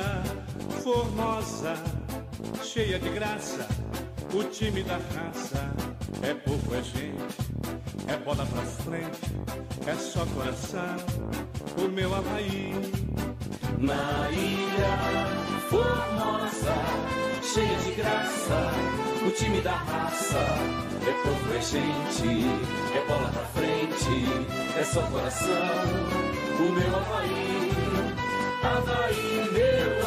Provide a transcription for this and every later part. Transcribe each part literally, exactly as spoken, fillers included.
ilha formosa, cheia de graça, o time da raça. É povo, é gente, é bola pra frente, é só coração, o meu Havaí. Na ilha formosa, cheia de graça, o time da raça. É povo, é gente, é bola pra frente, é só coração, o meu Havaí. Havaí, meu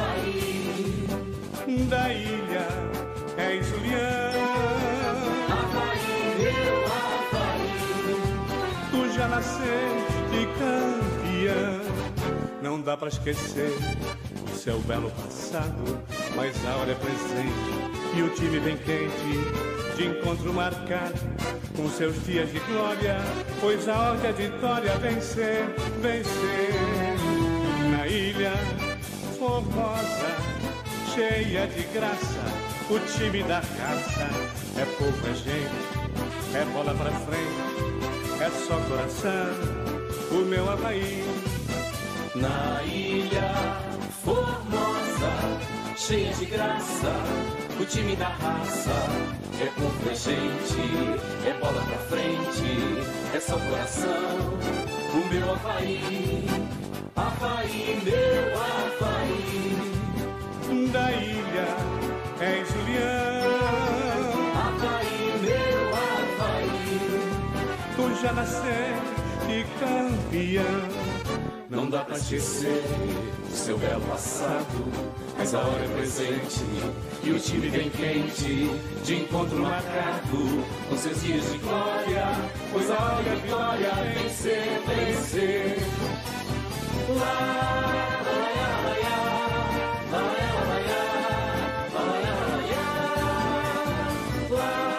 Havaí. Da ilha é Julião, Havaí, meu Havaí. tu já nasceste campeão. Não dá pra esquecer o seu belo passado, mas a hora é presente e o time vem quente, de encontro marcado com seus dias de glória, pois a hora é vitória vencer, vencer. Na ilha formosa, cheia de graça, o time da raça. É povo, é gente, é bola pra frente, é só coração, o meu Havaí. Na ilha formosa, cheia de graça, o time da raça. É povo, é gente, é bola pra frente, é só coração, o meu Havaí. Havaí, meu Havaí. Da ilha é Julião, Havaí, meu Havaí. tu já nasceste campeão. Não dá pra esquecer o seu belo passado, mas a hora é presente e o time vem quente, de encontro marcado com seus dias de glória, pois a hora é vitória, vencer, vencer. Lá, lá, lá, lá, lá, lá, lá, lá, lá, lá,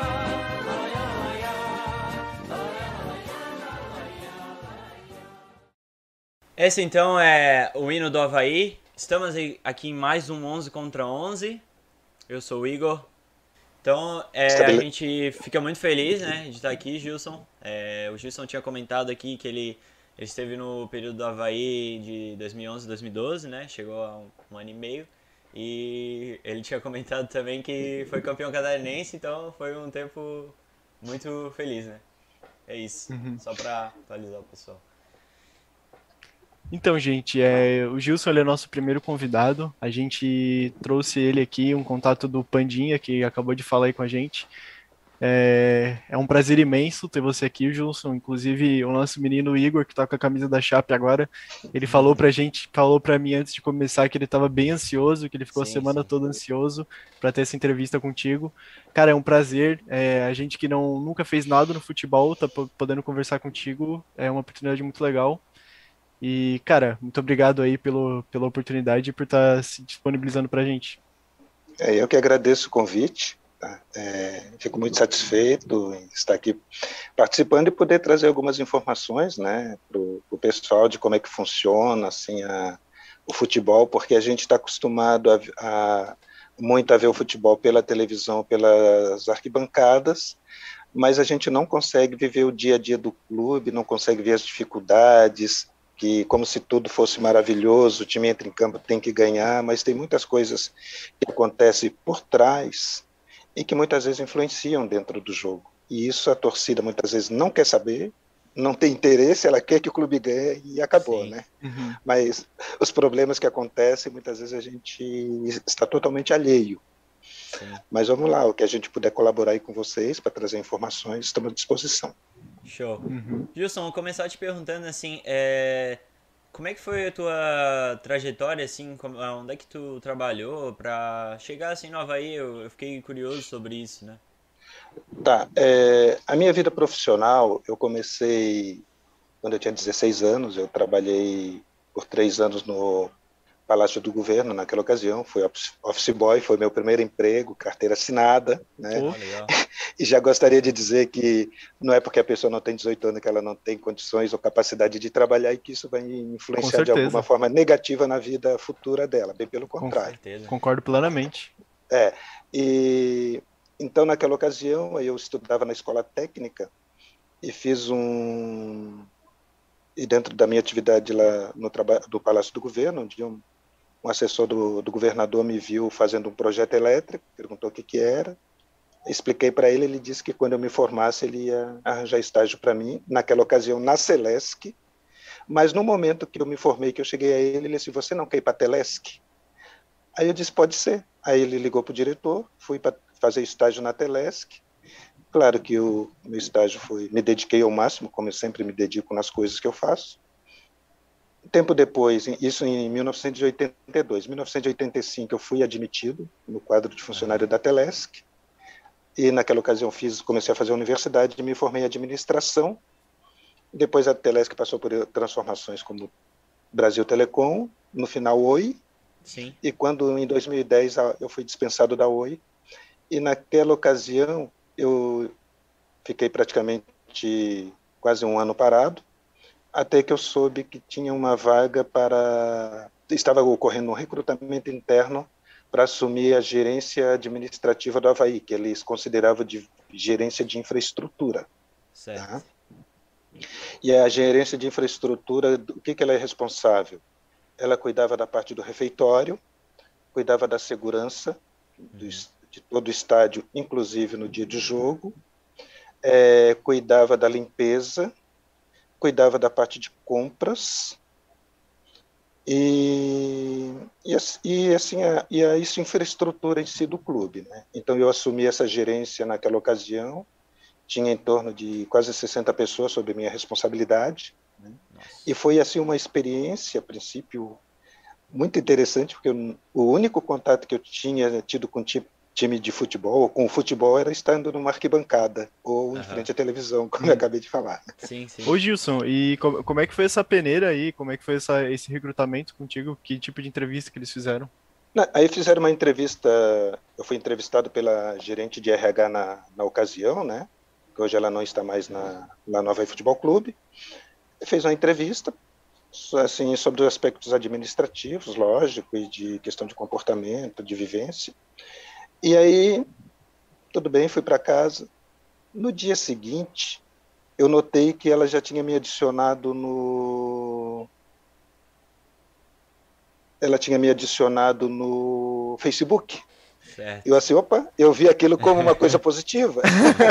Esse então é o hino do Havaí. Estamos aqui em mais um onze contra onze. Eu sou o Igor. Então é, a gente fica muito feliz, né, de estar aqui, Gilson. É, o Gilson tinha comentado aqui que ele, ele esteve no período do Havaí de dois mil e onze, dois mil e doze, né? Chegou a um, um ano e meio. E ele tinha comentado também que foi campeão catarinense, então foi um tempo muito feliz, né? É isso, uhum. Só para atualizar o pessoal. Então, gente, é, o Gilson ele é nosso primeiro convidado. A gente trouxe ele aqui, um contato do Pandinha, que acabou de falar aí com a gente. É, é um prazer imenso ter você aqui, Gilson. Inclusive, o nosso menino Igor, que tá com a camisa da Chape agora, ele falou pra gente, falou pra mim antes de começar que ele tava bem ansioso, que ele ficou sim, a semana sim. toda ansioso para ter essa entrevista contigo. Cara, é um prazer. É, a gente que não, nunca fez nada no futebol, tá podendo conversar contigo, é uma oportunidade muito legal. E, cara, muito obrigado aí pelo, pela oportunidade e por estar se disponibilizando pra gente. É, eu que agradeço o convite, tá? É, fico muito satisfeito em estar aqui participando e poder trazer algumas informações, né, pro, pro pessoal de como é que funciona, assim, a, o futebol, porque a gente está acostumado a, a, muito a ver o futebol pela televisão, pelas arquibancadas, mas a gente não consegue viver o dia a dia do clube, não consegue ver as dificuldades, que como se tudo fosse maravilhoso, o time entra em campo, tem que ganhar, mas tem muitas coisas que acontecem por trás e que muitas vezes influenciam dentro do jogo. E isso a torcida muitas vezes não quer saber, não tem interesse, ela quer que o clube ganhe e acabou, sim. né? Uhum. Mas os problemas que acontecem, muitas vezes a gente está totalmente alheio. Sim. Mas vamos lá, o que a gente puder colaborar aí com vocês para trazer informações, estamos à disposição. Show. Uhum. Gilson, vou começar te perguntando assim, é... como é que foi a tua trajetória, assim, como... onde é que tu trabalhou para chegar assim no Havaí? Eu, eu fiquei curioso sobre isso, né? Tá, é... a minha vida profissional, eu comecei quando eu tinha dezesseis anos, eu trabalhei por três anos no Palácio do Governo, naquela ocasião, fui office boy, foi meu primeiro emprego, carteira assinada, né? Oh, e já gostaria de dizer que não é porque a pessoa não tem dezoito anos que ela não tem condições ou capacidade de trabalhar e que isso vai influenciar de alguma forma negativa na vida futura dela, bem pelo contrário. Com Concordo plenamente. É, e então naquela ocasião eu estudava na escola técnica e fiz um... e dentro da minha atividade lá no trabalho do Palácio do Governo, onde eu um assessor do, do governador me viu fazendo um projeto elétrico, perguntou o que, que era, expliquei para ele, ele disse que quando eu me formasse ele ia arranjar estágio para mim, naquela ocasião na Celesc, mas no momento que eu me formei, que eu cheguei a ele, ele disse, você não quer ir para a Telesc? Aí eu disse, pode ser. Aí ele ligou para o diretor, fui para fazer estágio na Telesc. Claro que o meu estágio foi, me dediquei ao máximo, como eu sempre me dedico nas coisas que eu faço. Tempo depois, isso em mil novecentos e oitenta e dois, em mil novecentos e oitenta e cinco eu fui admitido no quadro de funcionário da Telesc, e naquela ocasião fiz, comecei a fazer a universidade e me formei em administração. Depois a Telesc passou por transformações como Brasil Telecom, no final Oi, Sim. E quando em dois mil e dez eu fui dispensado da Oi, e naquela ocasião eu fiquei praticamente quase um ano parado, até que eu soube que tinha uma vaga para... Estava ocorrendo um recrutamento interno para assumir a gerência administrativa do Avaí, que eles consideravam de gerência de infraestrutura. Certo. Tá? E a gerência de infraestrutura, o que, que ela é responsável? Ela cuidava da parte do refeitório, cuidava da segurança do, de todo o estádio, inclusive no dia de jogo, é, cuidava da limpeza, cuidava da parte de compras e, e, e assim a, e a isso infraestrutura em si do clube, né? Então eu assumi essa gerência naquela ocasião, tinha em torno de quase sessenta pessoas sob minha responsabilidade, né? E foi assim uma experiência, a princípio, muito interessante, porque eu, o único contato que eu tinha tido com time time de futebol, com o futebol, era estando numa arquibancada ou em Uhum. frente à televisão, como eu acabei de falar. Sim, sim. Ô Gilson, e como, como é que foi essa peneira aí? Como é que foi essa, esse recrutamento contigo? Que tipo de entrevista que eles fizeram? Aí fizeram uma entrevista, eu fui entrevistado pela gerente de R H na, na ocasião, né? Que hoje ela não está mais na, na Nova Futebol Clube. Fez uma entrevista, assim, sobre os aspectos administrativos, lógico, e de questão de comportamento, de vivência. E aí, tudo bem, fui para casa. No dia seguinte, eu notei que ela já tinha me adicionado no... Ela tinha me adicionado no Facebook. Certo. Eu assim, opa, eu vi aquilo como uma coisa positiva.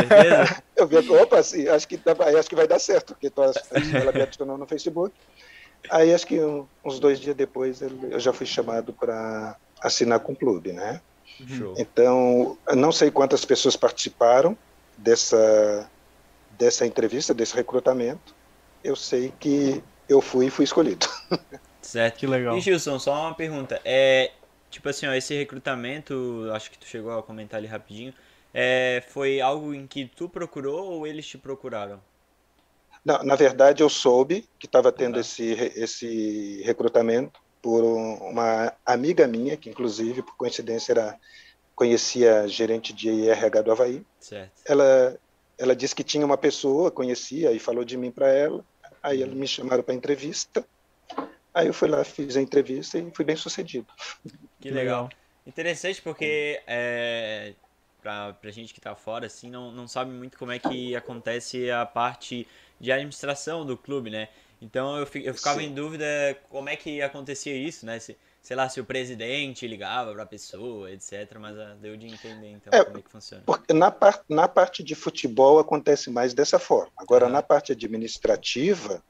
Eu vi, opa, assim, acho que, acho que vai dar certo, porque ela me adicionou no Facebook. Aí, acho que uns dois dias depois, eu já fui chamado para assinar com o clube, né? Show. Então, eu não sei quantas pessoas participaram dessa, dessa entrevista, desse recrutamento. Eu sei que eu fui e fui escolhido. Certo. Que legal. E Gilson, só uma pergunta. É, tipo assim, ó, esse recrutamento, acho que tu chegou a comentar ali rapidinho, é, foi algo em que tu procurou ou eles te procuraram? Não, na verdade, eu soube que estava tendo Uhum. esse, esse recrutamento por uma amiga minha, que inclusive, por coincidência, era, conhecia a gerente de R H do Avaí. Certo. Ela, ela disse que tinha uma pessoa, conhecia, e falou de mim para ela. Aí eles me chamaram para entrevista. Aí eu fui lá, fiz a entrevista e fui bem sucedido. Que legal. Interessante porque é, pra, pra gente que tá fora, assim, não, não sabe muito como é que acontece a parte de administração do clube, né? Então eu, eu ficava Sim. em dúvida como é que acontecia isso, né? Se, sei lá, se o presidente ligava pra pessoa, etcétera. Mas uh, deu de entender, então, é, como é que funciona. Porque na, par, na parte de futebol acontece mais dessa forma. Agora, uhum. na parte administrativa,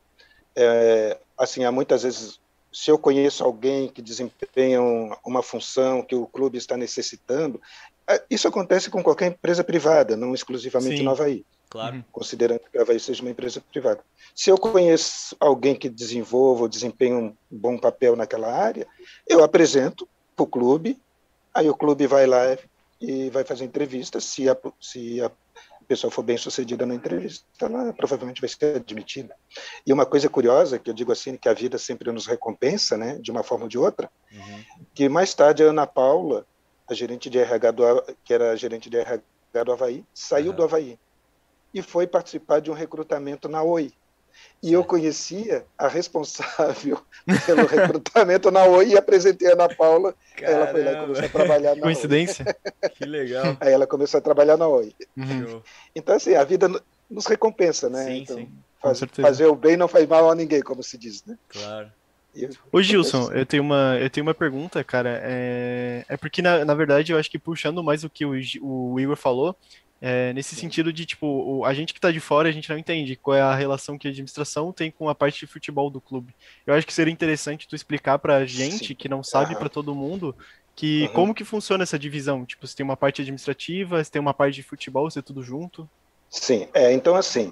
é, assim, há muitas vezes, se eu conheço alguém que desempenha uma função que o clube está necessitando, isso acontece com qualquer empresa privada, não exclusivamente Sim. no Avaí. Claro. Considerando que o Avaí seja uma empresa privada. Se eu conheço alguém que desenvolva ou desempenha um bom papel naquela área, eu apresento para o clube, aí o clube vai lá e vai fazer entrevista. Se a, se a pessoa for bem sucedida na entrevista, ela provavelmente vai ser admitida. E uma coisa curiosa, que eu digo assim, que a vida sempre nos recompensa, né, de uma forma ou de outra, uhum. que mais tarde a Ana Paula, a gerente de R H do, que era a gerente de R H do Avaí, saiu uhum. do Avaí e foi participar de um recrutamento na Oi. E certo. Eu conhecia a responsável pelo recrutamento na Oi e apresentei a Ana Paula. Aí ela foi lá e começou a trabalhar na Coincidência. Oi. Que legal. Aí ela começou a trabalhar na Oi. Uhum. Então, assim, a vida nos recompensa, né? Sim, então, sim. Faz, fazer o bem não faz mal a ninguém, como se diz, né? Claro. Ô Gilson, eu tenho uma, eu tenho uma pergunta, cara. É, é porque, na, na verdade, eu acho que puxando mais o que o, Gi- o Igor falou, é, nesse sentido de, tipo, o- a gente que tá de fora, a gente não entende qual é a relação que a administração tem com a parte de futebol do clube. Eu acho que seria interessante tu explicar pra gente, Sim. que não sabe, pra Aham. todo mundo, que Uhum. como que funciona essa divisão? Tipo, se tem uma parte administrativa, se tem uma parte de futebol, se é tudo junto. Sim, é, então assim,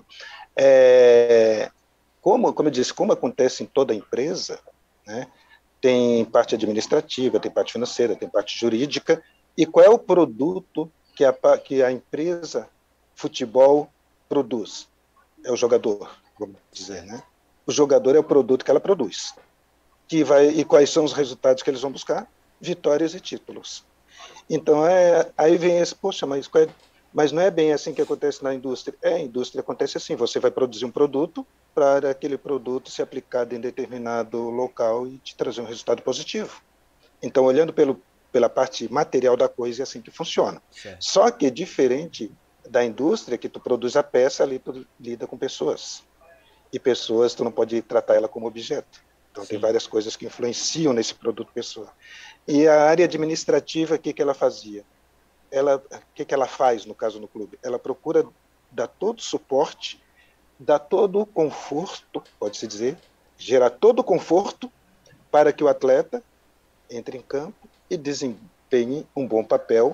é, como, como eu disse, como acontece em toda empresa, né, tem parte administrativa, tem parte financeira, tem parte jurídica, e qual é o produto que a, que a empresa futebol produz? É o jogador, vamos dizer, né? O jogador é o produto que ela produz. Que vai, e quais são os resultados que eles vão buscar? Vitórias e títulos. Então, é, aí vem esse, poxa, mas, qual é, mas não é bem assim que acontece na indústria. É, a indústria acontece assim, você vai produzir um produto para aquele produto ser aplicado em determinado local e te trazer um resultado positivo. Então, olhando pelo, pela parte material da coisa, é assim que funciona. Certo. Só que diferente da indústria, que tu produz a peça, ali tu lida com pessoas. E pessoas, tu não pode tratar ela como objeto. Então, Sim. tem várias coisas que influenciam nesse produto pessoa. E a área administrativa, o que, que ela fazia? Ela, o que, que ela faz, no caso, no clube? Ela procura dar todo o suporte, dar todo o conforto, pode-se dizer, gerar todo o conforto para que o atleta entre em campo e desempenhe um bom papel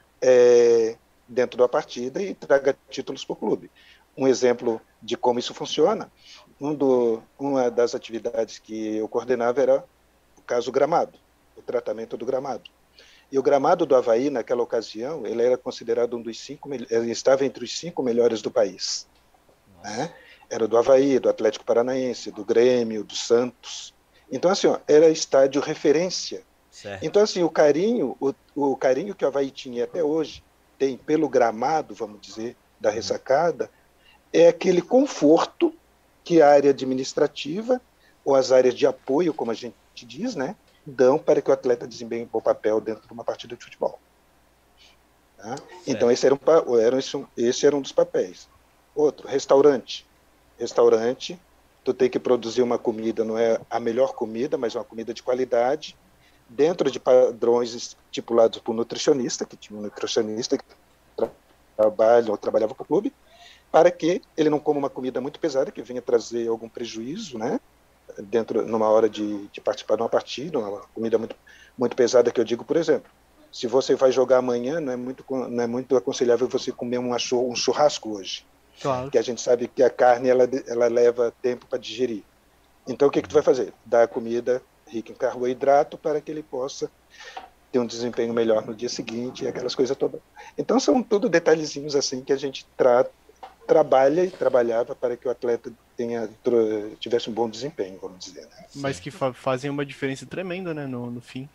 é, dentro da partida e traga títulos para o clube. Um exemplo de como isso funciona, um do, uma das atividades que eu coordenava era o caso gramado, o tratamento do gramado. E o gramado do Avaí, naquela ocasião, ele era considerado um dos cinco, ele estava entre os cinco melhores do país. Né? Era do Avaí, do Atlético Paranaense, do Grêmio, do Santos. Então, assim, ó, era estádio referência. Certo. Então, assim, o carinho, o, o carinho que o Avaí tinha até hoje, tem pelo gramado, vamos dizer, da ressacada, é aquele conforto que a área administrativa ou as áreas de apoio, como a gente diz, né, dão para que o atleta desempenhe um bom papel dentro de uma partida de futebol. Tá? Então, esse era, um, era, esse era um dos papéis. Outro, restaurante. Restaurante, tu tem que produzir uma comida, não é a melhor comida, mas uma comida de qualidade, dentro de padrões estipulados por nutricionista, que tinha um nutricionista que tra trabalha, ou trabalhava para o clube, para que ele não coma uma comida muito pesada, que venha trazer algum prejuízo, né? Dentro, numa hora de, de participar de uma partida, uma comida muito, muito pesada, que eu digo, por exemplo, se você vai jogar amanhã, não é muito, não é muito aconselhável você comer um churrasco hoje. Claro. Que a gente sabe que a carne ela, ela leva tempo para digerir. Então, o que, que tu vai fazer? Dar a comida rica em carboidrato para que ele possa ter um desempenho melhor no dia seguinte e aquelas coisas todas. Então, são tudo detalhezinhos assim que a gente tra trabalha e trabalhava para que o atleta tenha, tivesse um bom desempenho, vamos dizer. Né? Mas que fa fazem uma diferença tremenda, né, no, no fim.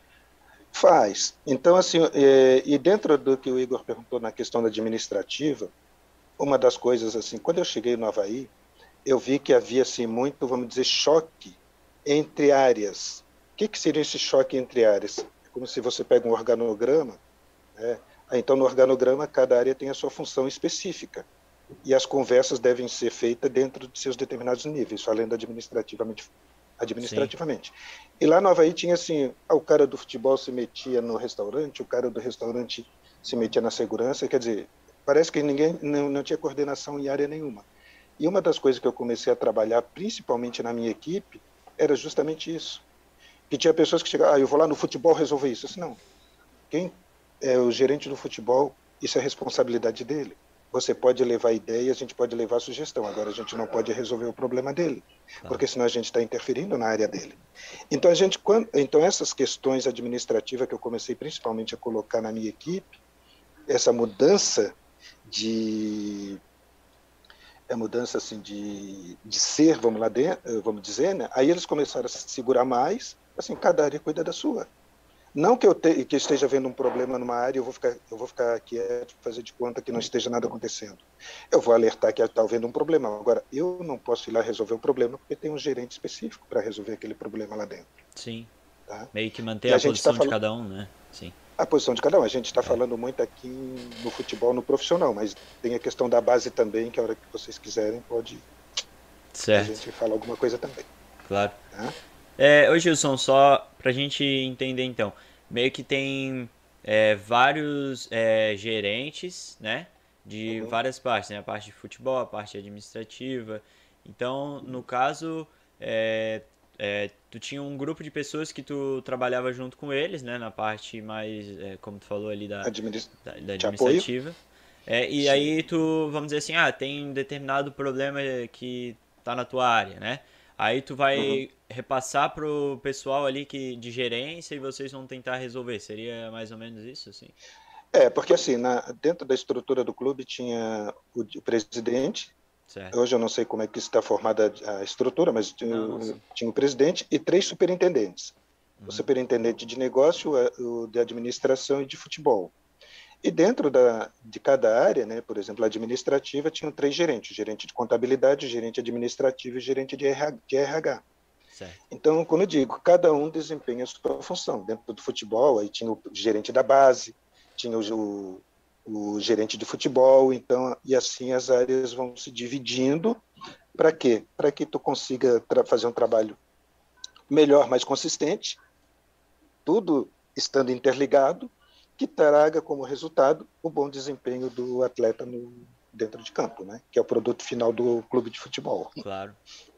Faz. Então, assim, é, e dentro do que o Igor perguntou na questão administrativa, uma das coisas, assim, quando eu cheguei no Avaí, eu vi que havia, assim, muito, vamos dizer, choque entre áreas. O que, que seria esse choque entre áreas? É como se você pega um organograma, né? Então, no organograma, cada área tem a sua função específica. E as conversas devem ser feitas dentro de seus determinados níveis, falando administrativamente. administrativamente. E lá no Avaí tinha assim, o cara do futebol se metia no restaurante, o cara do restaurante se metia na segurança, quer dizer, parece que ninguém não, não tinha coordenação em área nenhuma. E uma das coisas que eu comecei a trabalhar, principalmente na minha equipe, era justamente isso. Que tinha pessoas que chegavam, ah, eu vou lá no futebol resolver isso. Eu disse, não, quem é o gerente do futebol, isso é responsabilidade dele. Você pode levar ideia, a gente pode levar sugestão, agora a gente não pode resolver o problema dele, porque senão a gente está interferindo na área dele. Então, a gente, quando, então, essas questões administrativas que eu comecei principalmente a colocar na minha equipe, essa mudança de a mudança assim de, de ser, vamos lá dentro, vamos dizer, né? Aí eles começaram a se segurar mais, assim, cada área cuida da sua. Não que eu, te, que eu esteja vendo um problema numa área, eu vou ficar, eu vou ficar quieto, fazer de conta que não esteja nada acontecendo. Eu vou alertar que está havendo um problema. Agora, eu não posso ir lá resolver o problema porque tem um gerente específico para resolver aquele problema lá dentro. Sim. Tá? Meio que manter a, a posição tá de cada um, né? Sim. A posição de cada um. A gente está é. falando muito aqui no futebol, no profissional, mas tem a questão da base também, que a hora que vocês quiserem pode certo. a gente falar alguma coisa também. Claro. Tá? É, ô Gilson, só pra gente entender então, meio que tem é, vários é, gerentes, né? De Uhum. várias partes, né? A parte de futebol, a parte administrativa. Então, no caso, é, é, tu tinha um grupo de pessoas que tu trabalhava junto com eles, né? Na parte mais, é, como tu falou ali, da, Administ... da, da de apoio, administrativa. É, e sim. aí tu, vamos dizer assim, ah, tem um determinado problema que tá na tua área, né? Aí tu Uhum. vai repassar pro pessoal ali que, de gerência e vocês vão tentar resolver. Seria mais ou menos isso, assim? É, porque assim, na, dentro da estrutura do clube tinha o, o presidente. Certo. Hoje eu não sei como é que está formada a estrutura, mas tinha Não, não, o, sim. tinha o presidente e três superintendentes. O Uhum. superintendente de negócio, o de administração e de futebol. E dentro da, de cada área, né, por exemplo, a administrativa, tinham três gerentes: o gerente de contabilidade, o gerente administrativo e o gerente de R H. Certo. Então, como eu digo, cada um desempenha a sua função. Dentro do futebol, aí tinha o gerente da base, tinha o, o, o gerente de futebol, então, e assim as áreas vão se dividindo. Para quê? Para que tu consiga fazer um trabalho melhor, mais consistente, tudo estando interligado, que traga como resultado o bom desempenho do atleta no, dentro de campo, né? Que é o produto final do clube de futebol. Claro.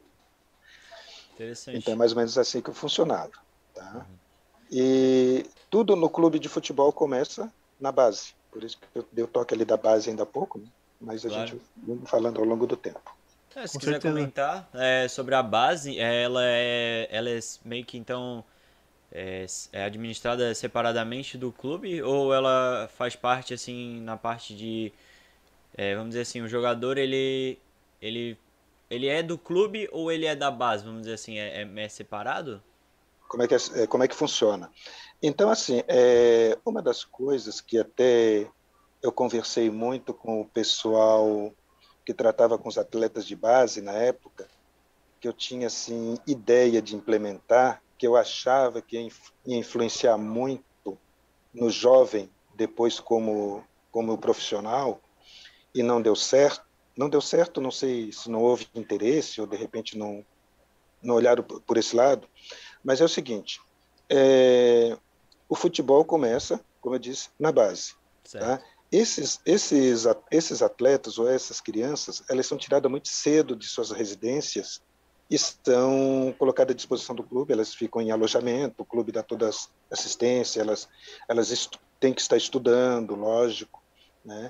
Então é Interessante. mais ou menos assim que funcionava. Tá? Uhum. E tudo no clube de futebol começa na base. Por isso que eu dei o toque ali da base ainda há pouco, né? Mas a Claro. gente vai falando ao longo do tempo. É, se Com quiser certeza. comentar é, sobre a base, ela é, ela é meio que então é, é administrada separadamente do clube ou ela faz parte assim na parte de é, vamos dizer assim, o jogador ele ele ele é do clube ou ele é da base, vamos dizer assim, é, é, é separado? Como é que, é, como é que funciona? Então, assim, é, uma das coisas que até eu conversei muito com o pessoal que tratava com os atletas de base na época, que eu tinha assim ideia de implementar, que eu achava que ia influenciar muito no jovem depois como como profissional, e não deu certo. Não deu certo, não sei se não houve interesse ou de repente não não olharam por esse lado, mas é o seguinte: é, o futebol começa, como eu disse, na base, tá? Certo. Esses, esses, esses atletas ou essas crianças, elas são tiradas muito cedo de suas residências e estão colocadas à disposição do clube. Elas ficam em alojamento, o clube dá toda assistência, elas, elas têm que estar estudando, lógico, né?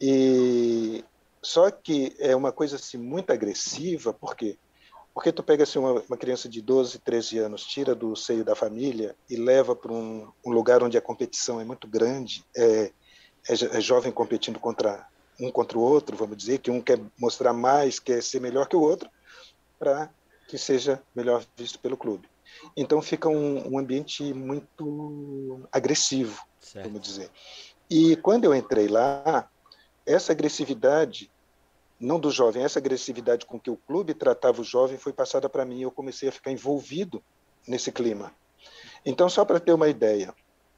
E só que é uma coisa assim muito agressiva, por quê? Porque tu pega assim, uma, uma criança de doze, treze anos, tira do seio da família e leva para um, um lugar onde a competição é muito grande, é, é, é jovem competindo contra um contra o outro, vamos dizer, que um quer mostrar mais, quer ser melhor que o outro, para que seja melhor visto pelo clube. Então fica um, um ambiente muito agressivo, Certo. vamos dizer. E quando eu entrei lá, essa agressividade, não do jovem, essa agressividade com que o clube tratava o jovem foi passada para mim e eu comecei a ficar envolvido nesse clima. Então, só para ter uma ideia,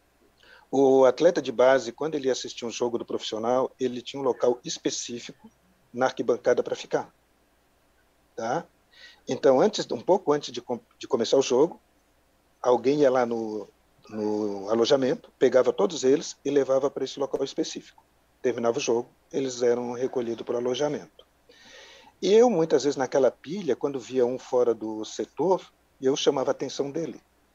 o atleta de base, quando ele assistia um jogo do profissional, ele tinha um local específico na arquibancada para ficar. Tá? Então, antes, um pouco antes de, de começar o jogo, alguém ia lá no, no alojamento, pegava todos eles e levava para esse local específico. Terminava o jogo, eles eram recolhidos para o alojamento. E eu, muitas vezes, naquela pilha, quando via um fora do setor, eu chamava a atenção dele.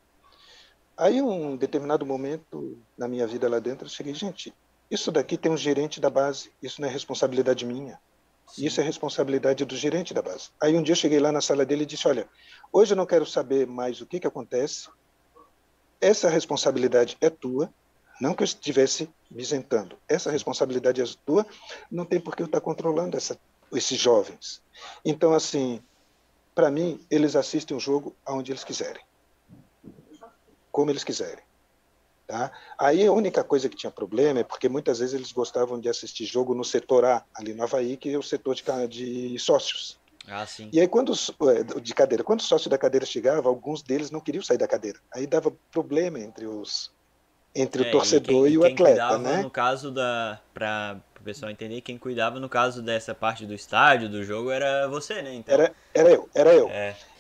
Aí, um determinado momento na minha vida lá dentro, eu cheguei, gente, isso daqui tem um gerente da base, isso não é responsabilidade minha. Sim. Isso é responsabilidade do gerente da base. Aí um dia eu cheguei lá na sala dele e disse, olha, hoje eu não quero saber mais o que, que acontece, essa responsabilidade é tua, não que eu estivesse me isentando, essa responsabilidade é tua, não tem por que eu estar controlando essa, esses jovens. Então, assim, para mim, eles assistem o jogo aonde eles quiserem, como eles quiserem. Tá? Aí a única coisa que tinha problema é porque muitas vezes eles gostavam de assistir jogo no setor A, ali no Havaí, que é o setor de, de sócios. Ah, sim. E aí, quando de cadeira, quando o sócio da cadeira chegava, alguns deles não queriam sair da cadeira. Aí dava problema entre os entre é, o torcedor e, quem, e, e o quem atleta, cuidava, né? no caso da... Pra o pessoal entender, quem cuidava no caso dessa parte do estádio, do jogo, era você, né? Então, era, era eu, era eu. É.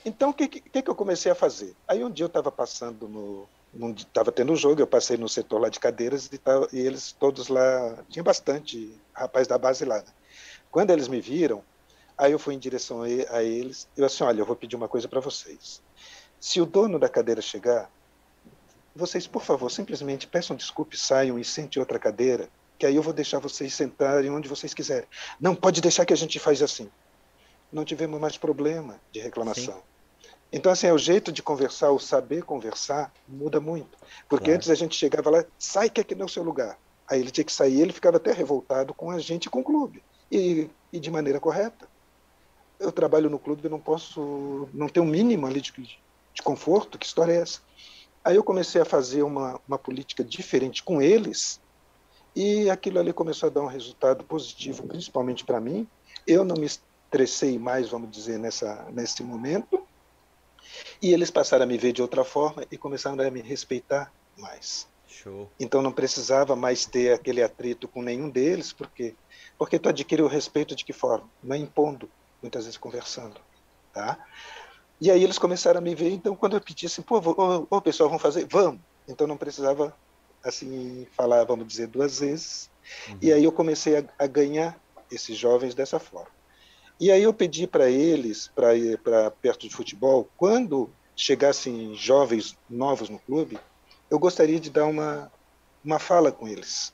Então, o que, que, que eu comecei a fazer? Aí um dia eu estava passando no... Estava tendo um jogo, eu passei no setor lá de cadeiras e, tal, e eles todos lá... Tinha bastante rapaz da base lá, né? Quando eles me viram, aí eu fui em direção a eles, eu assim, olha, eu vou pedir uma coisa para vocês. Se o dono da cadeira chegar, vocês, por favor, simplesmente peçam desculpa, saiam e sentem outra cadeira, que aí eu vou deixar vocês sentarem onde vocês quiserem. Não, pode deixar que a gente faz assim. Não tivemos mais problema de reclamação. Sim. Então, assim, é o jeito de conversar, o saber conversar, muda muito. Porque claro. Antes a gente chegava lá, sai que aqui não é o seu lugar. Aí ele tinha que sair, ele ficava até revoltado com a gente e com o clube. E, e de maneira correta. Eu trabalho no clube, eu não posso, não tenho um mínimo ali de, de conforto, que história é essa? Aí eu comecei a fazer uma, uma política diferente com eles, e aquilo ali começou a dar um resultado positivo, principalmente para mim. Eu não me estressei mais, vamos dizer, nessa, nesse momento, e eles passaram a me ver de outra forma e começaram a me respeitar mais. Show. Então não precisava mais ter aquele atrito com nenhum deles, porque porque tu adquire o respeito de que forma? Não é impondo, muitas vezes conversando, tá? E aí eles começaram a me ver, então quando eu pedi assim, pô, ô, ô pessoal, vamos fazer? Vamos! Então não precisava, assim, falar, vamos dizer, duas vezes. Uhum. E aí eu comecei a, a ganhar esses jovens dessa forma. E aí eu pedi para eles, para ir para perto de futebol, quando chegassem jovens novos no clube, eu gostaria de dar uma, uma fala com eles.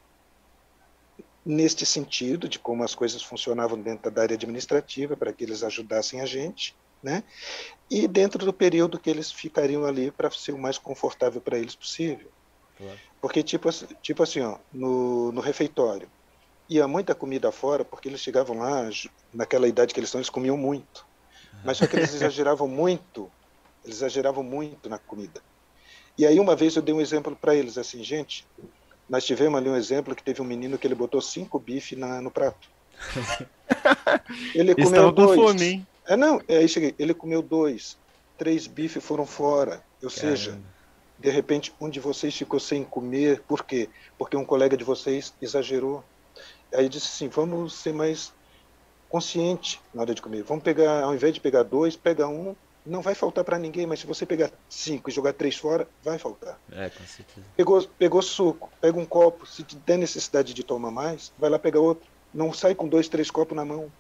Neste sentido, de como as coisas funcionavam dentro da área administrativa, para que eles ajudassem a gente, né? E dentro do período que eles ficariam ali para ser o mais confortável para eles possível. Claro. Porque, tipo, tipo assim, ó, no, no refeitório, ia muita comida fora, porque eles chegavam lá, naquela idade que eles estão, eles comiam muito. Mas só que eles exageravam muito, eles exageravam muito na comida. E aí uma vez eu dei um exemplo para eles, assim, gente, nós tivemos ali um exemplo que teve um menino que ele botou cinco bifes no prato. Ele comeu dois. Com fome, hein? É, não, aí cheguei, ele comeu dois, três bifes foram fora, ou Caramba. seja, de repente um de vocês ficou sem comer, por quê? Porque um colega de vocês exagerou. Aí disse assim, vamos ser mais consciente na hora de comer, vamos pegar, ao invés de pegar dois, pega um, não vai faltar para ninguém, mas se você pegar cinco e jogar três fora, vai faltar. É, com certeza. Pegou, pegou suco, pega um copo, se der necessidade de tomar mais, vai lá pegar outro, não sai com dois, três copos na mão.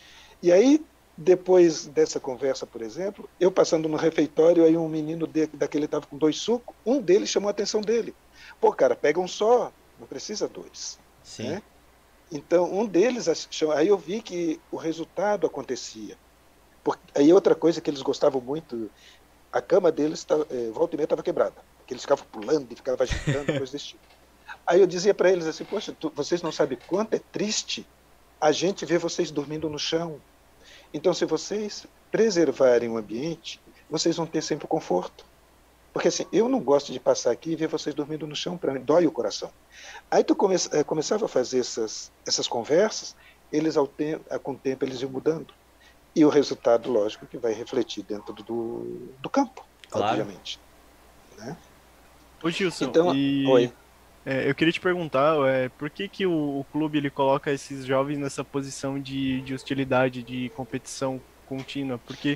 E aí, depois dessa conversa, por exemplo, eu passando no refeitório, aí um menino de, daquele estava com dois sucos, um deles chamou a atenção dele. Pô, cara, pega um só, não precisa dois. Sim. Né? Então, um deles, aí eu vi que o resultado acontecia. Porque, aí outra coisa que eles gostavam muito, a cama deles, é, volta e meia, estava quebrada. Que eles ficavam pulando e ficavam agitando, coisa desse tipo. Aí eu dizia para eles assim, poxa, tu, vocês não sabem quanto é triste a gente ver vocês dormindo no chão. Então, se vocês preservarem o ambiente, vocês vão ter sempre o conforto. Porque assim, eu não gosto de passar aqui e ver vocês dormindo no chão, para mim dói o coração. Aí tu come, é, começava a fazer essas, essas conversas, eles ao tempo, com o tempo eles iam mudando. E o resultado, lógico, que vai refletir dentro do, do campo, claro. Obviamente. Né? Ô Gilson, então, e... Oi. É, eu queria te perguntar, é, por que, que o, o clube ele coloca esses jovens nessa posição de, de hostilidade, de competição contínua? Porque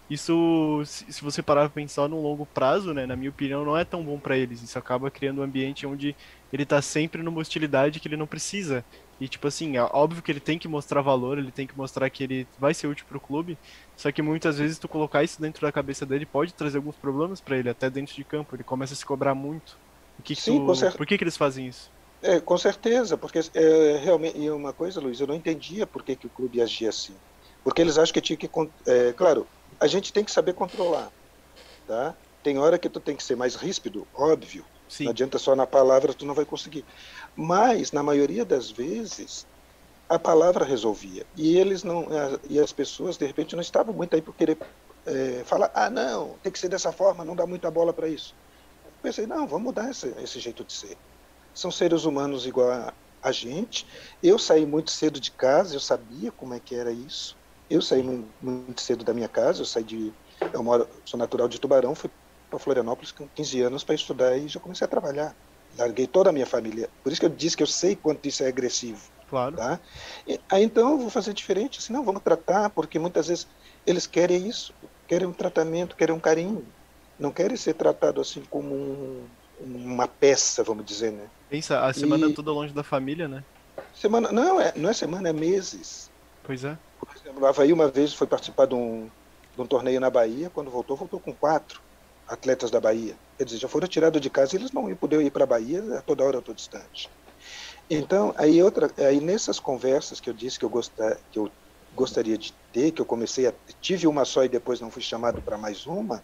isso, se, se você parar para pensar no longo prazo, né, na minha opinião, não é tão bom para eles. Isso acaba criando um ambiente onde ele está sempre numa hostilidade que ele não precisa. E, tipo assim, é óbvio que ele tem que mostrar valor, ele tem que mostrar que ele vai ser útil para o clube, só que muitas vezes tu colocar isso dentro da cabeça dele pode trazer alguns problemas para ele, até dentro de campo. Ele começa a se cobrar muito. O que que Sim, tu... com cer... Por que que eles fazem isso? É, com certeza, porque é, realmente, e uma coisa, Luiz, eu não entendia por que, que o clube agia assim. Porque eles acham que tinha que... É, claro, a gente tem que saber controlar, tá? Tem hora que tu tem que ser mais ríspido, óbvio. Sim. Não adianta só na palavra, tu não vai conseguir. Mas, na maioria das vezes, a palavra resolvia. E eles não... E as pessoas, de repente, não estavam muito aí por querer é, falar, ah, não, tem que ser dessa forma, não dá muita bola para isso. Pensei, não, vamos mudar esse, esse jeito de ser. São seres humanos igual a, a gente. Eu saí muito cedo de casa, eu sabia como é que era isso. Eu saí muito, muito cedo da minha casa, eu saí de... Eu moro, sou natural de Tubarão, fui para Florianópolis com quinze anos para estudar e já comecei a trabalhar. Larguei toda a minha família. Por isso que eu disse que eu sei quanto isso é agressivo. Claro. Tá? E, aí então eu vou fazer diferente. Assim, não, vamos tratar, porque muitas vezes eles querem isso. querem um tratamento, querem um carinho. Não querem ser tratados assim como um, uma peça, vamos dizer, né? Pensa, a semana E- toda longe da família, né? Semana, não, é, não é semana, é meses. Pois é. Por exemplo, o Avaí uma vez foi participar de um, de um torneio na Bahia, quando voltou, voltou com quatro atletas da Bahia. Quer dizer, já foram tirados de casa e eles não iam poder ir para a Bahia a toda hora, a todo instante. Então, aí, outra, aí nessas conversas que eu disse que eu, gostar, que eu gostaria de ter, que eu comecei a... Tive uma só e depois não fui chamado para mais uma,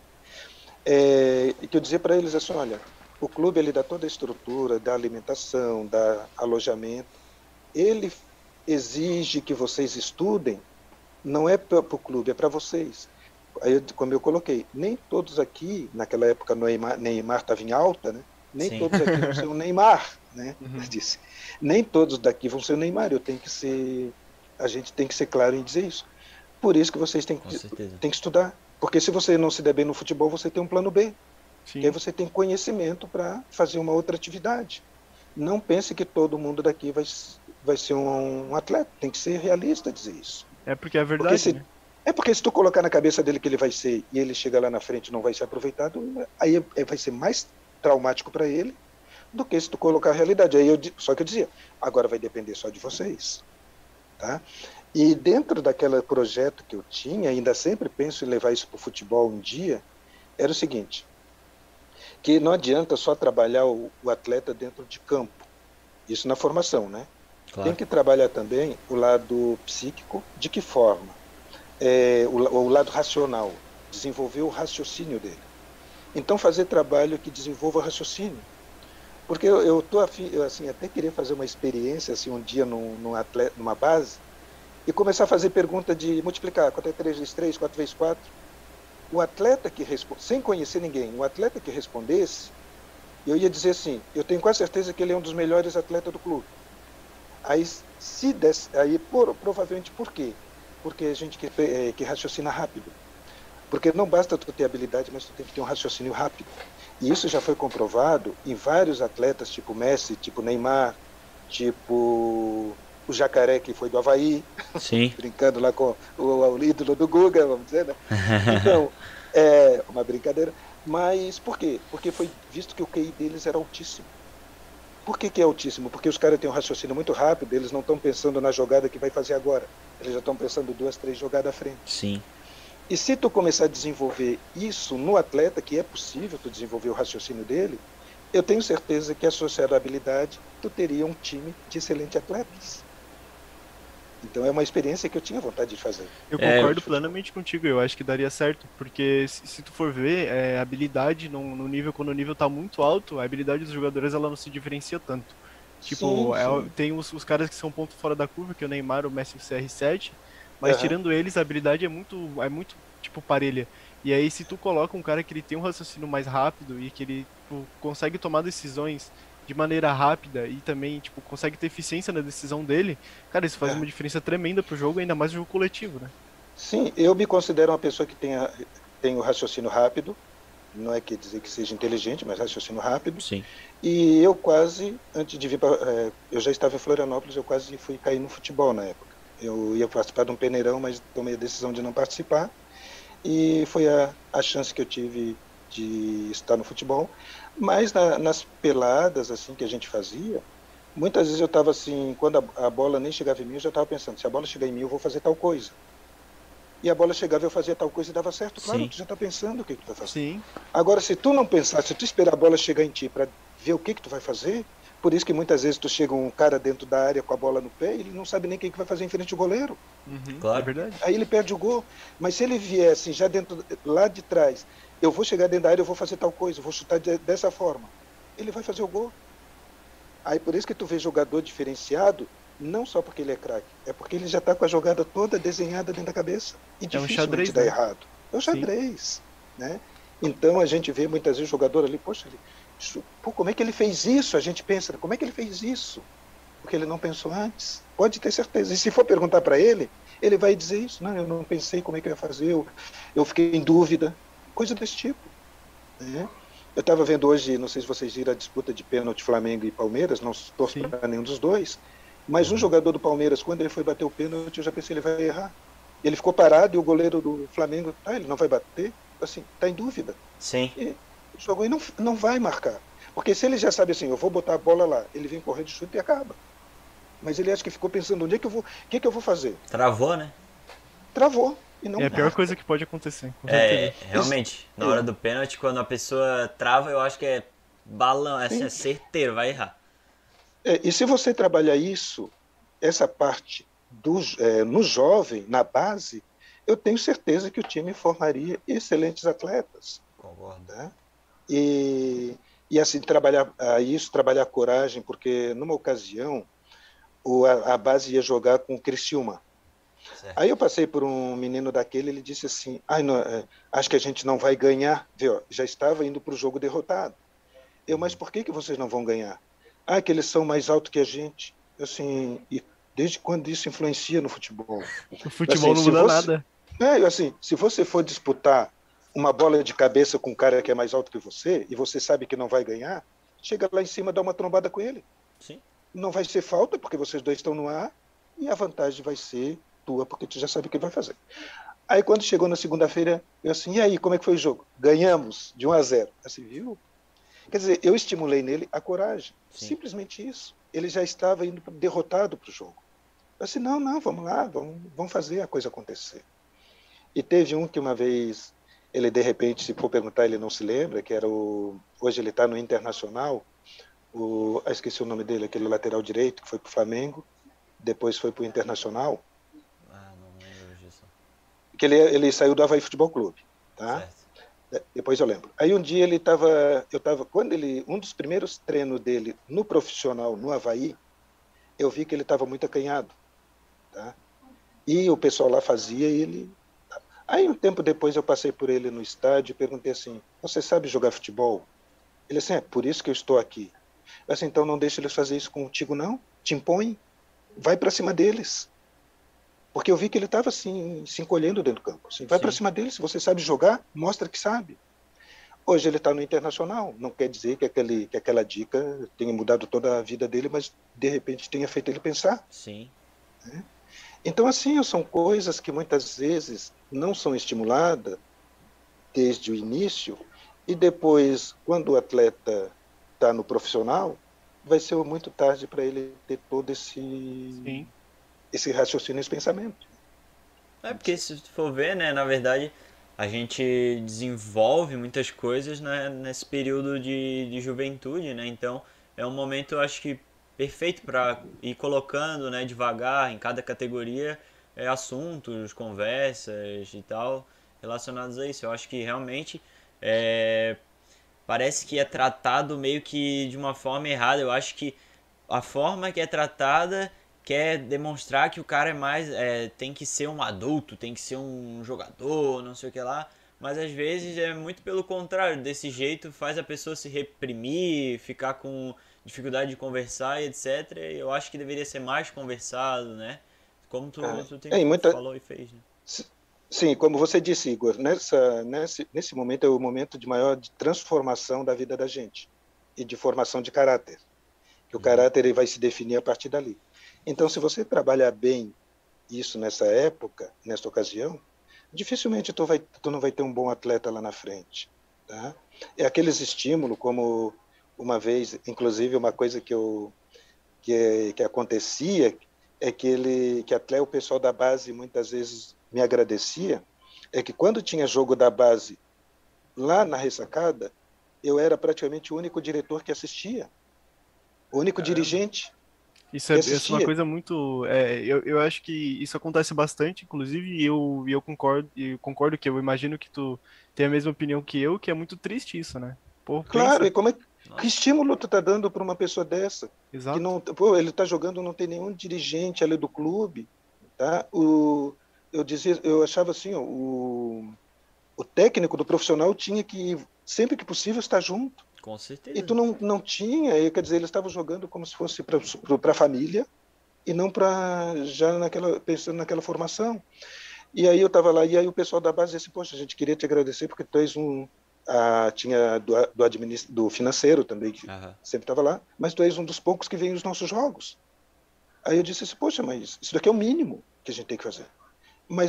é, e que eu dizia para eles assim, olha, o clube ele dá toda a estrutura, dá alimentação, dá alojamento, ele exige que vocês estudem, não é para o clube, é para vocês. Aí, eu- como eu coloquei, nem todos aqui, naquela época Neymar Neymar estava em alta, né? Nem Sim. todos aqui vão ser o Neymar, né? Uhum. Eu disse, nem todos daqui vão ser o Neymar, eu tenho que ser, a gente tem que ser claro em dizer isso. Por isso que vocês têm Com que, certeza. têm que estudar, porque se você não se der bem no futebol, você tem um plano B. Sim. E aí você tem conhecimento para fazer uma outra atividade. Não pense que todo mundo daqui vai, vai ser um, um atleta. Tem que ser realista dizer isso. É porque é Porque verdade, se, né? é porque se tu colocar na cabeça dele que ele vai ser e ele chega lá na frente e não vai ser aproveitado, aí é- vai ser mais traumático para ele do que se tu colocar a realidade. Aí eu, di- só que eu dizia, agora vai depender só de vocês. Tá? E dentro daquele projeto que eu tinha, ainda sempre penso em levar isso para o futebol um dia, era o seguinte, que não adianta só trabalhar o, o atleta dentro de campo. Isso na formação, né? Claro. Tem que trabalhar também o lado psíquico, de que forma? É, o, o lado racional, desenvolver o raciocínio dele. Então fazer trabalho que desenvolva raciocínio. Porque eu, eu tô afim, eu, assim, até queria fazer uma experiência assim, um dia num, num atleta, numa base e começar a fazer pergunta de multiplicar, quatro é três vezes três, quatro vezes quatro. O atleta que responde, sem conhecer ninguém, o atleta que respondesse, eu ia dizer assim, eu tenho quase certeza que ele é um dos melhores atletas do clube. Aí, se desse, aí por, provavelmente por quê? Porque a gente que, é, que raciocina rápido. Porque não basta tu ter habilidade, mas tu tem que ter um raciocínio rápido. E isso já foi comprovado em vários atletas, tipo Messi, tipo Neymar, tipo o Jacaré, que foi do Avaí, Sim. brincando lá com o, o ídolo do Guga, vamos dizer, né? Então, é uma brincadeira. Mas por quê? Porque foi visto que o Q I deles era altíssimo. Por que que é altíssimo? Porque os caras têm um raciocínio muito rápido, eles não estão pensando na jogada que vai fazer agora. Eles já estão pensando duas, três jogadas à frente. Sim. E se tu começar a desenvolver isso no atleta, que é possível tu desenvolver o raciocínio dele, eu tenho certeza que associado à habilidade, tu teria um time de excelentes atletas. Então é uma experiência que eu tinha vontade de fazer. Eu É, concordo plenamente contigo, eu acho que daria certo, porque se, se tu for ver, é, a habilidade no, no nível, quando o nível tá muito alto, a habilidade dos jogadores ela não se diferencia tanto. Tipo, Sim, é, sim. tem os, os caras que são ponto fora da curva, que é o Neymar, o Messi e o C R sete, mas Aham. tirando eles, a habilidade é muito, é muito, tipo, parelha. E aí, se tu coloca um cara que ele tem um raciocínio mais rápido e que ele tipo, consegue tomar decisões de maneira rápida e também, tipo, consegue ter eficiência na decisão dele, cara, isso faz É. uma diferença tremenda pro jogo, ainda mais no jogo coletivo, né? Sim, eu me considero uma pessoa que tenha, tem o raciocínio rápido, não é que dizer que seja inteligente, mas raciocínio rápido. Sim. E eu quase, antes de vir para... É, eu já estava em Florianópolis, eu quase fui cair no futebol na época. Eu ia participar de um peneirão, mas tomei a decisão de não participar. E foi a, a chance que eu tive de estar no futebol. Mas na, nas peladas assim que a gente fazia, muitas vezes eu estava assim, quando a, a bola nem chegava em mim, eu já estava pensando, se a bola chegar em mim, eu vou fazer tal coisa. E a bola chegava, eu fazia tal coisa e dava certo. Claro, Sim. tu já está pensando o que, que tu vai fazer. Sim, Agora, se tu não pensar, se tu esperar a bola chegar em ti para ver o que que tu vai fazer, por isso que muitas vezes tu chega um cara dentro da área com a bola no pé e ele não sabe nem o que que vai fazer em frente ao goleiro. uhum, Claro. é verdade. Aí ele perde o gol. Mas se ele vier assim, já dentro, lá de trás, eu vou chegar dentro da área, eu vou fazer tal coisa, eu vou chutar de, dessa forma, ele vai fazer o gol. Aí por isso que tu vê jogador diferenciado, não só porque ele é craque, é porque ele já está com a jogada toda desenhada dentro da cabeça. E É um dificilmente xadrez, dá né? errado. É um Sim. xadrez, né? Então a gente vê muitas vezes o jogador ali, poxa, ele, isso, pô, como é que ele fez isso? A gente pensa, como é que ele fez isso? Porque ele não pensou antes. Pode ter certeza. E se for perguntar para ele, ele vai dizer isso. Não, eu não pensei como é que eu ia fazer, eu, eu fiquei em dúvida. Coisa desse tipo, né? Eu estava vendo hoje, não sei se vocês viram a disputa de pênalti Flamengo e Palmeiras, não torço Sim. para nenhum dos dois, mas um jogador do Palmeiras, quando ele foi bater o pênalti, eu já pensei, ele vai errar. Ele ficou parado e o goleiro do Flamengo, ah, ele não vai bater? Assim, tá em dúvida. Sim. E o jogo aí não, não vai marcar. Porque se ele já sabe assim, eu vou botar a bola lá, ele vem correr de chute e acaba. Mas ele acha que ficou pensando, onde é que eu vou, o que é que eu vou fazer? Travou, né? Travou. E não é a pior marca. coisa que pode acontecer. Com É, certeza. realmente, na É. hora do pênalti, quando a pessoa trava, eu acho que é balão, assim, é certeiro, vai errar. É, e se você trabalhar isso, essa parte do, é, no jovem, na base, eu tenho certeza que o time formaria excelentes atletas. Concordo. Né? E, e assim, trabalhar ah, isso, trabalhar a coragem, porque numa ocasião o, a, a base ia jogar com o Criciúma. Certo. Aí eu passei por um menino daquele, ele disse assim, Ai, não, é, acho que a gente não vai ganhar. Vê, ó, já estava indo para o jogo derrotado. Eu, mas por que, que vocês não vão ganhar? Ah, que eles são mais altos que a gente. Eu, assim, e desde quando isso influencia no futebol? O futebol assim, não muda você, nada. É, assim, se você for disputar uma bola de cabeça com um cara que é mais alto que você, e você sabe que não vai ganhar, chega lá em cima e dá uma trombada com ele. Sim. Não vai ser falta, porque vocês dois estão no ar, e a vantagem vai ser tua, porque tu já sabe o que vai fazer. Aí quando chegou na segunda-feira, eu assim, e aí, como é que foi o jogo? Ganhamos, de um a zero. Assim, viu? Quer dizer, eu estimulei nele a coragem. Sim. Simplesmente isso. Ele já estava indo derrotado para o jogo. Eu assim, não, não, vamos lá, vamos, vamos fazer a coisa acontecer. E teve um que uma vez, ele de repente, se for perguntar, ele não se lembra, que era o... Hoje ele está no Internacional, o... ah, esqueci o nome dele, aquele lateral direito, que foi para o Flamengo, depois foi para o Internacional. Ah, não lembro disso. Que ele, ele saiu do Avaí Futebol Clube, tá? Certo. Depois eu lembro. Aí um dia ele estava, eu estava, quando ele, um dos primeiros treinos dele no profissional, no Avaí, eu vi que ele estava muito acanhado, tá? E o pessoal lá fazia e ele... Aí um tempo depois eu passei por ele no estádio e perguntei assim, você sabe jogar futebol? Ele assim, é por isso que eu estou aqui. Eu assim, então não deixa eles fazer isso contigo não, te impõe, vai para cima deles. Porque eu vi que ele estava assim, se encolhendo dentro do campo. Assim, vai para cima dele, se você sabe jogar, mostra que sabe. Hoje ele está no Internacional. Não quer dizer que, aquele, que aquela dica tenha mudado toda a vida dele, mas de repente tenha feito ele pensar. Sim. Né? Então, assim, são coisas que muitas vezes não são estimuladas desde o início e depois, quando o atleta está no profissional, vai ser muito tarde para ele ter todo esse... Sim. esse raciocínio, esse pensamento. É porque se tu for ver, né, na verdade, a gente desenvolve muitas coisas, né, nesse período de, de juventude, né, então é um momento, eu acho que, perfeito para ir colocando, né, devagar em cada categoria, é, assuntos, conversas e tal, relacionados a isso. Eu acho que realmente é, parece que é tratado meio que de uma forma errada. Eu acho que a forma que é tratada quer demonstrar que o cara é mais, é, tem que ser um adulto, tem que ser um jogador, não sei o que lá, mas às vezes é muito pelo contrário, desse jeito faz a pessoa se reprimir, ficar com dificuldade de conversar e etcétera. E eu acho que deveria ser mais conversado, né? Como tu, É. tu tem, É, e muita... falou e fez, né? Sim, como você disse, Igor, nessa, nesse, nesse momento é o momento de maior de transformação da vida da gente e de formação de caráter. Que o caráter ele vai se definir a partir dali. Então, se você trabalhar bem isso nessa época, nessa ocasião, dificilmente tu, vai, tu não vai ter um bom atleta lá na frente. Tá? É aqueles estímulos, como uma vez, inclusive uma coisa que, eu, que, que acontecia, é que, ele, que até o pessoal da base muitas vezes me agradecia, é que quando tinha jogo da base lá na ressacada, eu era praticamente o único diretor que assistia, o único Caramba. dirigente. Isso é, isso é uma coisa muito... É, eu, eu acho que isso acontece bastante, inclusive, e eu, eu concordo, eu concordo que eu imagino que tu tem a mesma opinião que eu, que é muito triste isso, né? Pô, Claro, pensa. e como é, que estímulo tu tá dando para uma pessoa dessa? Exato. Que não, pô, ele tá jogando, não tem nenhum dirigente ali do clube, tá? O, eu dizia, eu achava assim, ó, o, o técnico do profissional tinha que, sempre que possível, estar junto. Com certeza. E tu não, não tinha, e, quer dizer, eles estavam jogando como se fosse para a família e não para já naquela, pensando naquela formação. E aí eu estava lá, e aí o pessoal da base disse, poxa, a gente queria te agradecer porque tu és um... Ah, tinha do, do, administ, do financeiro também, que Aham. sempre estava lá, mas tu és um dos poucos que vem nos nossos jogos. Aí eu disse assim, poxa, mas isso daqui é o mínimo que a gente tem que fazer. Mas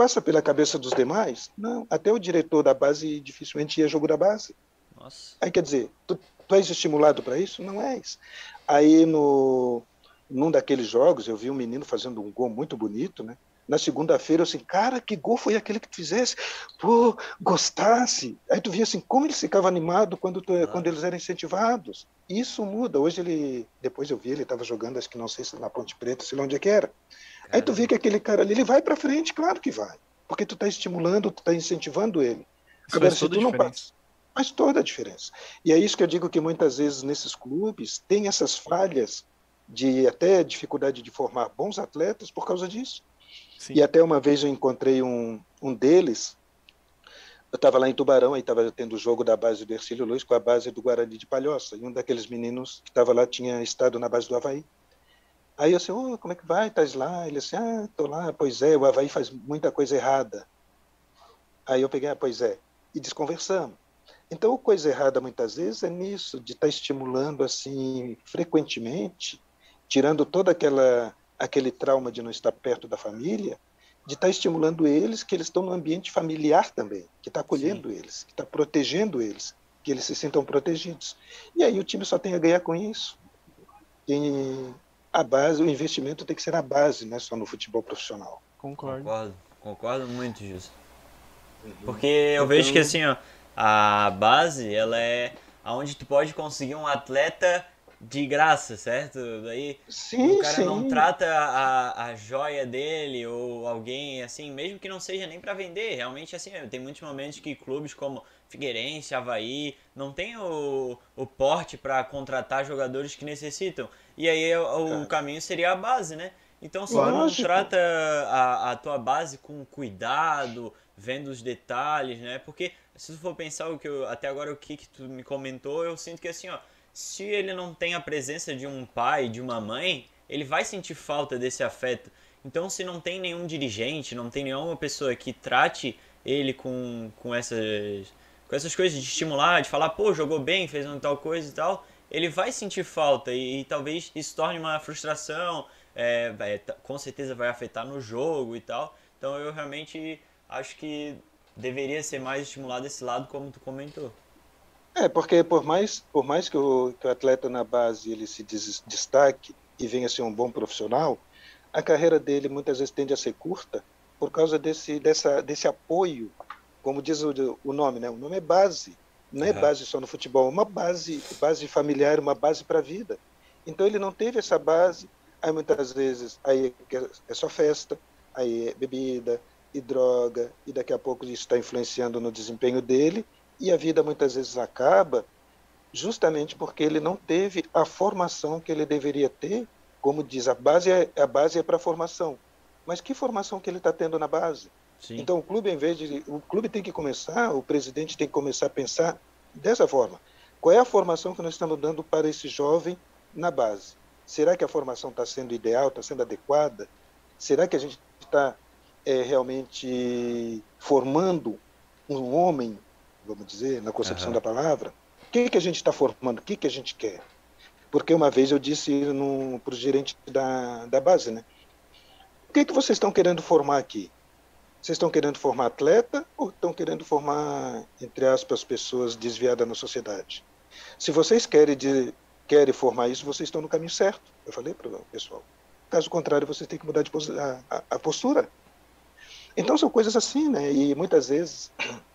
passa pela cabeça dos demais? Não, até o diretor da base dificilmente ia jogo da base. Nossa. Aí, quer dizer, tu, tu és estimulado para isso? Não és. Aí, no, num daqueles jogos, eu vi um menino fazendo um gol muito bonito, né? Na segunda-feira, eu assim, cara, que gol foi aquele que tu fizesse? Pô, gostasse. Aí tu via assim, como eles ficavam animados quando, tu, ah. quando eles eram incentivados. Isso muda. Hoje ele, depois eu vi, ele estava jogando, acho que não sei se na Ponte Preta, sei lá onde é que era. Caramba. Aí tu vê que aquele cara ali, ele vai para frente, claro que vai. Porque tu está estimulando, tu está incentivando ele. Isso Agora, se tu não passa, faz toda a diferença. E é isso que eu digo que muitas vezes nesses clubes tem essas falhas de até dificuldade de formar bons atletas por causa disso. Sim. E até uma vez eu encontrei um, um deles, eu estava lá em Tubarão, aí estava tendo o jogo da base do Hercílio Luz com a base do Guarani de Palhoça, e um daqueles meninos que estava lá tinha estado na base do Avaí. Aí eu disse, oh, como é que vai? Estás lá? Ele disse, ah, estou lá, pois é, o Avaí faz muita coisa errada. Aí eu peguei, ah, pois é, e desconversamos. Então, coisa errada muitas vezes é nisso, de estar tá estimulando assim frequentemente, tirando toda aquela aquele trauma de não estar perto da família, de estar estimulando eles, que eles estão no ambiente familiar também, que está acolhendo Sim. eles, que está protegendo eles, que eles se sintam protegidos. E aí o time só tem a ganhar com isso. E a base, o investimento tem que ser a base, não é só no futebol profissional. Concordo. Concordo, concordo muito, Gilson. Uhum. Porque eu então... vejo que assim, ó, a base, ela é onde tu pode conseguir um atleta de graça, certo? Daí sim, o cara sim. não trata a, a joia dele ou alguém assim, mesmo que não seja nem para vender. Realmente assim, tem muitos momentos que clubes como Figueirense, Avaí não tem o, o porte para contratar jogadores que necessitam. E aí o, o caminho seria a base, né? Então se Lógico. tu não trata a, a tua base com cuidado, vendo os detalhes, né? Porque se tu for pensar o que eu, até agora o que, que tu me comentou, eu sinto que assim, ó, se ele não tem a presença de um pai, de uma mãe, ele vai sentir falta desse afeto. Então, se não tem nenhum dirigente, não tem nenhuma pessoa que trate ele com, com, essas, com essas coisas de estimular, de falar, pô, jogou bem, fez uma tal coisa e tal, ele vai sentir falta e, e talvez isso torne uma frustração, é, é, com certeza vai afetar no jogo e tal. Então, eu realmente acho que deveria ser mais estimulado esse lado, como tu comentou. É, porque por mais, por mais que, o, que o atleta na base ele se des, destaque e venha a ser um bom profissional, a carreira dele muitas vezes tende a ser curta por causa desse, dessa, desse apoio, como diz o, o nome, né? O nome é base, não é uhum. base só no futebol, é uma base, base familiar, uma base para a vida. Então ele não teve essa base, aí muitas vezes aí é só festa, aí é bebida e droga, e daqui a pouco isso está influenciando no desempenho dele, e a vida muitas vezes acaba justamente porque ele não teve a formação que ele deveria ter, como diz, a base é, a base é para a formação. Mas que formação que ele está tendo na base? Sim. Então o clube, em vez de. O clube tem que começar, o presidente tem que começar a pensar dessa forma. Qual é a formação que nós estamos dando para esse jovem na base? Será que a formação está sendo ideal, está sendo adequada? Será que a gente está é, realmente formando um homem, vamos dizer, na concepção uhum. da palavra? O que, que a gente está formando? O que, que a gente quer? Porque uma vez eu disse para o gerente da, da base, né? O que, que vocês estão querendo formar aqui? Vocês estão querendo formar atleta ou estão querendo formar, entre aspas, pessoas desviadas na sociedade? Se vocês querem, de, querem formar isso, vocês estão no caminho certo. Eu falei para o pessoal. Caso contrário, vocês têm que mudar de a, a, a postura. Então são coisas assim, né? E muitas vezes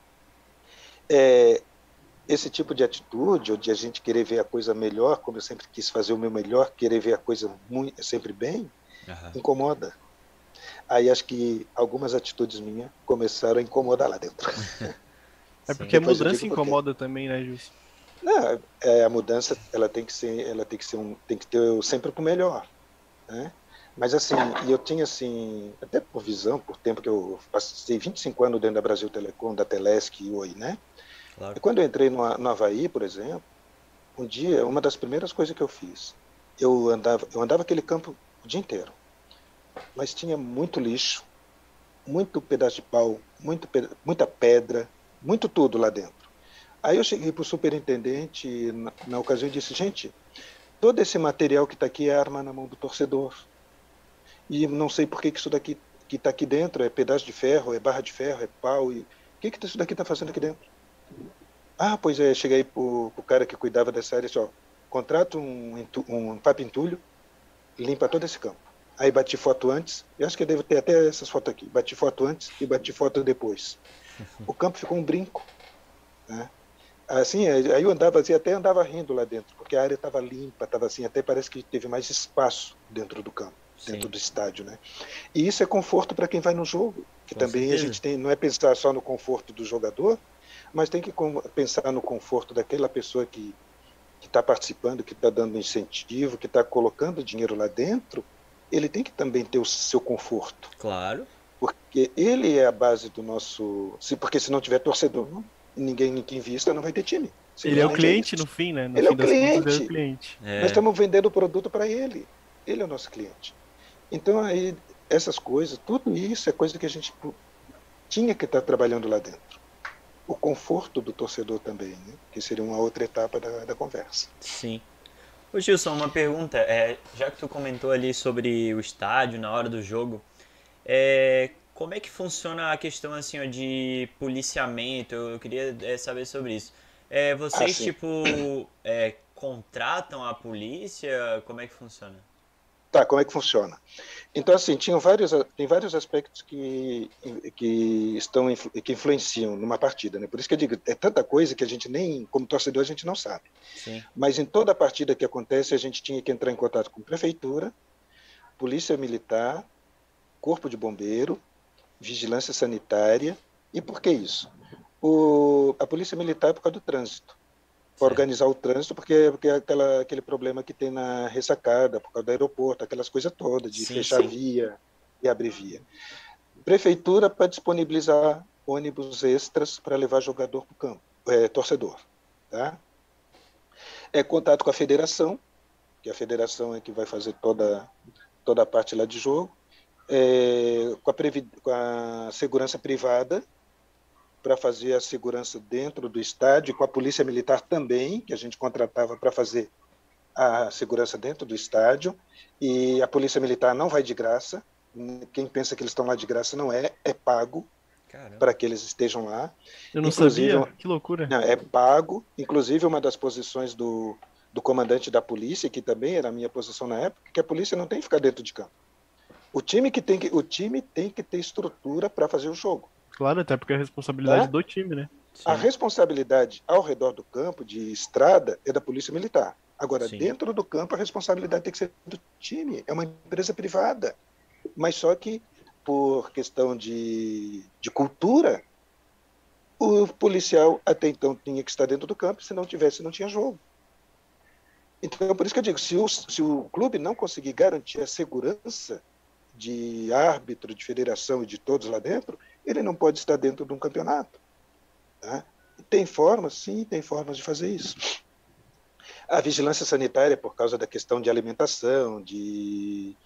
é, esse tipo de atitude, ou de a gente querer ver a coisa melhor, como eu sempre quis fazer o meu melhor, querer ver a coisa muito, sempre bem, uhum. incomoda. Aí acho que algumas atitudes minhas começaram a incomodar lá dentro. É porque a mudança incomoda porque... também, né, Gilson? Não, é, a mudança ela tem que ser, ela tem que ser um, tem que ter sempre para o melhor, né? Mas assim, e eu tinha assim, até por visão, por tempo que eu passei vinte e cinco anos dentro da Brasil Telecom, da Telesc e Oi, né? Claro. E quando eu entrei no, no Avaí, por exemplo, um dia, uma das primeiras coisas que eu fiz, eu andava, eu andava aquele campo o dia inteiro, mas tinha muito lixo, muito pedaço de pau, muito, muita pedra, muito tudo lá dentro. Aí eu cheguei para o superintendente na, na ocasião e disse, gente, todo esse material que está aqui é arma na mão do torcedor. E não sei por que, que isso daqui que está aqui dentro é pedaço de ferro, é barra de ferro, é pau. E... o que, que isso daqui está fazendo aqui dentro? Ah, pois é, cheguei para o cara que cuidava dessa área e disse, ó, contrata um, um papo-entulho, limpa todo esse campo. Aí bati foto antes, eu acho que eu devo ter até essas fotos aqui, bati foto antes e bati foto depois. O campo ficou um brinco, né? Assim, aí eu andava assim, até andava rindo lá dentro, porque a área estava limpa, estava assim, até parece que teve mais espaço dentro do campo, Sim. dentro do estádio, né? E isso é conforto para quem vai no jogo, que Com também certeza. a gente tem, não é pensar só no conforto do jogador, mas tem que pensar no conforto daquela pessoa que que está participando, que está dando incentivo, que está colocando dinheiro lá dentro, ele tem que também ter o seu conforto. Claro. Porque ele é a base do nosso... Porque se não tiver torcedor, não, ninguém que invista não vai ter time. Ele é o cliente é no fim, né? No ele fim é o cliente. Contas, é o cliente. É. Nós estamos vendendo o produto para ele. Ele é o nosso cliente. Então, aí, essas coisas, tudo isso é coisa que a gente tinha que estar trabalhando lá dentro. O conforto do torcedor também, né? Que seria uma outra etapa da, da conversa. Sim. Ô Gilson, uma pergunta, é, já que tu comentou ali sobre o estádio na hora do jogo, é, como é que funciona a questão assim, ó, de policiamento? Eu queria é, saber sobre isso. É, vocês, ah, tipo, é, contratam a polícia? Como é que funciona? Tá, como é que funciona? Então, assim, tinham vários, tem vários aspectos que, que, estão, que influenciam numa partida, né? Por isso que eu digo, é tanta coisa que a gente nem, como torcedor, a gente não sabe. Sim. Mas em toda partida que acontece, a gente tinha que entrar em contato com prefeitura, polícia militar, corpo de bombeiro, vigilância sanitária. E por que isso? O, a polícia militar é por causa do trânsito. Para organizar o trânsito, porque, porque é aquela, aquele problema que tem na ressacada, por causa do aeroporto, aquelas coisas todas, de sim, fechar sim. via e abrir via. Prefeitura para disponibilizar ônibus extras para levar jogador para o campo, é, torcedor. Tá? É contato com a federação, que a federação é que vai fazer toda, toda a parte lá de jogo, é, com, a previ, com a segurança privada, para fazer a segurança dentro do estádio, com a polícia militar também, que a gente contratava para fazer a segurança dentro do estádio, e a polícia militar não vai de graça, quem pensa que eles estão lá de graça não é, é pago para que eles estejam lá. Eu não inclusive, sabia, que loucura. Não, é pago, inclusive uma das posições do, do comandante da polícia, que também era a minha posição na época, que a polícia não tem que ficar dentro de campo. O time, que tem, que, o time tem que ter estrutura para fazer o jogo. Claro, até porque é a responsabilidade é? do time, né? Sim. A responsabilidade ao redor do campo, de estrada, é da polícia militar. Agora, Sim. dentro do campo, a responsabilidade tem que ser do time. É uma empresa privada. Mas só que, por questão de, de cultura, o policial até então tinha que estar dentro do campo, se não tivesse, não tinha jogo. Então, por isso que eu digo, se o, se o clube não conseguir garantir a segurança de árbitro, de federação e de todos lá dentro, ele não pode estar dentro de um campeonato. Tá? Tem formas, sim, tem formas de fazer isso. A vigilância sanitária, por causa da questão de alimentação, de,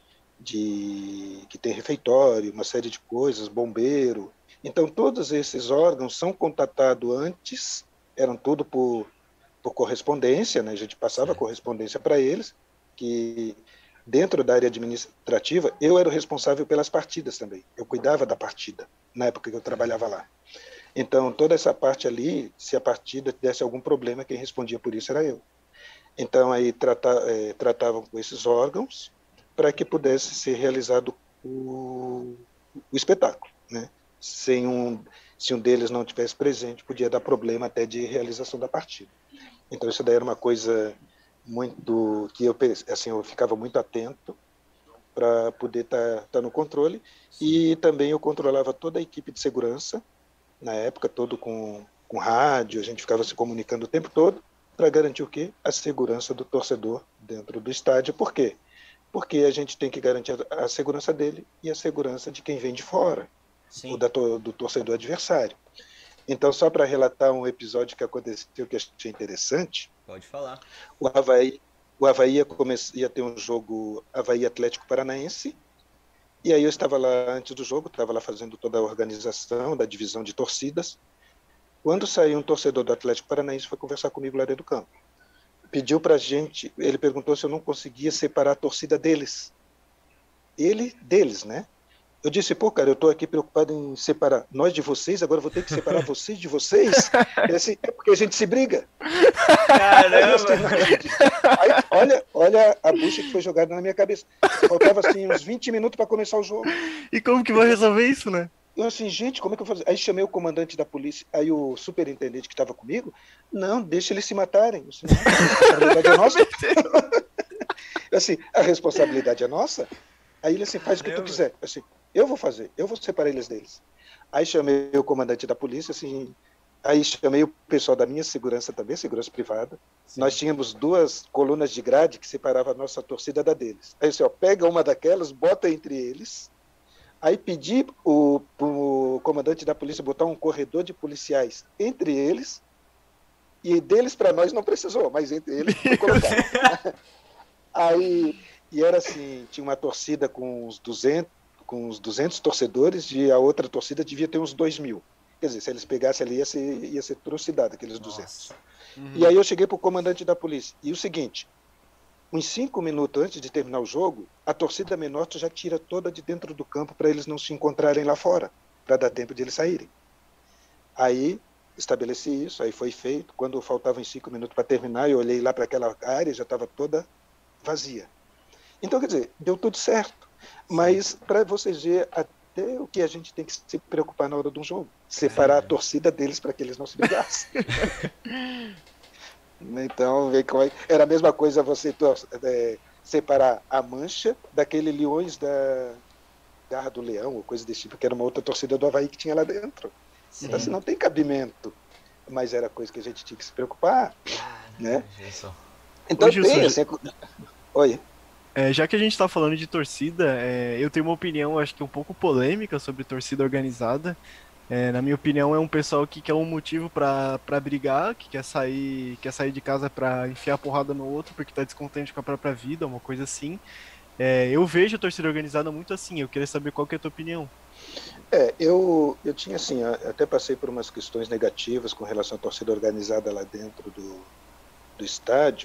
de que tem refeitório, uma série de coisas, bombeiro. Então, todos esses órgãos são contatados antes, eram tudo por, por correspondência, né? A gente passava correspondência para eles, que dentro da área administrativa, eu era o responsável pelas partidas também. Eu cuidava da partida, na época que eu trabalhava lá. Então, toda essa parte ali, se a partida desse algum problema, quem respondia por isso era eu. Então, aí trata, é, tratavam com esses órgãos para que pudesse ser realizado o, o espetáculo, né? Sem um, se um deles não estivesse presente, podia dar problema até de realização da partida. Então, isso daí era uma coisa muito que eu assim eu ficava muito atento para poder estar tá, tá no controle. Sim. E também eu controlava toda a equipe de segurança na época, todo com com rádio, a gente ficava se comunicando o tempo todo para garantir o quê? A segurança do torcedor dentro do estádio. Por quê? Porque a gente tem que garantir a segurança dele e a segurança de quem vem de fora, ou da, do torcedor adversário. Então, só para relatar um episódio que aconteceu que eu achei interessante. Pode falar. O Avaí, o Avaí ia, come, ia ter um jogo Avaí Atlético Paranaense, e aí eu estava lá antes do jogo, estava lá fazendo toda a organização da divisão de torcidas. Quando saiu um torcedor do Atlético Paranaense, foi conversar comigo lá dentro do campo. Pediu para a gente, ele perguntou se eu não conseguia separar a torcida deles. Ele, deles, né? Eu disse, pô, cara, eu estou aqui preocupado em separar nós de vocês, agora eu vou ter que separar vocês de vocês? É, assim, é porque a gente se briga. Caramba! Aí, olha, olha a bucha que foi jogada na minha cabeça. Faltava assim uns vinte minutos para começar o jogo. E como que vai resolver isso, né? Eu assim, gente, como é que eu vou fazer? Aí chamei o comandante da polícia, aí o superintendente que estava comigo, não, deixa eles se matarem. Eu disse, não, a responsabilidade é nossa. Eu, assim, a responsabilidade é nossa? Aí ele assim, faz o que tu quiser. Eu, assim, eu vou fazer, eu vou separar eles deles. Aí chamei o comandante da polícia, assim, aí chamei o pessoal da minha segurança também, segurança privada. Sim. Nós tínhamos duas colunas de grade que separavam a nossa torcida da deles. Aí assim, ó, pega uma daquelas, bota entre eles. Aí pedi o, o comandante da polícia botar um corredor de policiais entre eles, e deles para nós não precisou, mas entre eles foi colocado. Aí, e era assim, tinha uma torcida com uns duzentos, com uns duzentos torcedores, e a outra torcida devia ter uns dois mil. Quer dizer, se eles pegassem ali, ia ser, ia ser trucidado, aqueles duzentos. Uhum. E aí eu cheguei para o comandante da polícia, e o seguinte, uns cinco minutos antes de terminar o jogo, a torcida menor já tira toda de dentro do campo para eles não se encontrarem lá fora, para dar tempo de eles saírem. Aí estabeleci isso, aí foi feito. Quando faltavam cinco minutos para terminar, eu olhei lá para aquela área, já estava toda vazia. Então, quer dizer, deu tudo certo. Mas para vocês verem até o que a gente tem que se preocupar na hora de um jogo, separar a torcida deles para que eles não se brigassem. Então, vê como é. Era a mesma coisa você é, separar a Mancha daquele Leões da Garra do Leão, ou coisa desse tipo, que era uma outra torcida do Avaí que tinha lá dentro. Sim. Então, assim, não tem cabimento. Mas era coisa que a gente tinha que se preocupar. Ah, né? Então, Ô, tem, Gilson, assim... Oi. É, já que a gente está falando de torcida, é, eu tenho uma opinião, acho que um pouco polêmica sobre torcida organizada. É, na minha opinião, é um pessoal que quer um motivo pra, pra brigar, que quer sair, quer sair de casa pra enfiar a porrada no outro porque tá descontente com a própria vida, uma coisa assim. É, eu vejo a torcida organizada muito assim, eu queria saber qual que é a tua opinião. É, eu, eu tinha assim, até passei por umas questões negativas com relação à torcida organizada lá dentro do, do estádio,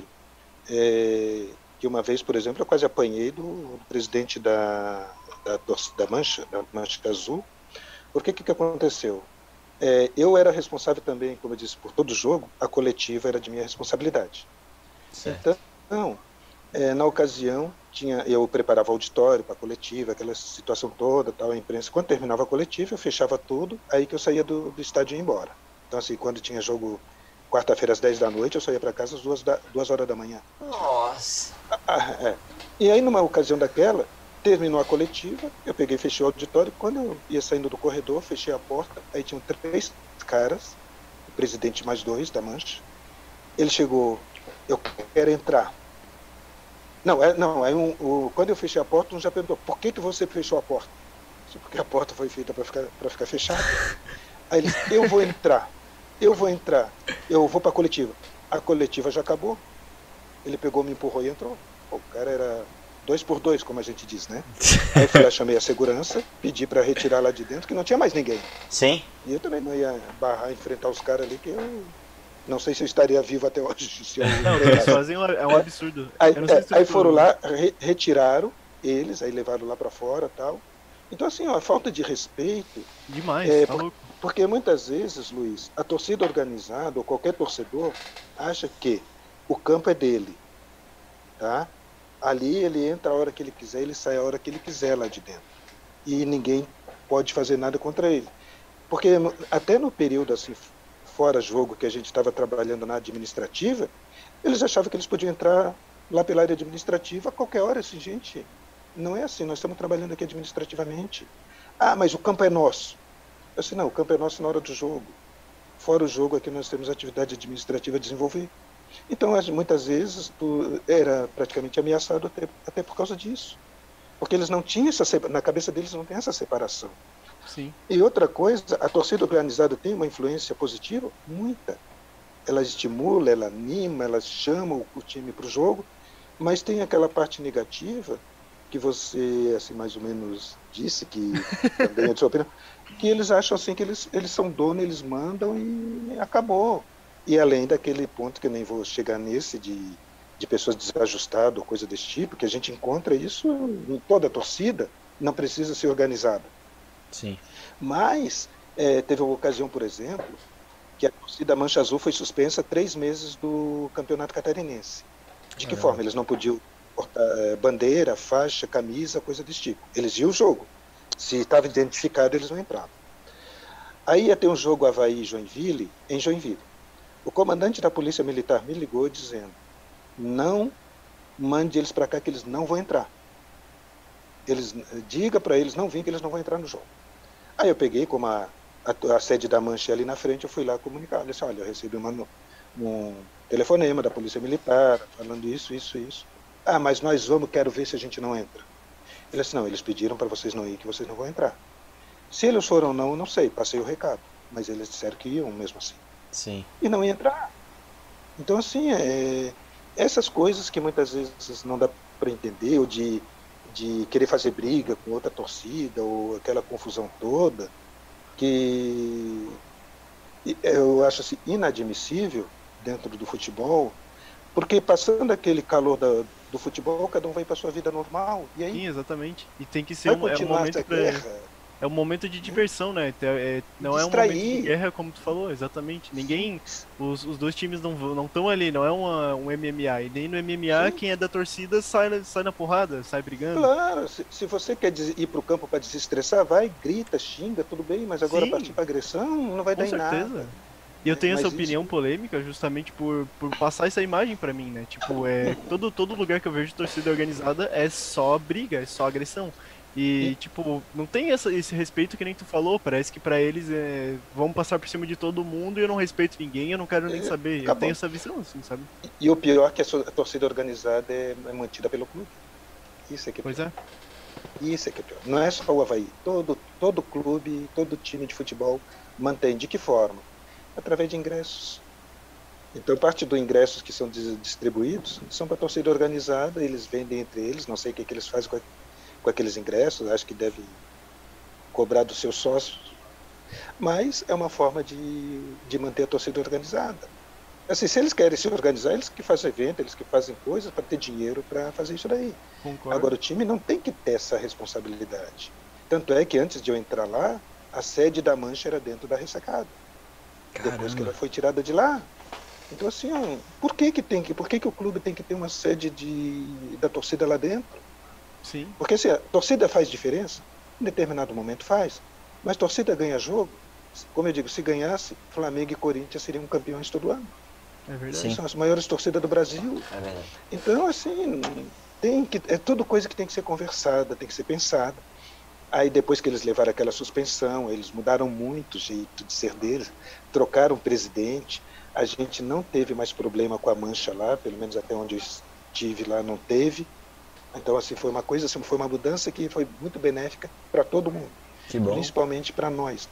é, que uma vez, por exemplo, eu quase apanhei do, do presidente da, da, da Mancha, da Mancha Azul. Porque que que aconteceu? É, eu era responsável também, como eu disse, por todo o jogo, a coletiva era de minha responsabilidade. Certo. Então, é, na ocasião, tinha, eu preparava auditório para a coletiva, aquela situação toda, tal, a imprensa. Quando terminava a coletiva, eu fechava tudo, aí que eu saía do, do estádio e ia embora. Então, assim, quando tinha jogo quarta-feira às dez da noite, eu saía para casa às duas, da, duas horas da manhã. Nossa! Ah, é. E aí, numa ocasião daquela, terminou a coletiva, eu peguei e fechei o auditório. Quando eu ia saindo do corredor, fechei a porta, aí tinham três caras, o presidente mais dois da Mancha. Ele chegou, eu quero entrar. Não, é, não aí um, o, quando eu fechei a porta, um já perguntou, por que, que você fechou a porta? Disse, porque a porta foi feita para ficar, para ficar fechada. Aí ele disse, eu vou entrar, eu vou entrar, eu vou para a coletiva. A coletiva já acabou. Ele pegou, me empurrou e entrou. O cara era... dois por dois, como a gente diz, né? Aí eu fui lá, chamei a segurança, pedi para retirar lá de dentro, que não tinha mais ninguém. Sim. E eu também não ia barrar, enfrentar os caras ali, que eu não sei se eu estaria vivo até hoje. Se eu não, eles fazem um, é um absurdo. Aí, é, aí foram lá, re, retiraram eles, aí levaram lá para fora e tal. Então, assim, ó, a falta de respeito... Demais, é, tá por, louco. Porque muitas vezes, Luiz, a torcida organizada, ou qualquer torcedor, acha que o campo é dele, tá? Ali ele entra a hora que ele quiser, ele sai a hora que ele quiser lá de dentro. E ninguém pode fazer nada contra ele. Porque até no período assim, fora jogo, que a gente estava trabalhando na administrativa, eles achavam que eles podiam entrar lá pela área administrativa a qualquer hora. Assim, gente, não é assim, nós estamos trabalhando aqui administrativamente. Ah, mas o campo é nosso. Eu disse, não, o campo é nosso na hora do jogo. Fora o jogo, aqui nós temos atividade administrativa a desenvolver. Então, muitas vezes, tu era praticamente ameaçado até, até por causa disso. Porque eles não tinham essa, na cabeça deles não tem essa separação. Sim. E outra coisa, a torcida organizada tem uma influência positiva? Muita. Ela estimula, ela anima, ela chama o, o time para o jogo, mas tem aquela parte negativa que você, assim, mais ou menos disse, que também é de sua opinião, que eles acham assim que eles, eles são donos, eles mandam e acabou. E além daquele ponto, que eu nem vou chegar nesse, de, de pessoas desajustadas ou coisa desse tipo, que a gente encontra isso em toda a torcida, não precisa ser organizada. Sim. Mas é, teve uma ocasião, por exemplo, que a torcida Mancha Azul foi suspensa três meses do Campeonato Catarinense. De que Caramba. forma? Eles não podiam portar é, bandeira, faixa, camisa, coisa desse tipo. Eles iam o jogo. Se estava identificado, eles não entravam. Aí ia ter um jogo Avaí e Joinville, em Joinville. O comandante da Polícia Militar me ligou dizendo: não mande eles para cá que eles não vão entrar. Eles, diga para eles não virem que eles não vão entrar no jogo. Aí eu peguei, como a, a, a sede da Mancha ali na frente, eu fui lá comunicar. Eu disse: olha, eu recebi uma, um telefonema da Polícia Militar falando isso, isso, isso. Ah, mas nós vamos, quero ver se a gente não entra. Ele disse: não, eles pediram para vocês não ir, que vocês não vão entrar. Se eles foram ou não, eu não sei, passei o recado. Mas eles disseram que iam mesmo assim. Sim. E não ia entrar. Então, assim, é, essas coisas que muitas vezes não dá para entender, ou de, de querer fazer briga com outra torcida, ou aquela confusão toda, que eu acho assim, inadmissível dentro do futebol, porque passando aquele calor da, do futebol, cada um vai para sua vida normal. E aí, Sim, exatamente. E tem que ser vai um, é um continuar momento essa pra, guerra. é um momento de diversão, né? É, é, não é um Distrair. momento de guerra, como tu falou, exatamente. Ninguém, os, os dois times não não estão ali, não é uma, um M M A. E nem no M M A, Sim. quem é da torcida sai, sai na porrada, sai brigando. Claro, se, se você quer des- ir para o campo para desestressar, vai, grita, xinga, tudo bem, mas agora Sim. partir para agressão não vai Com dar em certeza. nada. E eu tenho Mas essa isso- opinião polêmica justamente por, por passar essa imagem pra mim, né? Tipo, é, todo, todo lugar que eu vejo torcida organizada é só briga, é só agressão. E, E- tipo, não tem essa, esse respeito que nem tu falou. Parece que pra eles é, vão passar por cima de todo mundo e eu não respeito ninguém, eu não quero nem É, saber. Eu acabou. tenho essa visão, assim, sabe? E o pior é que a, so- a torcida organizada é, é mantida pelo clube. Isso é que é Pois pior. é. Isso é que é pior. Não é só o Avaí. Todo, todo clube, todo time de futebol mantém. De que forma? Através de ingressos. Então, parte dos ingressos que são dis- distribuídos são para a torcida organizada, eles vendem entre eles, não sei o que, que eles fazem com, a- com aqueles ingressos, acho que deve cobrar dos seus sócios, mas é uma forma de, de manter a torcida organizada. Assim, se eles querem se organizar, eles que fazem evento, eles que fazem coisas para ter dinheiro para fazer isso daí. Concordo. Agora, o time não tem que ter essa responsabilidade. Tanto é que antes de eu entrar lá, a sede da Mancha era dentro da ressacada. Depois que ela foi tirada de lá. Então, assim, ó, por que que tem que, por que que o clube tem que ter uma sede de, da torcida lá dentro? Sim, Porque assim, a torcida faz diferença? Em determinado momento faz. Mas torcida ganha jogo? Como eu digo, se ganhasse, Flamengo e Corinthians seriam campeões todo ano. é verdade. Sim. São as maiores torcidas do Brasil. É verdade. Então, assim, tem que, é tudo coisa que tem que ser conversada, tem que ser pensada. Aí depois que eles levaram aquela suspensão, eles mudaram muito o jeito de ser deles, trocaram o presidente, a gente não teve mais problema com a Mancha lá, pelo menos até onde eu estive lá não teve. Então, assim, foi uma coisa, assim, foi uma mudança que foi muito benéfica para todo mundo, Que bom. principalmente para nós.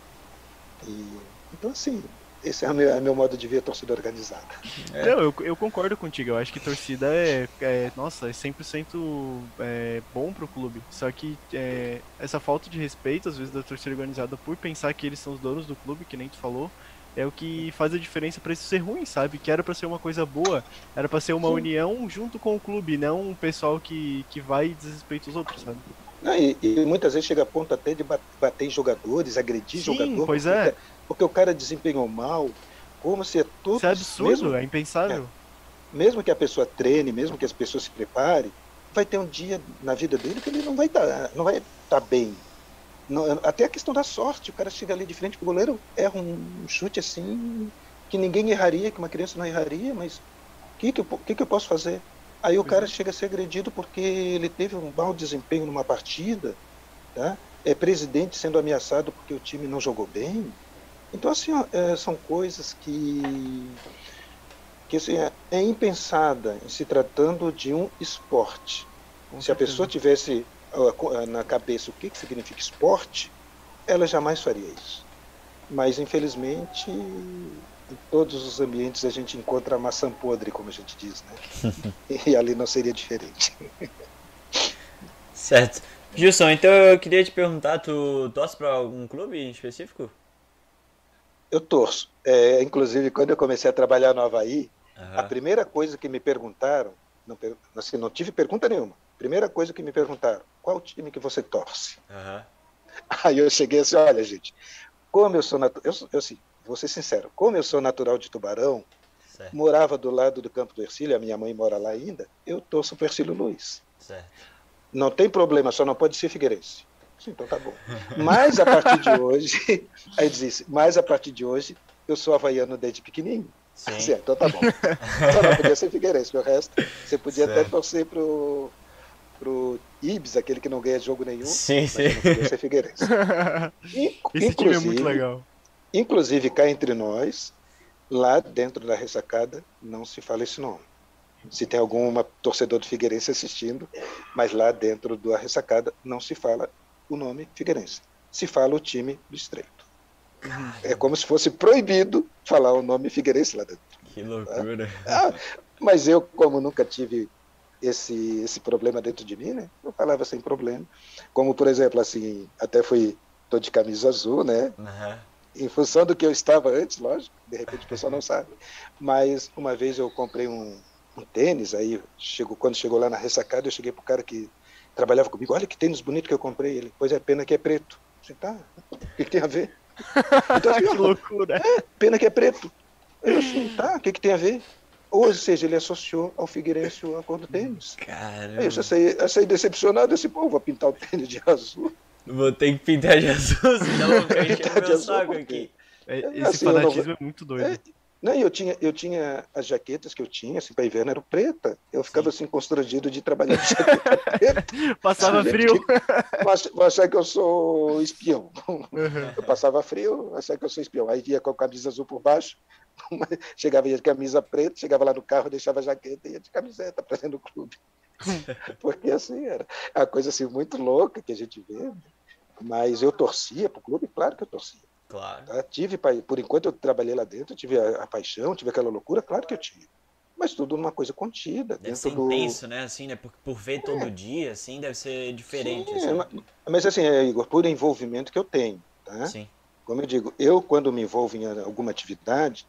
E, então, assim, esse é o meu, é o meu modo de ver a torcida organizada. É. Não, eu, eu concordo contigo. Eu acho que torcida é, é nossa, é cem por cento é, bom pro clube. Só que é, essa falta de respeito, às vezes, da torcida organizada por pensar que eles são os donos do clube, que nem tu falou, é o que faz a diferença pra isso ser ruim, sabe? Que era pra ser uma coisa boa, era pra ser uma Sim. união junto com o clube, não um pessoal que, que vai e desrespeita os outros, sabe? Não, e, e muitas vezes chega a ponto até de ba- bater em jogadores, agredir Sim, jogador, pois porque, é. o ca- porque o cara desempenhou mal, como se é tudo. Isso é absurdo, mesmo, é impensável. mesmo que a pessoa treine, mesmo que as pessoas se preparem, vai ter um dia na vida dele que ele não vai estar não vai tá bem. Não, até a questão da sorte, o cara chega ali de frente pro goleiro, erra um chute assim, que ninguém erraria, que uma criança não erraria, mas o que, que, eu, que, que eu posso fazer? Aí o Pois cara é. chega a ser agredido porque ele teve um mau desempenho numa partida, tá? É presidente sendo ameaçado porque o time não jogou bem. Então, assim, ó, é, são coisas que, que assim, é, é impensada em se tratando de um esporte. Com Se a certeza. pessoa tivesse uh, na cabeça o que, que significa esporte, ela jamais faria isso. Mas, infelizmente, em todos os ambientes a gente encontra a maçã podre, como a gente diz, né? E ali não seria diferente. Certo. Gilson, então eu queria te perguntar, tu torce pra algum clube em específico? Eu torço. É, inclusive, quando eu comecei a trabalhar no Avaí, a Aham. primeira coisa que me perguntaram, não, per- assim, não tive pergunta nenhuma, primeira coisa que me perguntaram, qual time que você torce? Uhum. Aí eu cheguei assim, olha, gente, como eu sou natural, eu, eu assim, vou ser sincero, como eu sou natural de Tubarão, Certo. morava do lado do Campo do Hercílio, a minha mãe mora lá ainda, eu torço pro Hercílio Luiz. Certo. Não tem problema, só não pode ser Figueirense. Sim, então tá bom. Mas a partir de hoje, aí disse, mas a partir de hoje, eu sou havaiano desde pequenininho. Sim. Assim, então tá bom. Só não podia ser Figueirense, o resto, você podia Certo. até torcer pro, pro Ibis, aquele que não ganha jogo nenhum, Sim, mas sim. não podia ser Figueirense. Esse time é muito legal. Inclusive, cá entre nós, lá dentro da ressacada, não se fala esse nome. Se tem algum torcedor do Figueirense assistindo, mas lá dentro da ressacada não se fala o nome Figueirense. Se fala o time do Estreito. Uhum. É como se fosse proibido falar o nome Figueirense lá dentro. Que loucura. Ah, mas eu, como nunca tive esse, esse problema dentro de mim, né, eu falava sem problema. Como, por exemplo, assim, até fui, tô de camisa azul, né? Uhum. Em função do que eu estava antes, lógico, de repente o pessoal não sabe. Mas uma vez eu comprei um, um tênis, aí chegou, quando chegou lá na ressacada, eu cheguei pro cara que trabalhava comigo, olha que tênis bonito que eu comprei. Ele, pois é, pena que é preto. Eu falei, tá, o que, que tem a ver? Então, assim, que loucura. É, pena que é preto. Eu assim, tá, o que, que tem a ver? Ou seja, ele associou ao Figueirense a cor do tênis. Caramba. Aí eu já saí, eu saí decepcionado, assim, pô, vou pintar o tênis de azul. Vou ter que pintar de azul, senão vou encher meu azul, saco aqui. Esse assim, fanatismo não... é muito doido. É, não, eu tinha, eu tinha as jaquetas que eu tinha, assim, para inverno eram preta. Eu ficava Sim. assim, constrangido de trabalhar de jaqueta preta. Passava frio. Vou achar que eu sou espião. Uhum. Eu passava frio, achar que eu sou espião. Aí ia com a camisa azul por baixo, chegava ia de camisa preta, chegava lá no carro, deixava a jaqueta e ia de camiseta para dentro do clube. Porque assim, era uma coisa assim, muito louca que a gente vê. Mas eu torcia para o clube, claro que eu torcia. Claro. Tá? Tive, por enquanto eu trabalhei lá dentro, tive a, a paixão, tive aquela loucura, claro que eu tive. Mas tudo numa coisa contida. Deve dentro ser do... intenso, né? Assim, né? Por, por ver todo é. dia, assim, deve ser diferente. Sim, assim. Mas, mas assim, é, Igor, por envolvimento que eu tenho. Tá? Sim. Como eu digo, eu quando me envolvo em alguma atividade,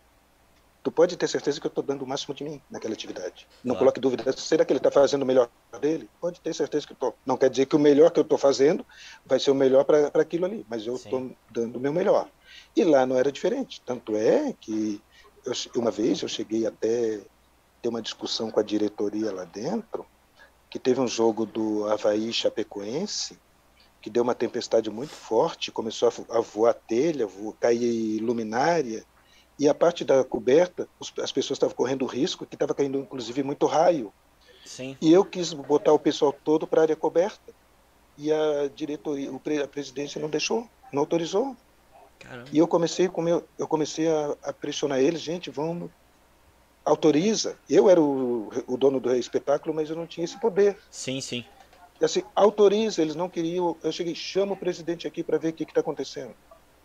tu pode ter certeza que eu estou dando o máximo de mim naquela atividade. Não claro. Coloque dúvida. Será que ele está fazendo o melhor dele? Pode ter certeza que eu estou. Não quer dizer que o melhor que eu estou fazendo vai ser o melhor para aquilo ali, mas eu estou dando o meu melhor. E lá não era diferente. Tanto é que eu, uma vez eu cheguei até ter uma discussão com a diretoria lá dentro, que teve um jogo do Avaí Chapecoense, que deu uma tempestade muito forte, começou a voar telha, voar, cair luminária, e a parte da coberta, as pessoas estavam correndo risco, que estava caindo inclusive muito raio. Sim. E eu quis botar o pessoal todo para a área coberta. E a diretoria, a presidência não deixou, não autorizou. Caramba. E eu comecei, com meu, eu comecei a, a pressionar eles, gente, vamos, autoriza. Eu era o, o dono do espetáculo, mas eu não tinha esse poder. Sim, sim. E assim, autoriza, eles não queriam. Eu cheguei, chama o presidente aqui para ver o que está acontecendo.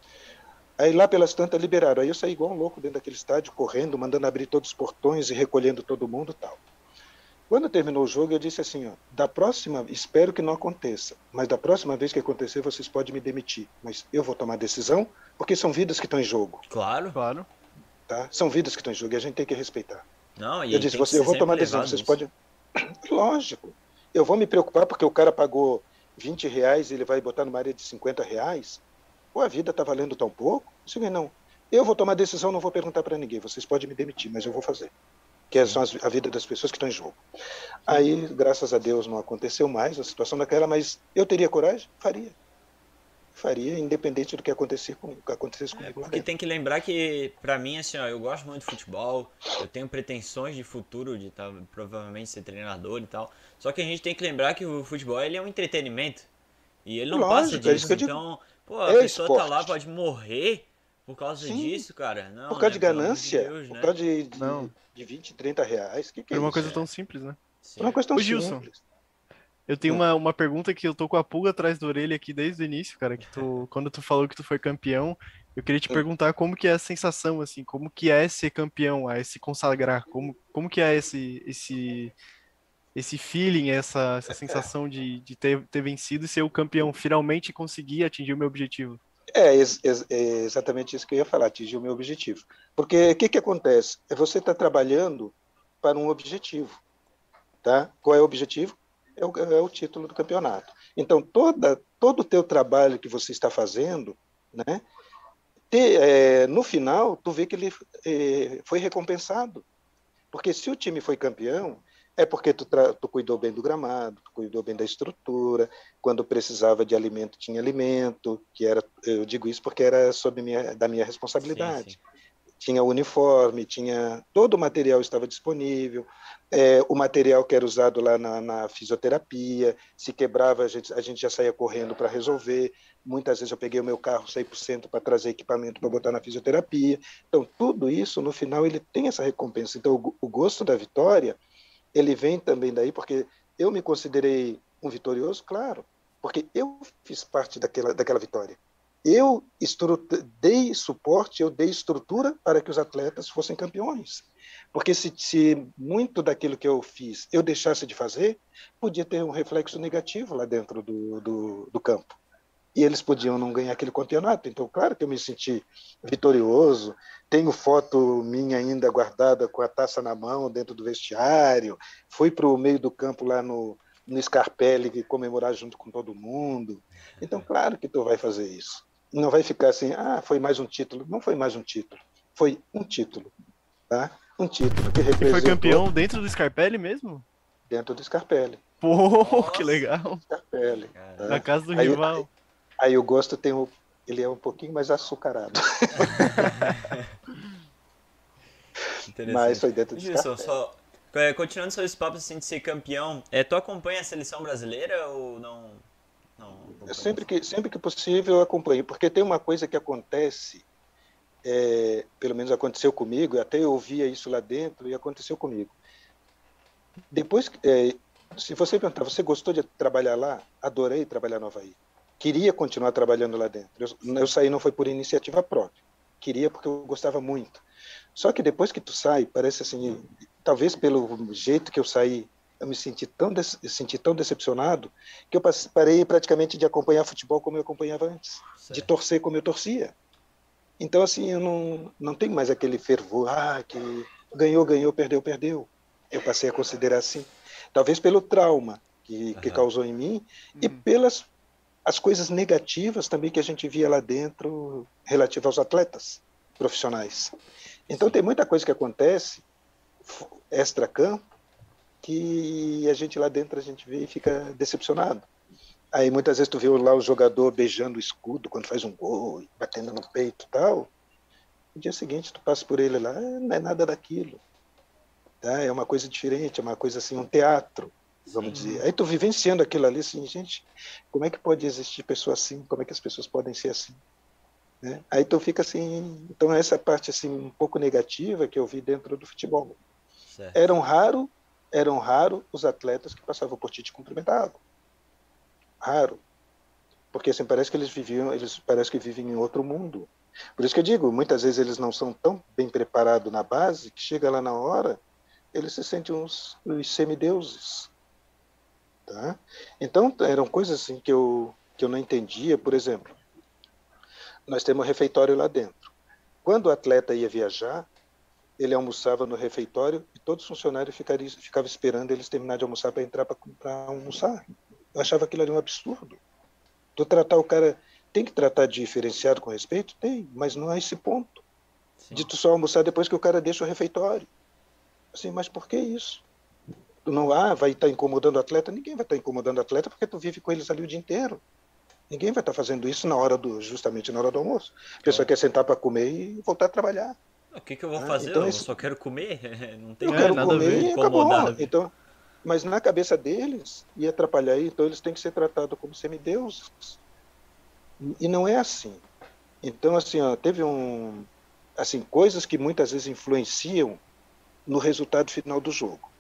Aí lá pelas tantas liberaram. Aí eu saí igual um louco dentro daquele estádio, correndo, mandando abrir todos os portões e recolhendo todo mundo e tal. Quando terminou o jogo, eu disse assim, ó, da próxima, espero que não aconteça, mas da próxima vez que acontecer, vocês podem me demitir. Mas eu vou tomar a decisão, porque são vidas que estão em jogo. Claro. Claro. Tá? São vidas que estão em jogo e a gente tem que respeitar. Não, e eu disse, você, eu vou tomar a decisão, vocês isso. podem... Lógico. Eu vou me preocupar porque o cara pagou vinte reais e ele vai botar numa área de cinquenta reais. Pô, a vida está valendo tão pouco? Isso não. Eu vou tomar a decisão, não vou perguntar para ninguém. Vocês podem me demitir, mas eu vou fazer. Que é só a vida das pessoas que estão em jogo. Aí, graças a Deus, não aconteceu mais a situação daquela, mas eu teria coragem? Faria. Faria, independente do que acontecer comigo, que acontecesse comigo. É porque tem que lembrar que, pra mim, assim, ó, eu gosto muito de futebol, eu tenho pretensões de futuro de tá, provavelmente ser treinador e tal. Só que a gente tem que lembrar que o futebol ele é um entretenimento. E ele não Lógico, passa disso. É então, pô, a é pessoa esporte. tá lá, pode morrer por causa Sim. disso, cara. Não, por causa né? de ganância, de Deus, por né? causa de, de, Não. de vinte, trinta reais. Que que Por é uma isso? coisa tão simples, né? Sim. Por uma questão Ô, Gilson, simples. eu tenho uma, uma pergunta que eu tô com a pulga atrás da orelha aqui desde o início, cara, que tu, quando tu falou que tu foi campeão, eu queria te perguntar como que é a sensação, assim, como que é ser campeão, é se consagrar, como, como que é esse, esse, esse feeling, essa, essa sensação de, de ter, ter vencido e ser o campeão, finalmente conseguir atingir o meu objetivo. É, é, é exatamente isso que eu ia falar, atingir o meu objetivo. Porque o que, que acontece? É você estar trabalhando para um objetivo. Tá? Qual é o objetivo? é o, é o título do campeonato. Então, toda, todo o teu trabalho que você está fazendo, né, te, é, no final, tu vê que ele é, foi recompensado. Porque se o time foi campeão, é porque tu, tu cuidou bem do gramado, tu cuidou bem da estrutura, quando precisava de alimento, tinha alimento, que era, eu digo isso porque era sob minha, da minha responsabilidade. Sim, sim. Tinha uniforme, tinha todo o material estava disponível, é, o material que era usado lá na, na fisioterapia, se quebrava, a gente, a gente já saía correndo para resolver. Muitas vezes eu peguei o meu carro cem por cento para trazer equipamento para botar na fisioterapia. Então, tudo isso, no final, ele tem essa recompensa. Então, o, o gosto da vitória, ele vem também daí, porque eu me considerei um vitorioso, claro, porque eu fiz parte daquela, daquela vitória. Eu dei suporte, eu dei estrutura para que os atletas fossem campeões. Porque se, se muito daquilo que eu fiz eu deixasse de fazer, podia ter um reflexo negativo lá dentro do, do, do campo. E eles podiam não ganhar aquele campeonato. Então, claro que eu me senti vitorioso. Tenho foto minha ainda guardada com a taça na mão dentro do vestiário. Fui para o meio do campo lá no, no Scarpelli comemorar junto com todo mundo. Então, claro que tu vai fazer isso. Não vai ficar assim, ah, foi mais um título. Não foi mais um título. Foi um título. Tá? Um título que representou... E foi campeão dentro do Scarpelli mesmo? Dentro do Scarpelli. Pô, Nossa, que legal. Scarpelli. Tá? Na casa do aí, rival. Aí, aí o gosto tem o... Ele é um pouquinho mais açucarado. Mas foi dentro do Gilson, só continuando sobre esse papo assim, de ser campeão, é, tu acompanha a seleção brasileira ou não? não sempre, que, sempre que possível eu acompanho, porque tem uma coisa que acontece, é, pelo menos aconteceu comigo, até eu ouvia isso lá dentro e aconteceu comigo. Depois, é, se você perguntar, você gostou de trabalhar lá? Adorei trabalhar no Avaí. Queria continuar trabalhando lá dentro. Eu, eu saí não foi por iniciativa própria. Queria porque eu gostava muito. Só que depois que tu sai, parece assim, talvez pelo jeito que eu saí, eu me senti tão, de, senti tão decepcionado que eu parei praticamente de acompanhar futebol como eu acompanhava antes, certo. De torcer como eu torcia. Então, assim, eu não, não tenho mais aquele fervor, ah, que ganhou, ganhou, perdeu, perdeu. Eu passei a considerar assim. Talvez pelo trauma que, uhum. que causou em mim uhum. e pelas as coisas negativas também que a gente via lá dentro relativo aos atletas profissionais. Então, tem muita coisa que acontece extra-campo que a gente lá dentro a gente vê e fica decepcionado. Aí muitas vezes tu vê lá o jogador beijando o escudo quando faz um gol, batendo no peito e tal. No dia seguinte tu passa por ele lá, não é nada daquilo. Tá? É uma coisa diferente, é uma coisa assim, um teatro, vamos Sim. dizer. Aí tu vivenciando aquilo ali assim, gente, como é que pode existir pessoa assim? Como é que as pessoas podem ser assim? Né? Aí tu fica assim, então essa parte assim um pouco negativa que eu vi dentro do futebol. Certo. Eram raro, eram raro os atletas que passavam por ti e te cumprimentavam. Raro. Porque assim, parece que eles viviam, eles parece que vivem em outro mundo. Por isso que eu digo, muitas vezes eles não são tão bem preparados na base que chega lá na hora, eles se sentem uns, uns semideuses. Tá? Então eram coisas assim que eu, que eu não entendia. Por exemplo, nós temos um refeitório lá dentro. Quando o atleta ia viajar, ele almoçava no refeitório e todos os funcionários ficariam, ficavam esperando eles terminar de almoçar para entrar para almoçar. Eu achava aquilo ali um absurdo. Tu tratar o cara... Tem que tratar diferenciado com respeito? Tem, mas não é esse ponto. Sim. De tu só almoçar depois que o cara deixa o refeitório. Assim, mas por que isso? Tu não ah, vai estar tá incomodando o atleta? Ninguém vai estar tá incomodando o atleta porque tu vive com eles ali o dia inteiro. Ninguém vai estar tá fazendo isso na hora do, justamente na hora do almoço. A pessoa claro. Quer sentar para comer e voltar a trabalhar. O que, que eu vou ah, fazer? Então eu esse... só quero comer. Não tem eu quero nada comer e acabou. Então, mas na cabeça deles ia atrapalhar aí, então eles têm que ser tratados como semideuses. E não é assim. Então, assim, ó, teve um, assim, coisas que muitas vezes influenciam no resultado final do jogo.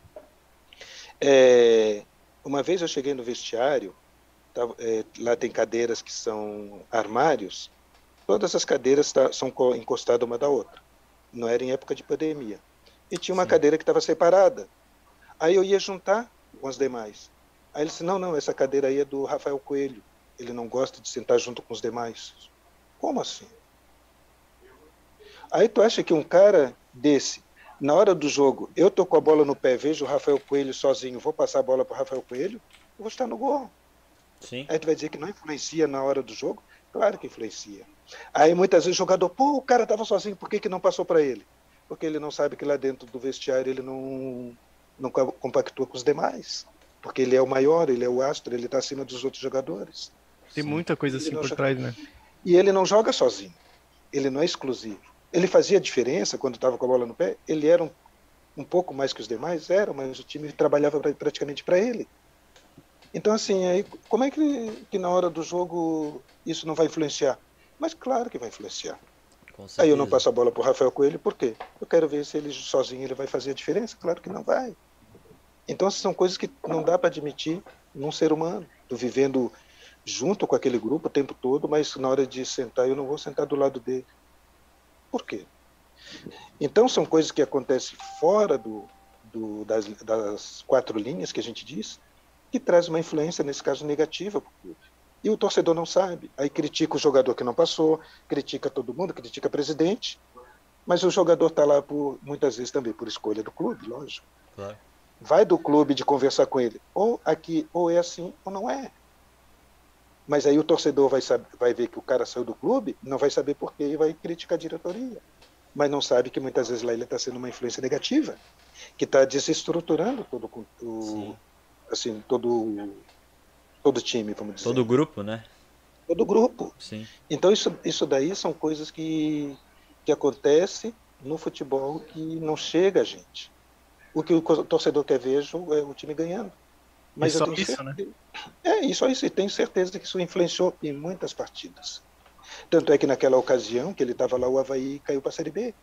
É, uma vez eu cheguei no vestiário, tá, é, lá tem cadeiras que são armários, todas as cadeiras tá, são encostadas uma da outra. Não era em época de pandemia. E tinha uma Sim. cadeira que estava separada. Aí eu ia juntar com as demais. Aí ele disse, não, não, essa cadeira aí é do Rafael Coelho. Ele não gosta de sentar junto com os demais. Como assim? Aí tu acha que um cara desse Na hora do jogo, eu tô com a bola no pé, vejo o Rafael Coelho sozinho, vou passar a bola para o Rafael Coelho, eu vou estar no gol. Sim. Aí tu vai dizer que não influencia na hora do jogo? Claro que influencia. Aí muitas vezes o jogador, pô, o cara estava sozinho, por que, que não passou para ele? Porque ele não sabe que lá dentro do vestiário ele não, não compactua com os demais. Porque ele é o maior, ele é o astro, ele está acima dos outros jogadores. Tem Sim. muita coisa assim por joga... trás, né? E ele não joga sozinho. Ele não é exclusivo. Ele fazia diferença quando estava com a bola no pé. Ele era um, um pouco mais que os demais, era, mas o time trabalhava pra, praticamente para ele. Então, assim, aí, como é que, que na hora do jogo isso não vai influenciar? Mas claro que vai influenciar. Aí eu não passo a bola para o Rafael Coelho, por quê? Eu quero ver se ele sozinho ele vai fazer a diferença. Claro que não vai. Então, são coisas que não dá para admitir num ser humano. Estou vivendo junto com aquele grupo o tempo todo, mas na hora de sentar, eu não vou sentar do lado dele. Por quê? Então, são coisas que acontecem fora do, do, das, das quatro linhas que a gente diz, que traz uma influência, nesse caso, negativa para o clube. E o torcedor não sabe. Aí critica o jogador que não passou, critica todo mundo, critica o presidente, mas o jogador está lá, por, muitas vezes, também por escolha do clube, lógico. Claro. Vai do clube de conversar com ele. Ou aqui, ou é assim, ou não é. Mas aí o torcedor vai, saber, vai ver que o cara saiu do clube, não vai saber por quê e vai criticar a diretoria. Mas não sabe que muitas vezes lá ele está sendo uma influência negativa, que está desestruturando todo o, assim, todo todo time, vamos dizer. Todo grupo, né? Todo grupo. Sim. Então isso, isso daí são coisas que, que acontecem no futebol que não chega a gente. O que o torcedor quer ver é o time ganhando. Mas é eu só tenho isso, certeza, né? É, e só isso. E tenho certeza que isso influenciou em muitas partidas. Tanto é que naquela ocasião que ele estava lá, o Avaí caiu para a Série B.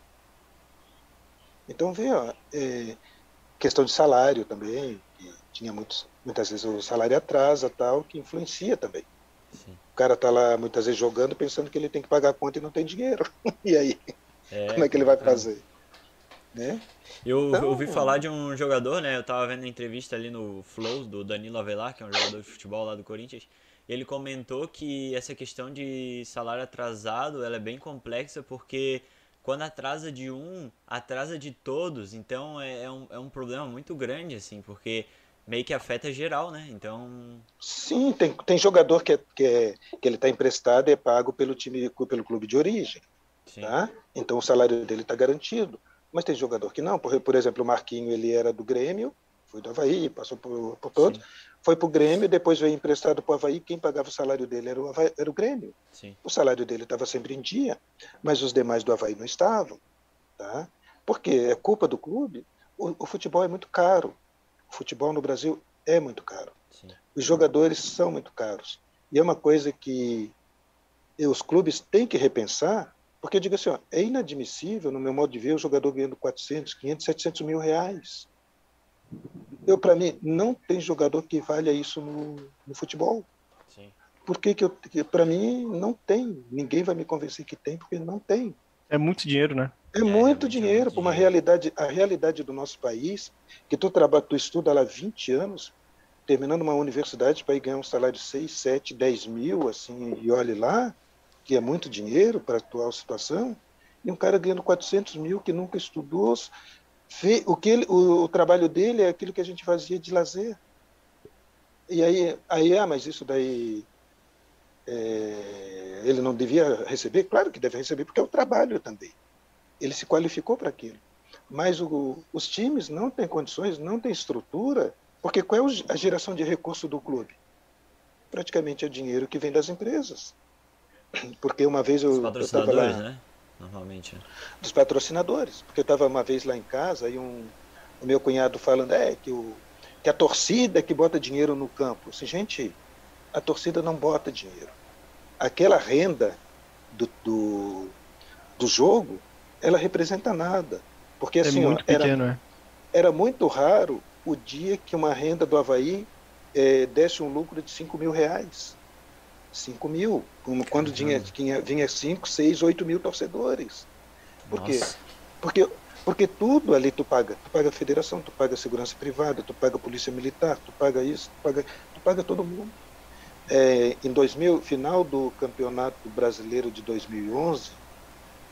Então, vê, ó, é, questão de salário também, que tinha muitos, muitas vezes o salário atrasa, tal, que influencia também. Sim. O cara está lá muitas vezes jogando pensando que ele tem que pagar a conta e não tem dinheiro. E aí, é, como é que ele vai fazer? Né? Eu então, ouvi falar de um jogador, né? Eu tava vendo a entrevista ali no Flow do Danilo Avelar, que é um jogador de futebol lá do Corinthians. E ele comentou que essa questão de salário atrasado, ela é bem complexa porque quando atrasa de um, atrasa de todos. Então é, é, um, é um problema muito grande, assim, porque meio que afeta geral, né? Então... Sim, tem, tem jogador que, é, que, é, que ele está emprestado e é pago pelo time, pelo clube de origem. Tá? Então o salário dele está garantido. Mas tem jogador que não. Por, por exemplo, o Marquinho, ele era do Grêmio, foi do Avaí, passou por, por todos, Sim. foi para o Grêmio, depois veio emprestado para o Avaí, quem pagava o salário dele era o, Avaí, era o Grêmio. Sim. O salário dele estava sempre em dia, mas os demais do Avaí não estavam. Tá? Porque é culpa do clube. O, o futebol é muito caro. O futebol no Brasil é muito caro. Sim. Os jogadores são muito caros. E é uma coisa que os clubes têm que repensar, porque eu digo assim, ó, é inadmissível, no meu modo de ver, o jogador ganhando quatrocentos, quinhentos, setecentos mil reais. Eu, para mim, não tem jogador que valha isso no, no futebol. Sim. Por que que eu, para mim, não tem. Ninguém vai me convencer que tem, porque não tem. É muito dinheiro, né? É, é muito dinheiro para uma realidade, a realidade do nosso país, que tu trabalha, tu estuda lá vinte anos, terminando uma universidade para ir ganhar um salário de seis, sete, dez mil, assim, e olhe lá, que é muito dinheiro para a atual situação, e um cara ganhando quatrocentos mil que nunca estudou, o, que ele, o, o trabalho dele é aquilo que a gente fazia de lazer. E aí, aí ah, mas isso daí é, ele não devia receber? Claro que deve receber, porque é o trabalho também. Ele se qualificou para aquilo. Mas o, os times não têm condições, não têm estrutura, porque qual é a geração de recurso do clube? Praticamente é o dinheiro que vem das empresas. Porque uma vez eu... Os patrocinadores, eu lá, né? Normalmente. Dos patrocinadores. Porque eu estava uma vez lá em casa e um, o meu cunhado falando é, que, o, que a torcida é que bota dinheiro no campo. Assim, gente, a torcida não bota dinheiro. Aquela renda do, do, do jogo, ela representa nada. Porque assim, é muito ó, pequeno, era, é. era muito raro o dia que uma renda do Avaí é, desse um lucro de cinco mil reais. cinco mil, quando tinha, tinha, vinha cinco, seis, oito mil torcedores. Por quê? Porque, porque tudo ali tu paga. Tu paga a federação, tu paga a segurança privada, tu paga a polícia militar, tu paga isso, tu paga, tu paga todo mundo. É, em dois mil, final do campeonato brasileiro de dois mil e onze,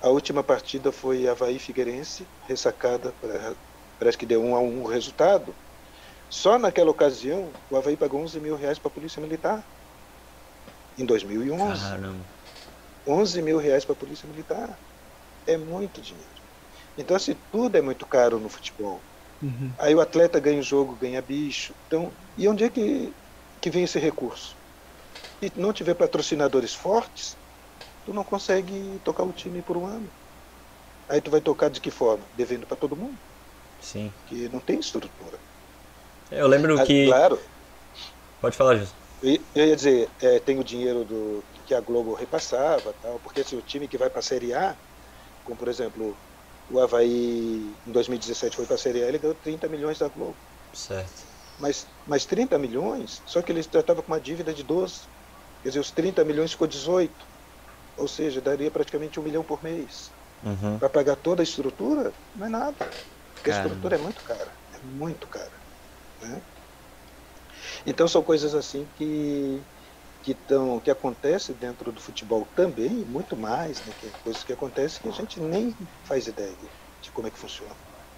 A última partida foi Avaí Figueirense, ressacada, parece que deu um a um o resultado. Só naquela ocasião, o Avaí pagou onze mil reais para a Polícia Militar. Em dois mil e onze. Caramba. onze mil reais para a Polícia Militar. É muito dinheiro. Então, assim, tudo é muito caro no futebol. Uhum. Aí o atleta ganha o jogo, ganha bicho. Então, e onde é que, que vem esse recurso? Se não tiver patrocinadores fortes, tu não consegue tocar o time por um ano. Aí tu vai tocar de que forma? Devendo para todo mundo. Sim. Que não tem estrutura. Eu lembro Ah, que... Claro. Pode falar, Jus. Eu ia dizer, é, tem o dinheiro do, que a Globo repassava, tal, porque se o time que vai para a Série A, como por exemplo, o Avaí em dois mil e dezessete foi para a Série A, ele ganhou trinta milhões da Globo. Certo. Mas, mas trinta milhões, só que ele já estava com uma dívida de doze. Quer dizer, os trinta milhões ficou dezoito. Ou seja, daria praticamente um milhão por mês. Uhum. Para pagar toda a estrutura, não é nada. Porque a Caramba. estrutura é muito cara. É muito cara. Né? Então são coisas assim que, que, tão, que acontecem dentro do futebol também, muito mais, né? Que coisas que acontecem que a gente nem faz ideia de como é que funciona.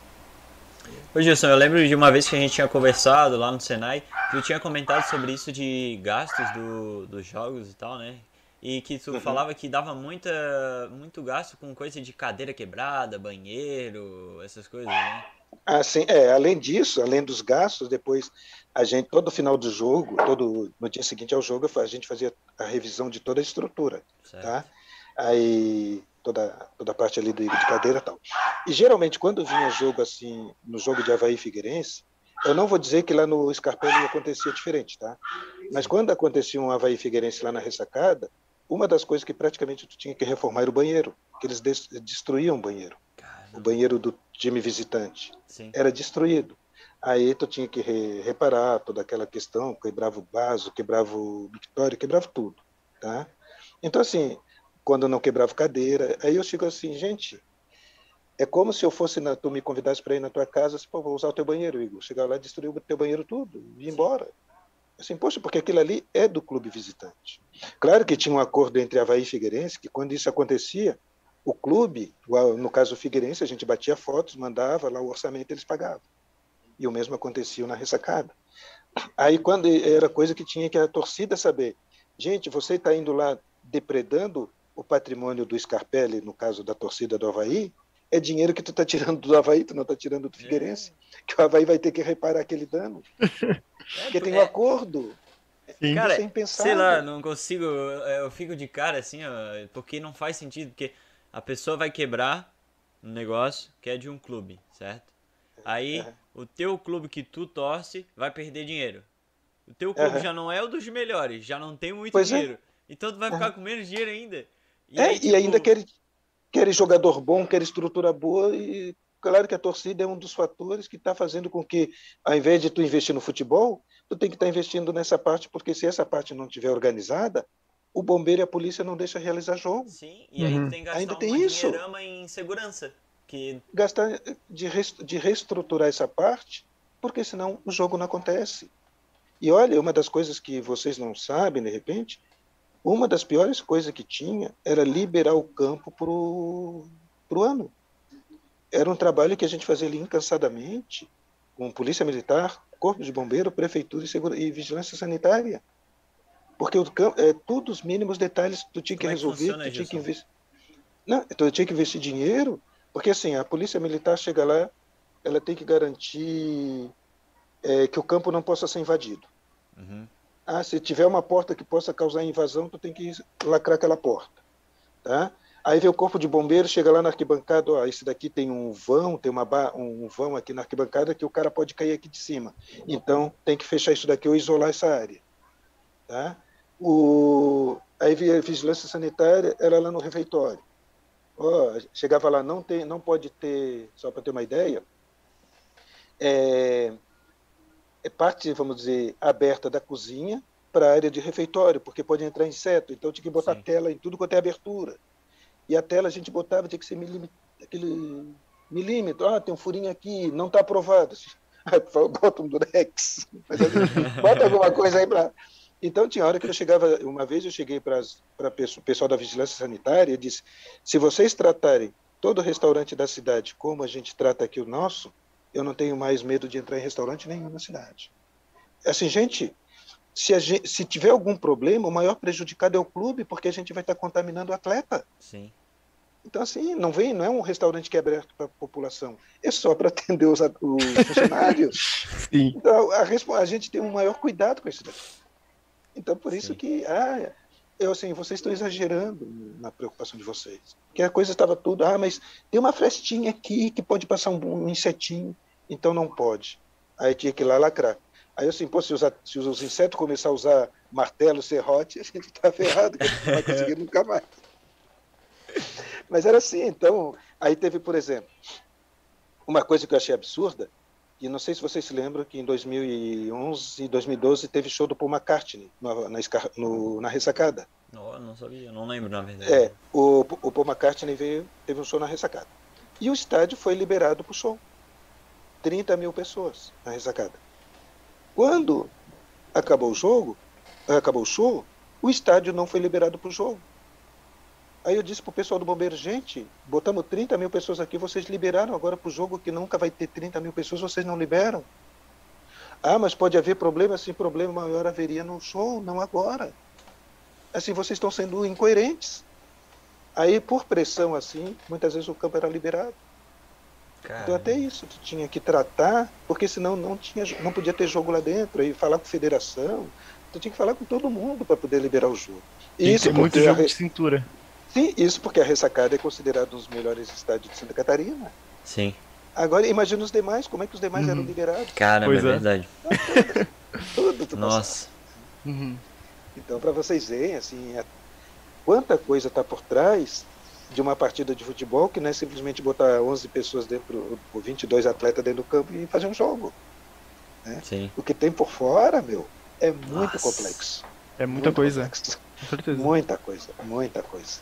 Ô Gilson, eu lembro de uma vez que a gente tinha conversado lá no Senai, que eu tinha comentado sobre isso de gastos do, dos jogos e tal, né? E que tu Uhum. falava que dava muita, muito gasto com coisa de cadeira quebrada, banheiro, essas coisas, né? Ah, sim, é, além disso, além dos gastos, depois a gente, todo final do jogo, todo, no dia seguinte ao jogo, a gente fazia a revisão de toda a estrutura, Certo. tá? Aí toda, toda a parte ali de, de cadeira e tal. E geralmente quando vinha jogo assim, no jogo de Avaí Figueirense, eu não vou dizer que lá no Scarpelli acontecia diferente, tá? Mas quando acontecia um Avaí Figueirense lá na ressacada, uma das coisas que praticamente tu tinha que reformar era o banheiro, que eles des- destruíam o banheiro. O banheiro do time visitante. Sim. Era destruído. Aí tu tinha que re- reparar toda aquela questão, quebrava o vaso, quebrava o mictório, quebrava tudo. Tá? Então, assim, quando não quebrava cadeira, aí eu chego assim, gente, é como se eu fosse, na, tu me convidasse para ir na tua casa, assim, pô, vou usar o teu banheiro, Igor. Chegar lá, destruir o teu banheiro tudo, e ir embora. Assim, poxa, porque aquilo ali é do clube visitante. Claro que tinha um acordo entre Avaí e Figueirense, que quando isso acontecia, o clube, no caso o Figueirense, a gente batia fotos, mandava lá o orçamento, eles pagavam. E o mesmo acontecia na ressacada. Aí quando era coisa que tinha que a torcida saber, gente, você está indo lá depredando o patrimônio do Scarpelli, no caso da torcida do Avaí, é dinheiro que tu está tirando do Avaí, tu não está tirando do Figueirense, é. Que o Avaí vai ter que reparar aquele dano. É, porque tem um é... acordo. Sim. Cara, é impensável. sei lá, não consigo, eu fico de cara assim, ó, porque não faz sentido, porque a pessoa vai quebrar um negócio que é de um clube, certo? Aí é. o teu clube que tu torce vai perder dinheiro. O teu clube uhum. já não é o dos melhores, já não tem muito pois dinheiro. É. Então tu vai ficar uhum. com menos dinheiro ainda. E, é, aí, tipo... e ainda quer, quer jogador bom, quer estrutura boa e claro que a torcida é um dos fatores que está fazendo com que, ao invés de tu investir no futebol, tu tem que estar tá investindo nessa parte, porque se essa parte não estiver organizada, o bombeiro e a polícia não deixam realizar jogo. Sim, e aí uhum. tu tem que gastar ainda uma tem isso. dinheirama em segurança. Que... Gastar de, de reestruturar essa parte, porque senão o jogo não acontece. E olha, uma das coisas que vocês não sabem, de repente, uma das piores coisas que tinha era liberar o campo para o ano. Era um trabalho que a gente fazia ali incansadamente, com polícia militar, corpo de bombeiro, prefeitura e, segura, e vigilância sanitária. Porque o campo, é, todos os mínimos detalhes tu tinha que Como resolver, é que funciona, tu tinha Gilson? que investir. Não, tu tinha que investir dinheiro, porque assim, a polícia militar chega lá, ela tem que garantir é, que o campo não possa ser invadido. Uhum. Ah, se tiver uma porta que possa causar invasão, tu tem que lacrar aquela porta. Tá? Aí vem o corpo de bombeiro, chega lá na arquibancada, ó, esse daqui tem um vão, tem uma ba... um vão aqui na arquibancada que o cara pode cair aqui de cima. Então, tem que fechar isso daqui ou isolar essa área. Tá? O... Aí vem a vigilância sanitária, era lá no refeitório. Ó, chegava lá, não, tem, não pode ter, só para ter uma ideia, é, é parte, vamos dizer, aberta da cozinha para a área de refeitório, porque pode entrar inseto, então tinha que botar Sim. tela em tudo quanto é abertura. E a tela a gente botava, tinha que ser milímetro, aquele milímetro, ah, tem um furinho aqui, não está aprovado. Bota um durex, bota alguma coisa aí para... Então, tinha hora que eu chegava, uma vez eu cheguei para o pessoal da vigilância sanitária e disse, se vocês tratarem todo restaurante da cidade como a gente trata aqui o nosso, eu não tenho mais medo de entrar em restaurante nenhum na cidade. Assim, gente, se, a gente, se tiver algum problema, o maior prejudicado é o clube, porque a gente vai estar contaminando o atleta. Sim. Então, assim, não vem, não é um restaurante que é aberto para a população, é só para atender os, os funcionários. Sim. Então, a, a gente tem um maior cuidado com isso daqui. Então, por isso Sim. que, ah, eu, assim, vocês estão exagerando na preocupação de vocês. Porque a coisa estava tudo, ah, mas tem uma frestinha aqui que pode passar um, um insetinho, então não pode. Aí tinha que ir lá lacrar. Aí, assim, pô, se, os, se os insetos começarem a usar martelo, serrote, a gente está ferrado, que a gente não vai conseguir nunca mais. Mas era assim, então, aí teve, por exemplo, uma coisa que eu achei absurda, e não sei se vocês se lembram que em dois mil e onze e dois mil e doze teve show do Paul McCartney na, na, no, na Ressacada. Não, não sabia, não lembro na verdade. É, o, o Paul McCartney veio, teve um show na Ressacada. E o estádio foi liberado para o show. trinta mil pessoas na Ressacada. Quando acabou o jogo, acabou o show, o estádio não foi liberado para o jogo. Aí eu disse pro pessoal do bombeiro, gente, botamos trinta mil pessoas aqui, vocês liberaram agora pro jogo que nunca vai ter trinta mil pessoas, vocês não liberam? Ah, mas pode haver problema, assim, problema maior haveria no show, não agora. Assim, vocês estão sendo incoerentes. Aí, por pressão, assim, muitas vezes o campo era liberado. Caramba. Então até isso tu tinha que tratar, porque senão não, tinha, não podia ter jogo lá dentro, aí falar com a federação, tu tinha que falar com todo mundo para poder liberar o jogo. E isso tem muito jogo de cintura. Sim, isso porque a Ressacada é considerado um dos melhores estádios de Santa Catarina. Sim. Agora, imagina os demais, como é que os demais uhum. eram liberados? Caramba, Pois é é. verdade. Tudo, tudo Nossa. Uhum. Então, para vocês verem, assim, é, quanta coisa está por trás de uma partida de futebol que não é simplesmente botar onze pessoas dentro, ou vinte e dois atletas dentro do campo e fazer um jogo. Né? Sim. O que tem por fora, meu, é muito Nossa. complexo. É muita Muito coisa. complexo. Com certeza. Muita coisa, muita coisa.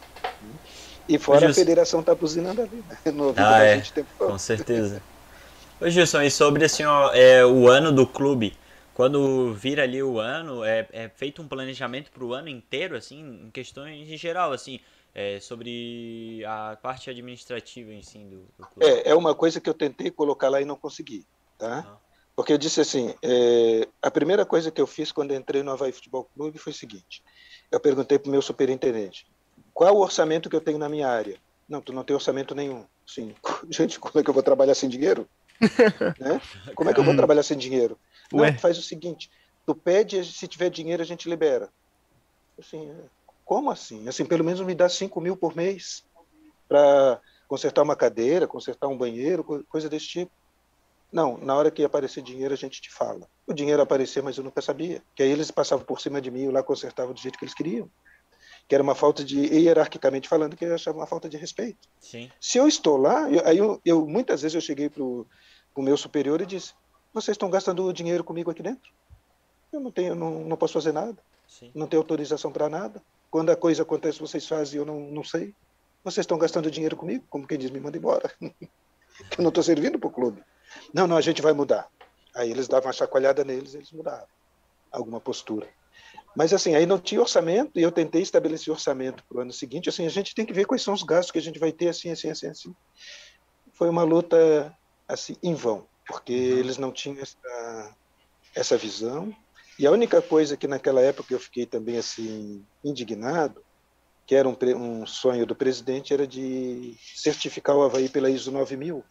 E fora Ô, a Gilson. federação tá buzinando ali, né? No ouvido Ah, da é. gente o tempo todo. Com certeza. Ô Gilson, e sobre assim, ó, é, o ano do clube, quando vira ali o ano, é, é feito um planejamento para o ano inteiro, assim, em questões em geral, assim, é, sobre a parte administrativa em si do, do clube. É, é uma coisa que eu tentei colocar lá e não consegui, tá? Ah. Porque eu disse assim, é, a primeira coisa que eu fiz quando eu entrei no Avaí Futebol Clube foi o seguinte, eu perguntei para o meu superintendente, qual o orçamento que eu tenho na minha área? Não, tu não tem orçamento nenhum. Sim. Gente, como é que eu vou trabalhar sem dinheiro? Né? Como é que eu vou trabalhar sem dinheiro? Não, Ué. faz o seguinte, tu pede, se tiver dinheiro a gente libera. Assim, como assim? Assim, pelo menos me dá cinco mil por mês para consertar uma cadeira, consertar um banheiro, coisa desse tipo. Não, na hora que aparecer dinheiro a gente te fala. O dinheiro aparecia, mas eu nunca sabia. Que aí eles passavam por cima de mim e lá consertavam do jeito que eles queriam. Que era uma falta de, hierarquicamente falando, que eu achava uma falta de respeito. Sim. Se eu estou lá, eu, aí eu, eu muitas vezes eu cheguei para o meu superior e disse, vocês estão gastando dinheiro comigo aqui dentro? Eu não tenho, não, não posso fazer nada. Sim. Não tenho autorização para nada. Quando a coisa acontece, vocês fazem e eu não, não sei. Vocês estão gastando dinheiro comigo? Como quem diz, me manda embora. Que eu não estou servindo para o clube. Não, não, a gente vai mudar. Aí eles davam uma chacoalhada neles e eles mudavam alguma postura. Mas assim, aí não tinha orçamento e eu tentei estabelecer orçamento para o ano seguinte. Assim, a gente tem que ver quais são os gastos que a gente vai ter, assim, assim, assim, assim. Foi uma luta assim, em vão, porque uhum. eles não tinham essa, essa visão. E a única coisa que naquela época eu fiquei também assim indignado, que era um, um sonho do presidente, era de certificar o Avaí pela I S O nove mil.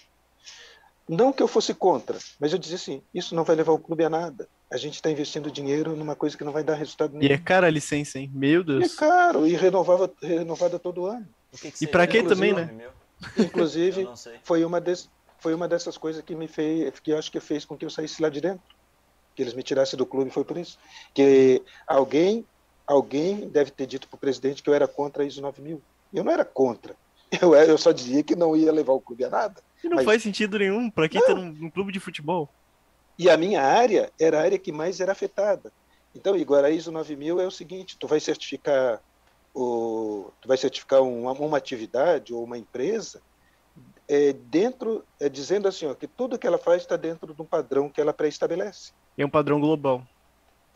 Não que eu fosse contra, mas eu dizia assim, isso não vai levar o clube a nada. A gente está investindo dinheiro numa coisa que não vai dar resultado nenhum. E é cara a licença, hein? Meu Deus. E é caro, e renovava, renovada todo ano. Que que e para quem também, nome, né? Meu? Inclusive, foi uma, des, foi uma dessas coisas que me fez, que eu acho que fez com que eu saísse lá de dentro. Que eles me tirassem do clube, foi por isso. Que alguém, alguém deve ter dito para o presidente que eu era contra a I S O nove mil. Eu não era contra. Eu, eu só dizia que não ia levar o clube a nada. E não mas... faz sentido nenhum para quem está num, num clube de futebol. E a minha área era a área que mais era afetada. Então, Igor, a I S O nove mil é o seguinte, tu vai certificar, o, tu vai certificar uma, uma atividade ou uma empresa é, dentro, é, dizendo assim, ó, que tudo que ela faz está dentro de um padrão que ela pré-estabelece. É um padrão global.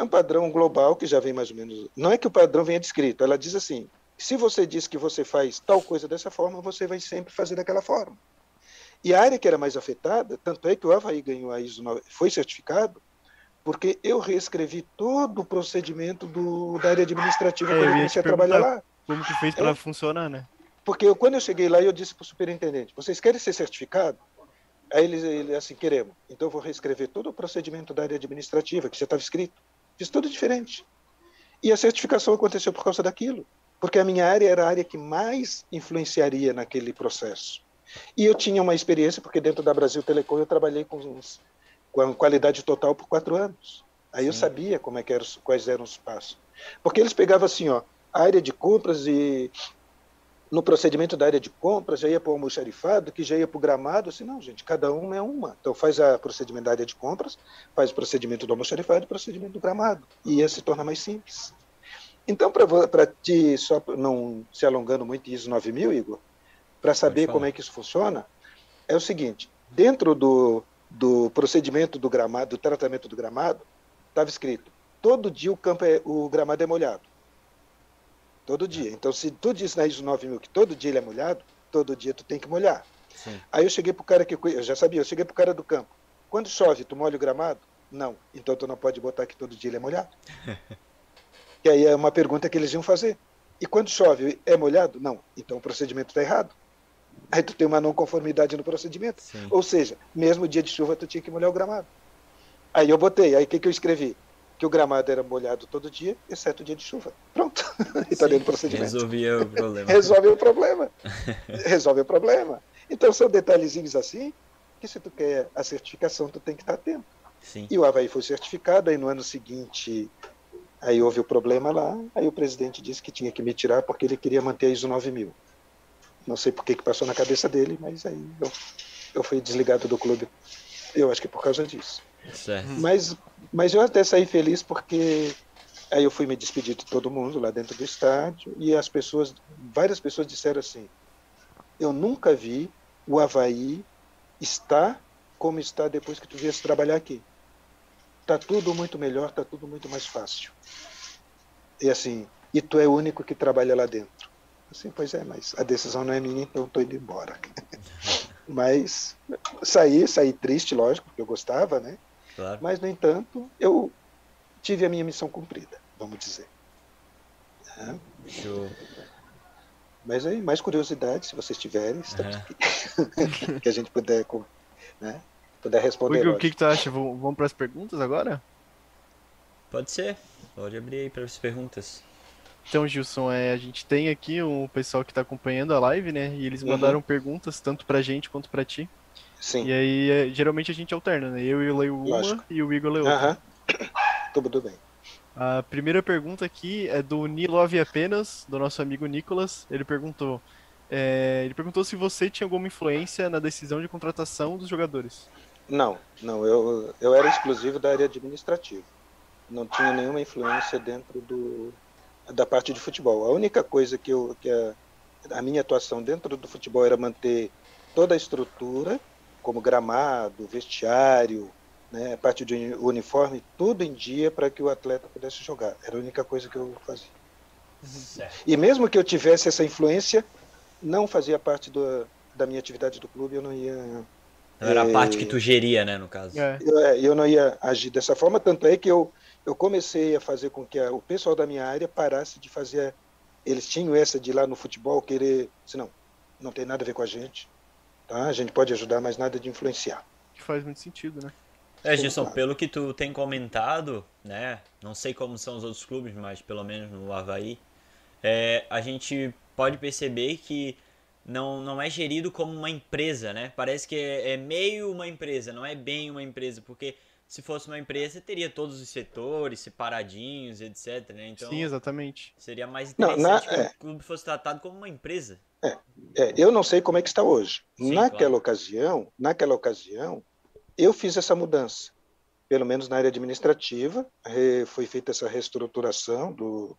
É um padrão global que já vem mais ou menos... Não é que o padrão venha descrito, ela diz assim, se você diz que você faz tal coisa dessa forma, você vai sempre fazer daquela forma. E a área que era mais afetada, tanto é que o Avaí ganhou a I S O nove, foi certificado, porque eu reescrevi todo o procedimento do, da área administrativa É, quando eu eu ia comecei a te trabalhar perguntar lá. como que fez para É. funcionar, né? Porque eu, quando eu cheguei lá, eu disse para o superintendente, vocês querem ser certificado? Aí ele, ele assim, queremos. Então eu vou reescrever todo o procedimento da área administrativa, que já estava escrito. Fiz tudo diferente. E a certificação aconteceu por causa daquilo, porque a minha área era a área que mais influenciaria naquele processo. E eu tinha uma experiência, porque dentro da Brasil Telecom eu trabalhei com, uns, com a qualidade total por quatro anos. Aí Sim. eu sabia como é que eram, quais eram os passos. Porque eles pegavam assim, ó, a área de compras e no procedimento da área de compras já ia para o almoxarifado, que já ia para o gramado, assim, não, gente, cada uma é uma. Então faz o procedimento da área de compras, faz o procedimento do almoxarifado e o procedimento do gramado. E ia se tornar mais simples. Então, para ti, só não se alongando muito em I S O nove mil, Igor, para saber como é que isso funciona, é o seguinte, dentro do, do procedimento do gramado, do tratamento do gramado, estava escrito, todo dia o, campo é, o gramado é molhado. Todo dia. Então, se tu diz na I S O nove mil que todo dia ele é molhado, todo dia tu tem que molhar. Sim. Aí eu cheguei pro cara que... Eu já sabia, eu cheguei pro cara do campo. Quando chove, tu molha o gramado? Não. Então tu não pode botar que todo dia ele é molhado. E aí é uma pergunta que eles iam fazer. E quando chove, é molhado? Não. Então o procedimento está errado. Aí tu tem uma não conformidade no procedimento. Sim. Ou seja, mesmo dia de chuva tu tinha que molhar o gramado. Aí eu botei. Aí o que, que eu escrevi? Que o gramado era molhado todo dia, exceto o dia de chuva. Pronto. E está dentro do procedimento. Resolvia o problema. Resolve o problema. Resolve o problema. Então são detalhezinhos assim, que se tu quer a certificação, tu tem que estar atento. Sim. E o Avaí foi certificado, aí no ano seguinte, aí houve o problema lá, aí o presidente disse que tinha que me tirar porque ele queria manter a I S O nove mil. Não sei por que que passou na cabeça dele, mas aí eu, eu fui desligado do clube. Eu acho que por causa disso. Certo. Mas, mas eu até saí feliz porque aí eu fui me despedir de todo mundo lá dentro do estádio e as pessoas, várias pessoas disseram assim, eu nunca vi o Avaí estar como está depois que tu viesse trabalhar aqui. Tá tudo muito melhor, tá tudo muito mais fácil. E assim, e tu é o único que trabalha lá dentro. Assim, pois é, mas a decisão não é minha, então eu tô indo embora. Mas saí, saí triste, lógico, porque eu gostava, né? Claro. Mas, no entanto, eu tive a minha missão cumprida, vamos dizer. É. Show. Mas aí, mais curiosidades, se vocês tiverem, estamos aqui. Que a gente puder, né, puder responder. Igor, o que, que tu acha? Vamos, vamos para as perguntas agora? Pode ser. Pode abrir aí para as perguntas. Então, Gilson, é, a gente tem aqui o pessoal que está acompanhando a live, né? E eles mandaram uhum. perguntas tanto pra gente quanto pra ti. Sim. E aí, é, geralmente a gente alterna, né? Eu, eu leio uma Lógico. E o Igor lê outra. Aham. Uhum. Tudo bem. A primeira pergunta aqui é do Nilove Apenas, do nosso amigo Nicolas. Ele perguntou, é, ele perguntou se você tinha alguma influência na decisão de contratação dos jogadores. Não, não. Eu, eu era exclusivo da área administrativa. Não tinha nenhuma influência dentro do... da parte de futebol. A única coisa que, eu, que a, a minha atuação dentro do futebol era manter toda a estrutura, como gramado, vestiário, né, a parte de uniforme, tudo em dia para que o atleta pudesse jogar. Era a única coisa que eu fazia. Certo. E mesmo que eu tivesse essa influência, não fazia parte do, da minha atividade do clube, eu não ia... Não era é, a parte que tu geria, né, no caso. É. Eu, eu não ia agir dessa forma, tanto é que eu Eu comecei a fazer com que a, o pessoal da minha área parasse de fazer... Eles tinham essa de ir lá no futebol querer... Disse, não, não tem nada a ver com a gente. Tá? A gente pode ajudar, mas nada de influenciar. Que faz muito sentido, né? É, Gilson, claro. Pelo que tu tem comentado, né? Não sei como são os outros clubes, mas pelo menos no Avaí, é, a gente pode perceber que não, não é gerido como uma empresa, né? Parece que é, é meio uma empresa, não é bem uma empresa, porque... Se fosse uma empresa, teria todos os setores separadinhos, etcétera. Né? Então, sim, exatamente. Seria mais interessante não, na, que é, o clube fosse tratado como uma empresa. É, é, eu não sei como é que está hoje. Sim, naquela claro. ocasião, naquela ocasião, eu fiz essa mudança. Pelo menos na área administrativa, foi feita essa reestruturação do,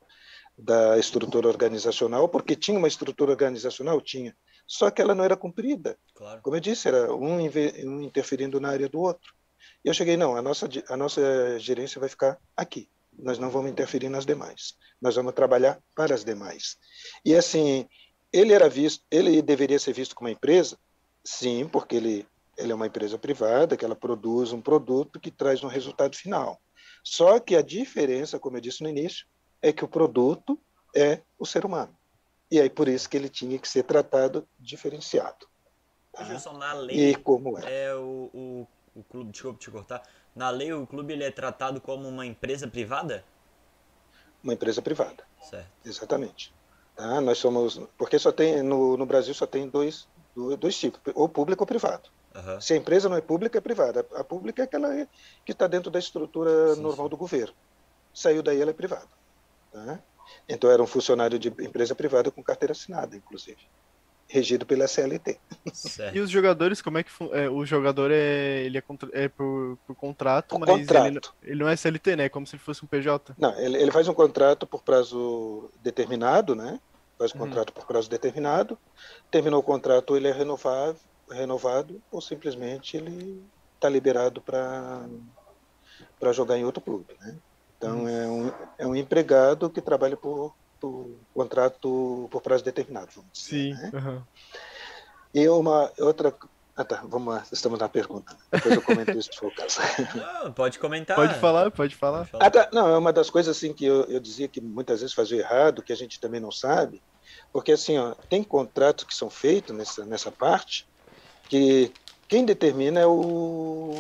da estrutura organizacional, porque tinha uma estrutura organizacional, tinha. Só que ela não era cumprida. Claro. Como eu disse, era um, um interferindo na área do outro. E eu cheguei, não, a nossa, a nossa gerência vai ficar aqui. nós não vamos interferir nas demais. Nós vamos trabalhar para as demais. E assim, ele era visto, ele deveria ser visto como uma empresa, sim, porque ele, ele é uma empresa privada, que ela produz um produto que traz um resultado final. Só que a diferença, como eu disse no início, é que o produto é o ser humano. E aí por isso que ele tinha que ser tratado diferenciado. Tá? Gilson, na lei, e como é? é o, o, o clube, desculpa te cortar, na lei o clube ele é tratado como uma empresa privada? Uma empresa privada. Certo. Exatamente. Tá? Nós somos, porque só tem, no, no Brasil só tem dois, dois tipos, ou público ou privado. Uhum. Se a empresa não é pública, é privada. A pública é aquela que está dentro da estrutura sim, normal sim. do governo. Saiu daí, ela é privada. Tá? Então era um funcionário de empresa privada com carteira assinada, inclusive. Regido pela C L T. Certo. E os jogadores, como é que é, o jogador é, ele é, contra, é por, por contrato, por mas contrato. Ele, ele não é C L T, né? É como se ele fosse um P J. Não, ele, ele faz um contrato por prazo determinado, né? Faz um hum. contrato por prazo determinado. Terminou o contrato, ele é renovável, renovado, ou simplesmente ele está liberado para para jogar em outro clube, né? Então hum. é, um, é um empregado que trabalha por por contrato por prazo determinado, vamos dizer. Sim. Né? Uhum. E uma outra. Ah, tá, vamos lá, estamos na pergunta. Depois eu comento isso se for o caso. Não, pode comentar. Pode falar, pode falar. Ah, tá, não, é uma das coisas assim que eu, eu dizia que muitas vezes fazia errado, que a gente também não sabe, porque assim, ó, tem contratos que são feitos nessa, nessa parte que quem determina é o,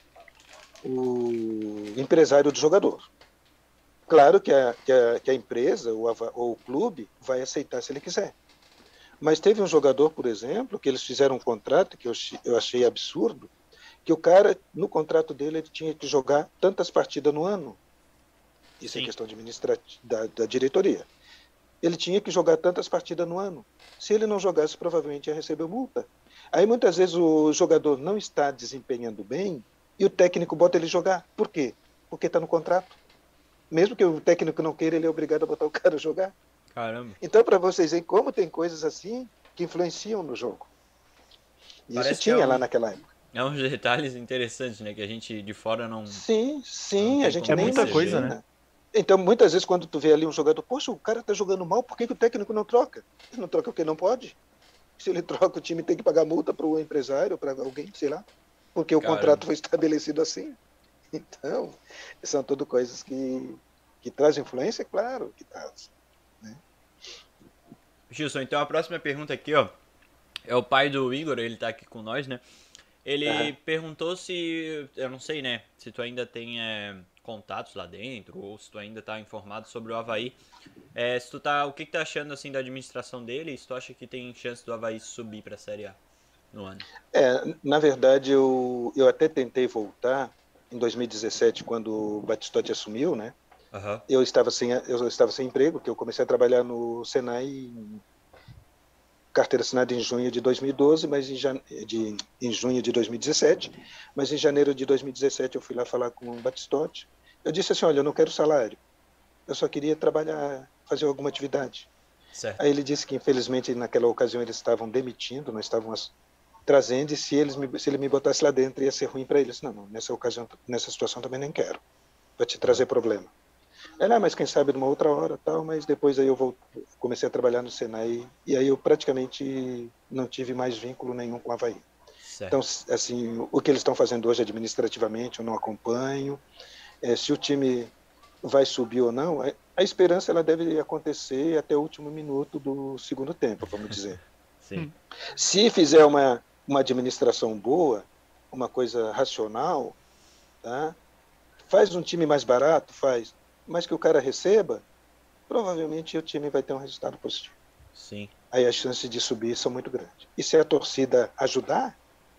o empresário do jogador. Claro que a, que a, que a empresa ou, a, ou o clube vai aceitar se ele quiser. Mas teve um jogador, por exemplo, que eles fizeram um contrato que eu, eu achei absurdo, que o cara, no contrato dele, ele tinha que jogar tantas partidas no ano. Isso Sim. é questão administrativa da, da diretoria. Ele tinha que jogar tantas partidas no ano. Se ele não jogasse, provavelmente ia receber multa. Aí muitas vezes o jogador não está desempenhando bem e o técnico bota ele jogar. Por quê? Porque está no contrato. Mesmo que o técnico não queira, ele é obrigado a botar o cara a jogar. Caramba. Então, para vocês verem como tem coisas assim que influenciam no jogo. E Parece isso tinha é um, lá naquela época. É uns detalhes interessantes, né? Que a gente de fora não... Sim, sim, não a gente é nem muita imagina. coisa, né? Então, muitas vezes, quando tu vê ali um jogador, poxa, o cara tá jogando mal, por que, que o técnico não troca? Ele não troca porque não pode. Se ele troca, o time tem que pagar multa para o empresário, para alguém, sei lá. Porque o Caramba. contrato foi estabelecido assim. Então, são tudo coisas que... Que traz influência, claro que traz. Né? Gilson, então a próxima pergunta aqui, ó, é o pai do Igor, ele tá aqui com nós, né? Ele uhum. perguntou se, eu não sei, né, se tu ainda tem é, contatos lá dentro, ou se tu ainda tá informado sobre o Avaí. É, se tu tá, o que que tá achando, assim, da administração dele, e se tu acha que tem chance do Avaí subir pra Série A no ano? É, na verdade, eu, eu até tentei voltar em dois mil e dezessete, quando o Batistotti assumiu, né? Uhum. Eu, estava sem, eu estava sem emprego, porque eu comecei a trabalhar no Senai, em carteira assinada em junho de dois mil e doze, mas em, jane... de, em junho de dois mil e dezessete, mas em janeiro de dois mil e dezessete eu fui lá falar com o Batistotti. Eu disse assim, olha, eu não quero salário, eu só queria trabalhar, fazer alguma atividade. Certo. Aí ele disse que infelizmente naquela ocasião eles estavam demitindo, não estavam as... trazendo, e se, eles me... se ele me botasse lá dentro ia ser ruim para eles. Não, não, nessa ocasião, nessa situação também nem quero, vai te trazer problema. Ela, ah, mas quem sabe numa outra hora, tal, mas depois aí eu vou, comecei a trabalhar no Senai e aí eu praticamente não tive mais vínculo nenhum com o Avaí. Certo. Então, assim, o que eles estão fazendo hoje administrativamente eu não acompanho. É, se o time vai subir ou não, a esperança ela deve acontecer até o último minuto do segundo tempo, vamos dizer. Sim. Se fizer uma, uma administração boa, uma coisa racional, tá? Faz um time mais barato, faz... mas que o cara receba, provavelmente o time vai ter um resultado positivo. Sim. Aí as chances de subir são muito grandes. E se a torcida ajudar,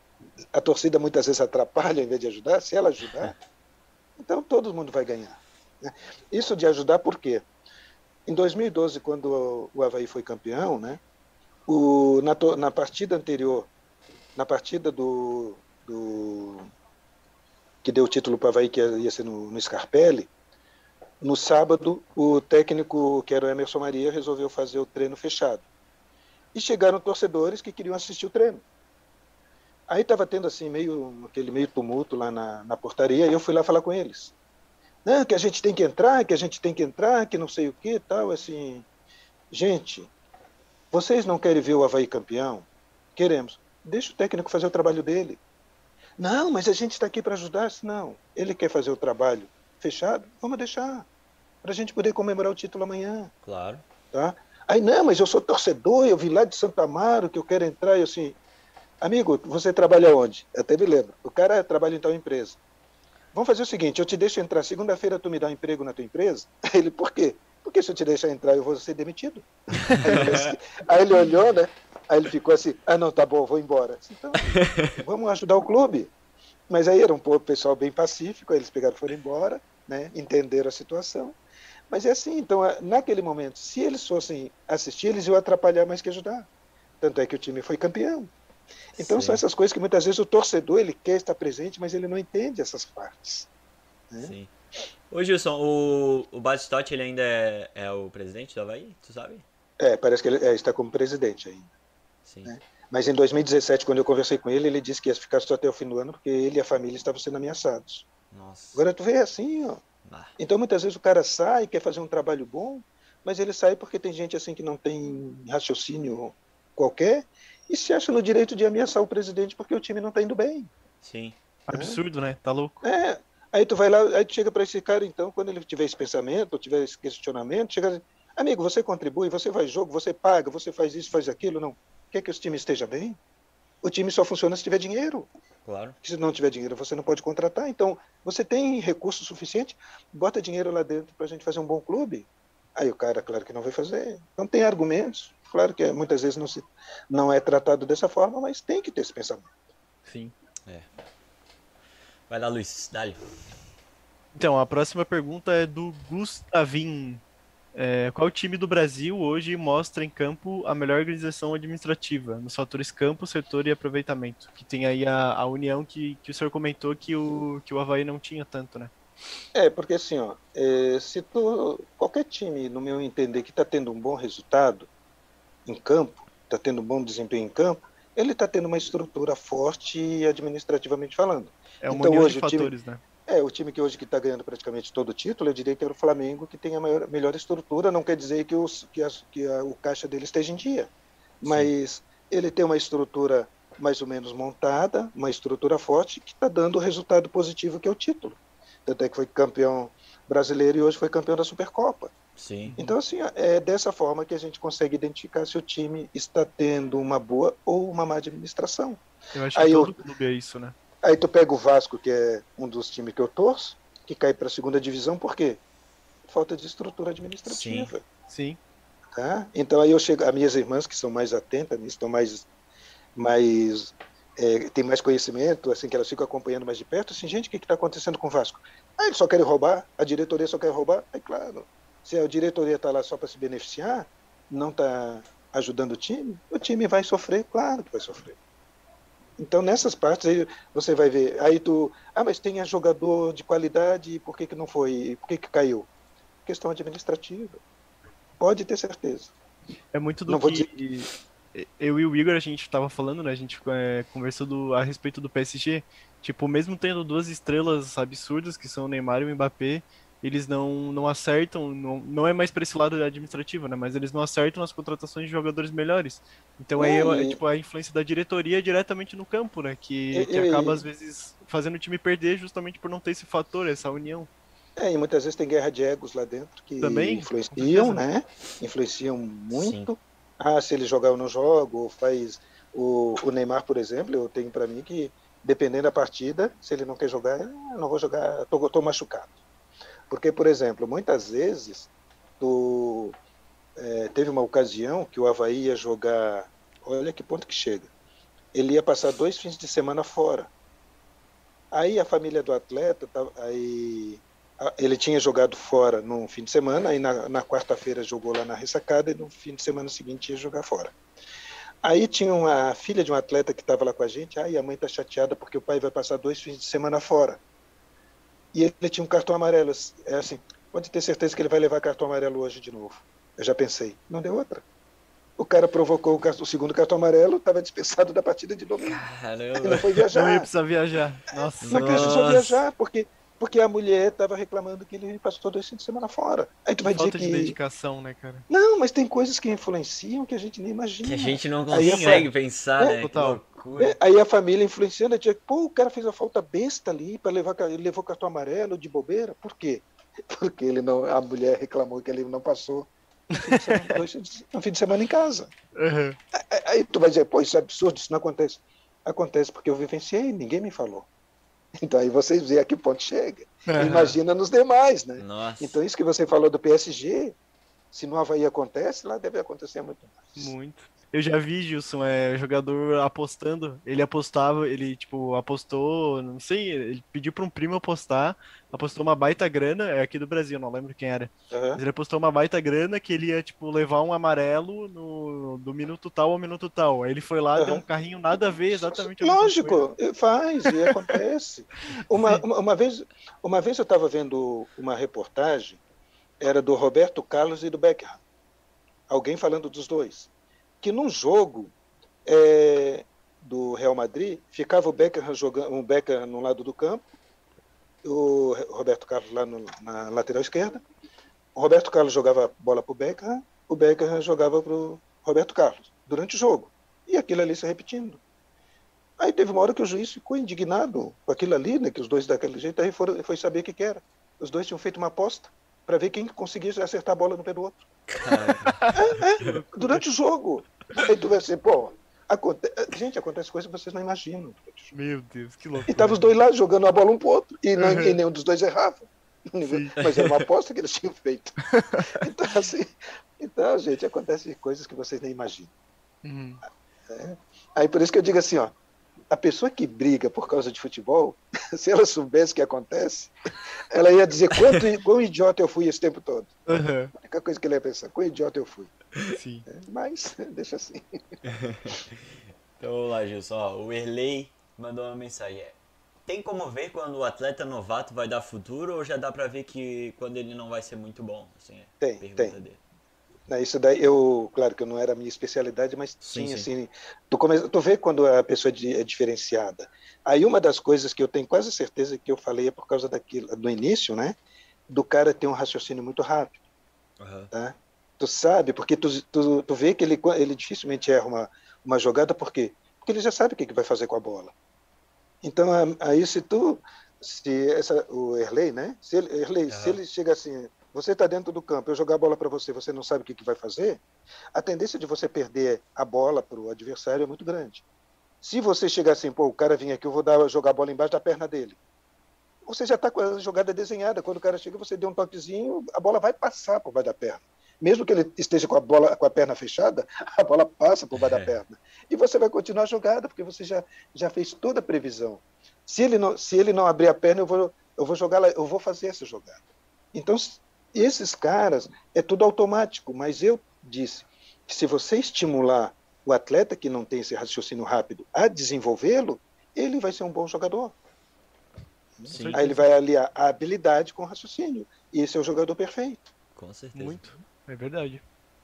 a torcida muitas vezes atrapalha em vez de ajudar, se ela ajudar, então todo mundo vai ganhar. Né? Isso de ajudar por quê? Em dois mil e doze, quando o Avaí foi campeão, né, o, na, na partida anterior, na partida do, do que deu o título para o Avaí, que ia ser no, no Scarpelli, no sábado, o técnico, que era o Emerson Maria, resolveu fazer o treino fechado. E chegaram torcedores que queriam assistir o treino. Aí estava tendo assim, meio, aquele meio tumulto lá na, na portaria, e eu fui lá falar com eles. Não, que a gente tem que entrar, que a gente tem que entrar, que não sei o que tal, assim. Gente, vocês não querem ver o Avaí campeão? Queremos. Deixa o técnico fazer o trabalho dele. Não, mas a gente está aqui para ajudar. Não, ele quer fazer o trabalho fechado, vamos deixar, para a gente poder comemorar o título amanhã. Claro. Tá? Aí, não, mas eu sou torcedor, eu vim lá de Santo Amaro, que eu quero entrar, e assim, amigo, você trabalha onde? Eu até me lembro, o cara trabalha em tal empresa. Vamos fazer o seguinte, eu te deixo entrar, segunda-feira tu me dá um emprego na tua empresa? Aí ele, por quê? Porque se eu te deixar entrar, eu vou ser demitido. Aí ele, assim, aí ele olhou, né? Aí ele ficou assim, ah, não, tá bom, vou embora. Então, vamos ajudar o clube. Mas aí era um pessoal bem pacífico, aí eles pegaram e foram embora, né? Entenderam a situação. Mas é assim, então, naquele momento, se eles fossem assistir, eles iam atrapalhar mais que ajudar. Tanto é que o time foi campeão. Então, Sim. são essas coisas que muitas vezes o torcedor ele quer estar presente, mas ele não entende essas partes. Né? Sim. Ô Gilson, o, o Batistotti, ele ainda é, é o presidente do Avaí, tu sabe? É, parece que ele é, está como presidente ainda. Sim. Né? Mas em dois mil e dezessete, quando eu conversei com ele, ele disse que ia ficar só até o fim do ano, porque ele e a família estavam sendo ameaçados. Nossa. Agora tu vê assim, ó. Ah. Então muitas vezes o cara sai, quer fazer um trabalho bom, mas ele sai porque tem gente assim que não tem raciocínio qualquer e se acha no direito de ameaçar o presidente porque o time não está indo bem. Sim. Absurdo, é. né? Tá louco. É. Aí tu vai lá, aí tu chega para esse cara, então, quando ele tiver esse pensamento, ou tiver esse questionamento, chega assim, amigo, você contribui, você faz jogo, você paga, você faz isso, faz aquilo, não. Quer que o time esteja bem? O time só funciona se tiver dinheiro. Claro. Se não tiver dinheiro, você não pode contratar. Então, você tem recurso suficiente, bota dinheiro lá dentro para a gente fazer um bom clube. Aí o cara, claro que não vai fazer. Então, tem argumentos. Claro que muitas vezes não, se, não é tratado dessa forma, mas tem que ter esse pensamento. Sim. É. Vai lá, Luiz. Dá-lhe. Então, a próxima pergunta é do Gustavin. É, qual time do Brasil hoje mostra em campo a melhor organização administrativa, nos fatores campo, setor e aproveitamento? Que tem aí a, a união que, que o senhor comentou que o, que o Avaí não tinha tanto, né? É, porque assim, ó, é, se tu, qualquer time, no meu entender, que está tendo um bom resultado em campo, está tendo um bom desempenho em campo, ele está tendo uma estrutura forte administrativamente falando. É uma então, união hoje, de fatores, time, né? É, o time que hoje está ganhando praticamente todo o título, eu diria que era o Flamengo, que tem a maior, melhor estrutura, não quer dizer que, os, que, as, que a, o caixa dele esteja em dia, mas Sim. ele tem uma estrutura mais ou menos montada, uma estrutura forte, que está dando o resultado positivo que é o título. Tanto é que foi campeão brasileiro e hoje foi campeão da Supercopa. Sim. Então, assim, é dessa forma que a gente consegue identificar se o time está tendo uma boa ou uma má administração. Eu acho que Aí todo eu, clube é isso, né? Aí tu pega o Vasco, que é um dos times que eu torço, que cai para a segunda divisão, por quê? Falta de estrutura administrativa. Sim. Sim. Tá? Então aí eu chego, as minhas irmãs que são mais atentas nisso, estão mais, mais é, tem mais conhecimento, assim que elas ficam acompanhando mais de perto, assim, gente, o que está acontecendo com o Vasco? Ah, eles só querem roubar, a diretoria só quer roubar, é claro. Se a diretoria está lá só para se beneficiar, não está ajudando o time, o time vai sofrer, claro que vai sofrer. Então, nessas partes, aí você vai ver, aí tu, ah, mas tem jogador de qualidade, por que que não foi, por que que caiu? Questão administrativa. Pode ter certeza. É muito do não que dizer... eu e o Igor, a gente estava falando, né, a gente é, conversou do, a respeito do P S G, tipo, mesmo tendo duas estrelas absurdas, que são o Neymar e o Mbappé, eles não, não acertam, não, não é mais para esse lado administrativo, né? Mas eles não acertam nas contratações de jogadores melhores. Então aí é, é, tipo, a influência da diretoria diretamente no campo, né? Que, e, que acaba, às vezes, fazendo o time perder justamente por não ter esse fator, essa união. É, e muitas vezes tem guerra de egos lá dentro que Também, influenciam, né? Influenciam muito. Sim. Ah, se ele jogar ou não joga, ou faz... O, o Neymar, por exemplo, eu tenho para mim que, dependendo da partida, se ele não quer jogar, eu não vou jogar, tô, tô machucado. Porque, por exemplo, muitas vezes tu, é, teve uma ocasião que o Avaí ia jogar, olha que ponto que chega, ele ia passar dois fins de semana fora. Aí a família do atleta, aí, ele tinha jogado fora no fim de semana, aí na, na quarta-feira jogou lá na ressacada e no fim de semana seguinte ia jogar fora. Aí tinha uma filha de um atleta que estava lá com a gente, aí a mãe está chateada porque o pai vai passar dois fins de semana fora. E ele tinha um cartão amarelo. É assim, pode ter certeza que ele vai levar cartão amarelo hoje de novo. Eu já pensei, não deu outra. O cara provocou o, cartão, o segundo cartão amarelo, estava dispensado da partida de novo. Caramba. Ele não foi viajar. Não ia precisar viajar. Nossa. Não precisou viajar, porque Porque a mulher estava reclamando que ele passou dois fins de semana fora. Aí tu vai Falta dizer de que... dedicação, né, cara? Não, mas tem coisas que influenciam que a gente nem imagina. Que a gente não Aí a consegue fa- pensar, É, né? Que total. loucura. É, aí a família influenciando, tinha, pô, o cara fez a falta besta ali para levar, ca- ele levou cartão amarelo de bobeira. Por quê? Porque ele não, a mulher reclamou que ele não passou um fim de semana, dois fins de- um fim de semana em casa. Uhum. Aí aí tu vai dizer, pô, isso é absurdo, isso não acontece. Acontece porque eu vivenciei, ninguém me falou. Então aí vocês veem a que ponto chega. Uhum. Imagina nos demais, né? Nossa. Então isso que você falou do P S G, se no Avaí acontece, lá deve acontecer muito mais. Muito. Eu já vi, Gilson, é, jogador apostando. Ele apostava, ele, tipo, apostou, não sei, ele pediu pra um primo apostar, apostou uma baita grana, é aqui do Brasil, não lembro quem era. Aham. Mas ele apostou uma baita grana que ele ia, tipo, levar um amarelo no, do minuto tal ao minuto tal. Aí ele foi lá, deu um Aham. carrinho nada a ver, exatamente a mesma coisa. Lógico, faz e acontece. Uma, Sim. uma, uma vez, uma vez eu estava vendo uma reportagem, era do Roberto Carlos e do Beckham. Alguém falando dos dois. Que num jogo é, do Real Madrid, ficava o Beckham jogando, um Beckham no lado do campo, o Roberto Carlos lá no, na lateral esquerda. O Roberto Carlos jogava a bola para o Beckham, o Beckham jogava para o Roberto Carlos durante o jogo. E aquilo ali se repetindo. Aí teve uma hora que o juiz ficou indignado com aquilo ali, né, que os dois daquele jeito, aí foram, foi saber o que, que era. Os dois tinham feito uma aposta para ver quem conseguia acertar a bola no pé do outro. É, é, durante o jogo. Aí tu vai assim, pô, aconte... gente, acontece coisas que vocês não imaginam. Meu Deus, que E loucura. estavam os dois lá jogando a bola um pro outro, e, não, Uhum. e nenhum dos dois errava. Sim. Mas era uma aposta que eles tinham feito. Então, assim, então, gente, acontece coisas que vocês nem imaginam. Uhum. Aí por isso que eu digo assim, ó, a pessoa que briga por causa de futebol, se ela soubesse o que acontece, ela ia dizer quanto, quão idiota eu fui esse tempo todo. Uhum. A única coisa que ele ia pensar, quão idiota eu fui. Sim. Mas, deixa assim. Então vamos lá, Gilson. Ó, o Erley mandou uma mensagem. É, tem como ver quando o atleta novato vai dar futuro ou já dá pra ver que quando ele não vai ser muito bom? Assim, é a Tem, pergunta tem. dele. Não, isso daí, eu, claro que não era a minha especialidade, mas Sim, tinha, sim. assim, tu, come, tu vê quando a pessoa é diferenciada. Aí uma das coisas que eu tenho quase certeza que eu falei é por causa daquilo, do início, né, do cara ter um raciocínio muito rápido, Uhum. tá? Tu sabe, porque tu, tu, tu vê que ele, ele dificilmente erra uma, uma jogada, por quê? Porque ele já sabe o que, que vai fazer com a bola. Então, aí se tu, se essa, o Erley, né, se ele, Erley, Uhum. se ele chega assim, você está dentro do campo, eu jogar a bola para você, você não sabe o que, que vai fazer, a tendência de você perder a bola para o adversário é muito grande. Se você chegar assim, pô, o cara vinha aqui, eu vou dar, jogar a bola embaixo da perna dele. Você já está com a jogada desenhada. Quando o cara chega, você deu um toquezinho, a bola vai passar por baixo da perna. Mesmo que ele esteja com a, bola, com a perna fechada, a bola passa por baixo da perna. E você vai continuar a jogada, porque você já, já fez toda a previsão. Se ele não, se ele não abrir a perna, eu vou, eu vou jogar lá, eu vou fazer essa jogada. Então, esses caras, é tudo automático, mas eu disse que se você estimular o atleta que não tem esse raciocínio rápido a desenvolvê-lo, ele vai ser um bom jogador. Sim, Aí ele vai aliar a habilidade com o raciocínio. E esse é o jogador perfeito. com certeza. Muito. É verdade.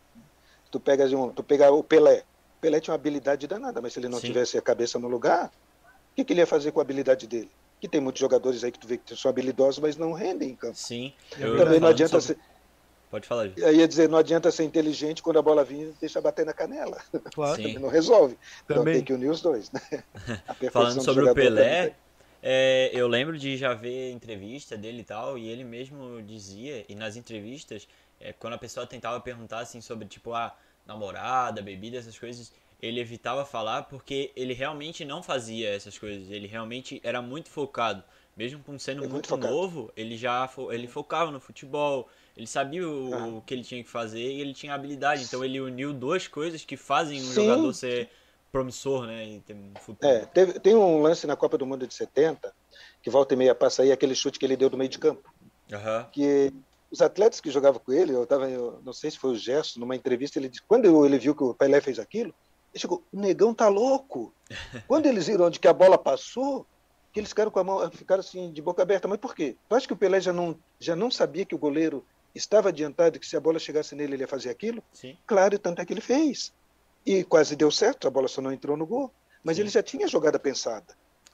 Tu pega, um, tu pega o Pelé. O Pelé tinha uma habilidade danada, mas se ele não Sim. tivesse a cabeça no lugar, o que, que ele ia fazer com a habilidade dele? Que tem muitos jogadores aí que tu vê que são habilidosos, mas não rendem em campo. Sim. É Eu, verdade. Também não falando adianta sobre- ser, Pode falar, Gilson. eu ia dizer, não adianta ser inteligente quando a bola vinha, deixa bater na canela. Claro. Sim. Também não resolve. Então Também. tem que unir os dois, né? A perfeição Falando do sobre o jogador Pelé, também. é, eu lembro de já ver entrevista dele e tal, e ele mesmo dizia, e nas entrevistas, é, quando a pessoa tentava perguntar assim sobre, tipo, a namorada, bebida, essas coisas, ele evitava falar porque ele realmente não fazia essas coisas, ele realmente era muito focado. Mesmo com sendo É muito muito focado. novo, ele já fo- ele focava no futebol, ele sabia o, Aham. o que ele tinha que fazer e ele tinha habilidade. Então ele uniu duas coisas que fazem um Sim. jogador ser promissor, né? E ter um futuro. É, teve, tem um lance na Copa do Mundo de setenta, que volta e meia passa aí, aquele chute que ele deu do meio de campo. Aham. Que os atletas que jogavam com ele, eu tava, eu não sei se foi o Gerson, numa entrevista, ele disse, quando ele viu que o Pelé fez aquilo, ele chegou, o negão tá louco. Quando eles viram onde que a bola passou, que eles ficaram com a mão, ficaram assim, de boca aberta. Mas por quê? Tu acha que o Pelé já não, já não sabia que o goleiro estava adiantado e que se a bola chegasse nele, ele ia fazer aquilo? Sim. Claro, e tanto é que ele fez. E quase deu certo, a bola só não entrou no gol. Mas Sim. ele já tinha a jogada pensada.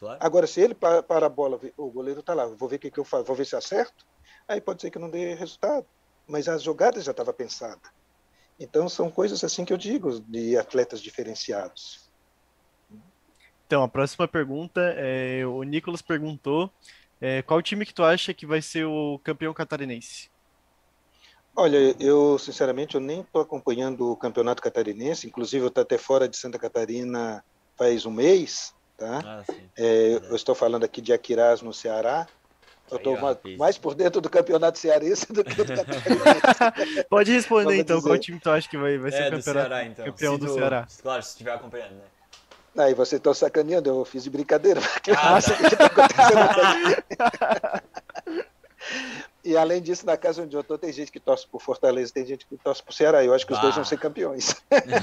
Claro. Agora, se ele para, para a bola, o goleiro está lá, vou ver o que, que eu faço, vou ver se acerto, aí pode ser que não dê resultado. Mas a jogada já estava pensada. Então, são coisas assim que eu digo, de atletas diferenciados. Então, a próxima pergunta, é, o Nicolas perguntou, é, qual time que tu acha que vai ser o campeão catarinense? Olha, eu, sinceramente, eu nem estou acompanhando o campeonato catarinense, inclusive eu estou até fora de Santa Catarina faz um mês, tá? Ah, sim. É, É. eu estou falando aqui de Aquirás, no Ceará. Eu estou Aí, ó, mais, rapaz. mais por dentro do campeonato cearense do que do catarinense. Pode responder Vamos então, qual dizer. time tu acha que vai, vai ser É, o do campeonato, Ceará, então. campeão Se do tu- Ceará? Claro, se estiver acompanhando, né? Aí vocês estão sacaneando, eu fiz de brincadeira, porque eu Ah, não sei tá. o que está acontecendo. E além disso, na casa onde eu estou, tem gente que torce por Fortaleza, tem gente que torce por Ceará. Eu acho que os Bah. dois vão ser campeões.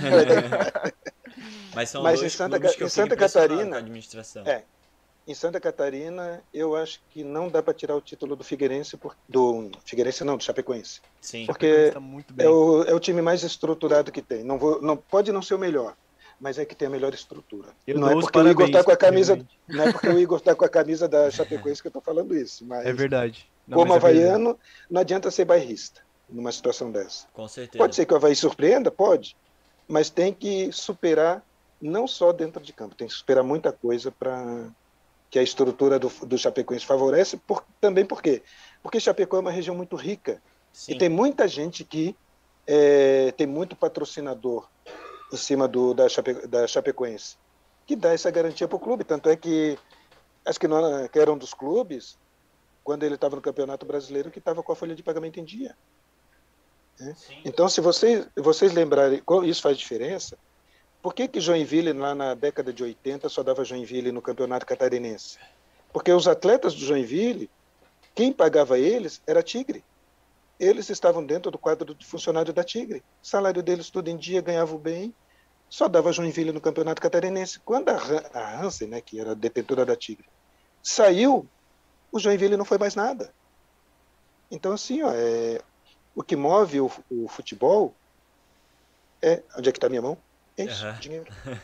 Mas são Mas em dois Santa, clubes que em eu fico Santa impressionado Catarina, com a administração. é, em Santa Catarina, eu acho que não dá para tirar o título do Figueirense, por, do Figueirense não, do Chapecoense. Sim. Porque Tá muito bem. é o, é o time mais estruturado que tem. Não vou, não, pode não ser o melhor, mas é que tem a melhor estrutura. Eu não é dou os porque o Igor está parabéns, com a camisa, realmente. não é porque o Igor está com a camisa da Chapecoense que eu estou falando isso, mas É verdade. Não, como mas é verdade. havaiano, não adianta ser bairrista numa situação dessa. Com certeza. Pode ser que o Avaí surpreenda, pode, mas tem que superar não só dentro de campo, tem que superar muita coisa para que a estrutura do, do Chapecoense favorece, por, também por quê? Porque Chapecó é uma região muito rica. Sim. E tem muita gente que é, tem muito patrocinador em cima do, da, Chape, da Chapecoense, que dá essa garantia para o clube. Tanto é que, acho que, não, que era um dos clubes, quando ele estava no Campeonato Brasileiro, que estava com a folha de pagamento em dia. Né? Então, se vocês, vocês lembrarem, isso faz diferença. Por que que Joinville, lá na década de oitenta, só dava Joinville no Campeonato Catarinense? Porque os atletas do Joinville, quem pagava eles era Tigre. Eles estavam dentro do quadro de funcionário da Tigre. O salário deles tudo em dia, ganhavam bem, só dava Joinville no Campeonato Catarinense. Quando a, a Hansen, né, que era detentora da Tigre, saiu, o Joinville não foi mais nada. Então, assim, ó, é, o que move o, o futebol é... Onde é que está a minha mão? É isso, Uhum. dinheiro.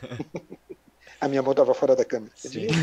A minha mão estava fora da câmera. É Sim.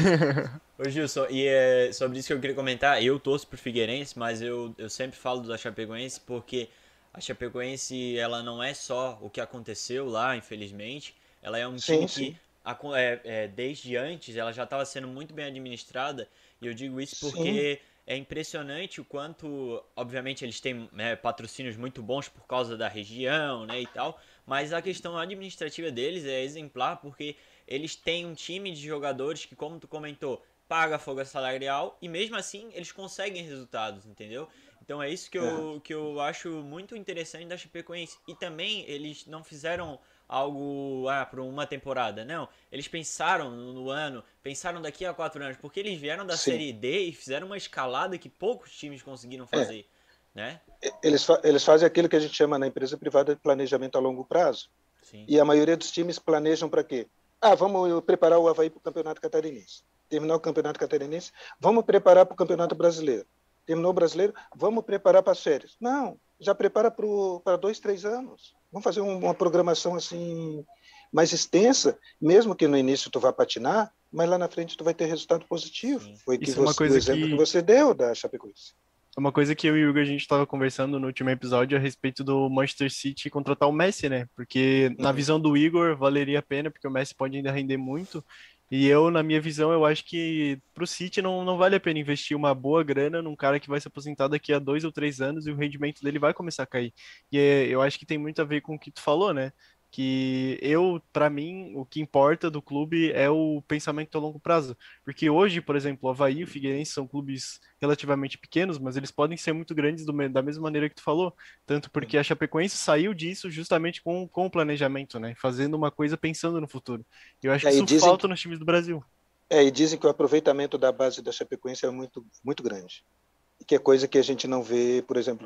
Ô Gilson, e é sobre isso que eu queria comentar. Eu torço pro Figueirense, mas eu, eu sempre falo da Chapecoense porque a Chapecoense, ela não é só o que aconteceu lá, infelizmente. Ela é um Sim, time sim. que, a- é, é, desde antes, ela já estava sendo muito bem administrada. E eu digo isso porque é impressionante o quanto, obviamente, eles têm, né, patrocínios muito bons por causa da região, né, e tal. Mas a questão administrativa deles é exemplar porque eles têm um time de jogadores que, como tu comentou, paga a folga salarial e mesmo assim eles conseguem resultados, entendeu? Então é isso que eu, que eu acho muito interessante da Chapecoense. E também eles não fizeram algo ah, para uma temporada, não. Eles pensaram no, no ano, pensaram daqui a quatro anos, porque eles vieram da Sim. Série D e fizeram uma escalada que poucos times conseguiram fazer, né? Eles, fa eles fazem aquilo que a gente chama na empresa privada de planejamento a longo prazo. Sim. E a maioria dos times planejam para quê? Ah, vamos preparar o Avaí para o Campeonato Catarinense. Terminar o Campeonato Catarinense, vamos preparar para o Campeonato Brasileiro. Terminou o Brasileiro, vamos preparar para as férias. Não, já prepara para dois, três anos. Vamos fazer um, uma programação assim mais extensa, mesmo que no início tu vá patinar, mas lá na frente tu vai ter resultado positivo. Sim. Foi que Isso é uma você, coisa o exemplo que- que você deu da Chapecoense. É uma coisa que eu e o Hugo a gente estava conversando no último episódio a respeito do Manchester City contratar o Messi, né? Porque na Uhum. visão do Igor valeria a pena, porque o Messi pode ainda render muito. E eu, na minha visão, eu acho que pro City não, não vale a pena investir uma boa grana num cara que vai se aposentar daqui a dois ou três anos e o rendimento dele vai começar a cair. E é, eu acho que tem muito a ver com o que tu falou, né? Que eu, pra mim, o que importa do clube é o pensamento a longo prazo. Porque hoje, por exemplo, o Avaí e o Figueirense são clubes relativamente pequenos, mas eles podem ser muito grandes do me- da mesma maneira que tu falou. Tanto porque a Chapecoense saiu disso justamente com, com o planejamento, né? Fazendo uma coisa pensando no futuro. E eu acho É, que e isso dizem falta que- nos times do Brasil. É, e dizem que o aproveitamento da base da Chapecoense é muito, muito grande. Que é coisa que a gente não vê, por exemplo,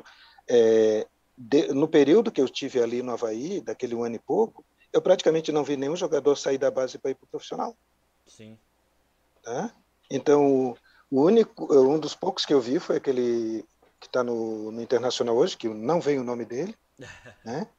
é, de, no período que eu tive ali no Avaí, daquele um ano e pouco, eu praticamente não vi nenhum jogador sair da base para ir para o profissional. Sim. Tá? Então, o único, um dos poucos que eu vi foi aquele que está no, no Internacional hoje, que não vem o nome dele. Né?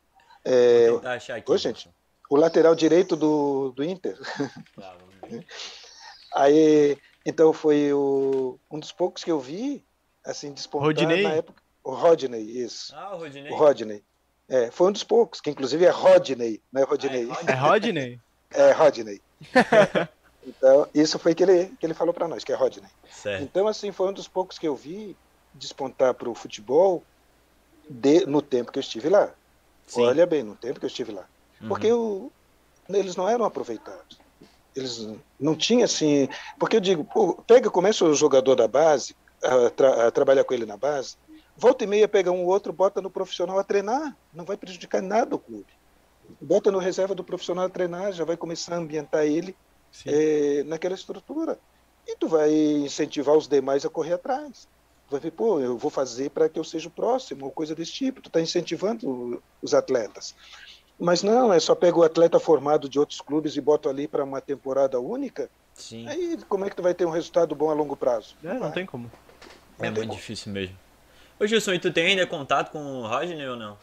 É, Vou tentar achar aqui. ô, gente, o lateral direito do, do Inter. Tá, vamos ver. Aí, Então foi o, um dos poucos que eu vi, assim, despontar Rodinei? na época. O Rodney, isso. Ah, o Rodinei. O Rodney. É, foi um dos poucos, que inclusive é Rodney, não é Rodinei. Ah, é É Rodney? É Rodney. Então, isso foi que ele, que ele falou para nós, que é Rodney. Certo. Então, assim, foi um dos poucos que eu vi despontar para o futebol de, no tempo que eu estive lá. Sim. Olha bem, no tempo que eu estive lá. Uhum. Porque eu, eles não eram aproveitados. Eles não tinham assim... Porque eu digo, pô, pega, começa o jogador da base, a, tra, a trabalhar com ele na base, volta e meia pega um outro, bota no profissional a treinar, não vai prejudicar nada o clube. Bota no reserva do profissional a treinar, já vai começar a ambientar ele é, naquela estrutura. E tu vai incentivar os demais a correr atrás. Tu vai ver, pô, eu vou fazer para que eu seja o próximo, ou coisa desse tipo. Tu está incentivando os atletas. Mas não, é só pega o atleta formado de outros clubes e bota ali para uma temporada única. Sim. Aí como é que tu vai ter um resultado bom a longo prazo? É, não, não tem como. É muito como. difícil mesmo. Ô Gilson, e tu tem ainda contato com o Rodney ou não?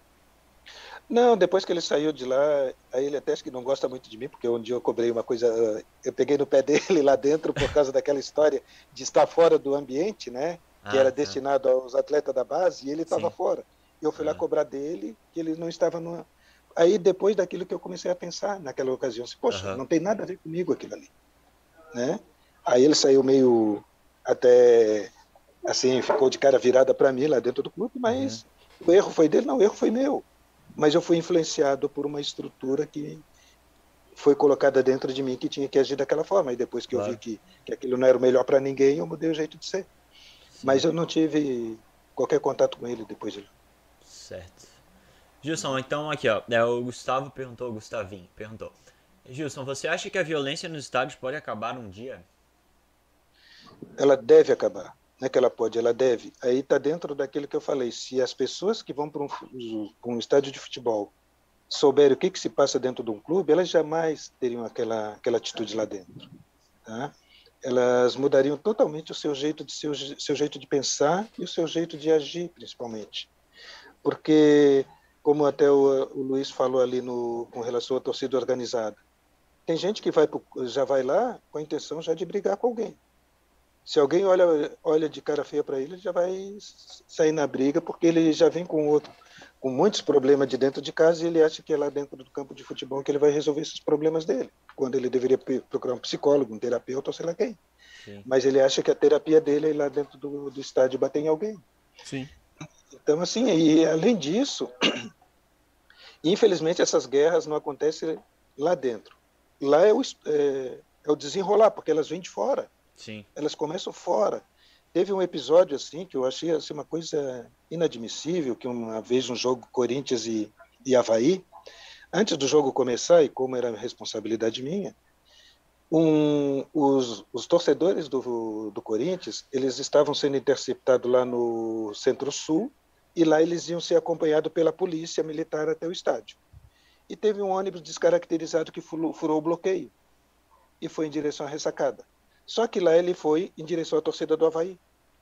Não, depois que ele saiu de lá, aí ele até acho que não gosta muito de mim, porque um dia eu cobrei uma coisa, eu peguei no pé dele lá dentro por causa daquela história de estar fora do ambiente, né? Que ah, era tá. destinado aos atletas da base, e ele estava fora. Eu fui ah. lá cobrar dele, que ele não estava no... Aí depois daquilo que eu comecei a pensar naquela ocasião, assim, poxa, uhum. não tem nada a ver comigo aquilo ali, né? Aí ele saiu meio até, assim, ficou de cara virada para mim lá dentro do clube, mas uhum. o erro foi dele, não, o erro foi meu. Mas eu fui influenciado por uma estrutura que foi colocada dentro de mim que tinha que agir daquela forma. E depois que claro. eu vi que, que aquilo não era o melhor para ninguém, eu mudei o jeito de ser. Sim. Mas eu não tive qualquer contato com ele depois de... Certo. Gilson, então aqui, ó, é, o Gustavo perguntou, o Gustavinho perguntou. Gilson, você acha que a violência nos estádios pode acabar um dia? Ela deve acabar. Não é que ela pode, ela deve. Aí está dentro daquilo que eu falei. Se as pessoas que vão para um, um estádio de futebol souberem o que, que se passa dentro de um clube, elas jamais teriam aquela, aquela atitude lá dentro. Tá? Elas mudariam totalmente o seu jeito de seu, seu jeito de pensar e o seu jeito de agir, principalmente. Porque, como até o, o Luiz falou ali no, com relação à torcida organizada, tem gente que vai pro, já vai lá com a intenção já de brigar com alguém. Se alguém olha, olha de cara feia para ele, ele já vai sair na briga, porque ele já vem com outro, com muitos problemas de dentro de casa e ele acha que é lá dentro do campo de futebol que ele vai resolver esses problemas dele, quando ele deveria procurar um psicólogo, um terapeuta ou sei lá quem. Sim. Mas ele acha que a terapia dele é ir lá dentro do, do estádio bater em alguém. Sim. Então, assim, e além disso, infelizmente essas guerras não acontecem lá dentro. Lá é o, é, é o desenrolar, porque elas vêm de fora. Sim. Elas começam fora. Teve um episódio assim que eu achei assim, uma coisa inadmissível, que uma vez um jogo Corinthians e, e Avaí, antes do jogo começar, e como era responsabilidade minha, um, os, os torcedores do, do Corinthians, eles estavam sendo interceptados lá no Centro-Sul, e lá eles iam ser acompanhados pela polícia militar até o estádio. E teve um ônibus descaracterizado que furou, furou o bloqueio, e foi em direção à ressacada. Só que lá ele foi em direção à torcida do Avaí.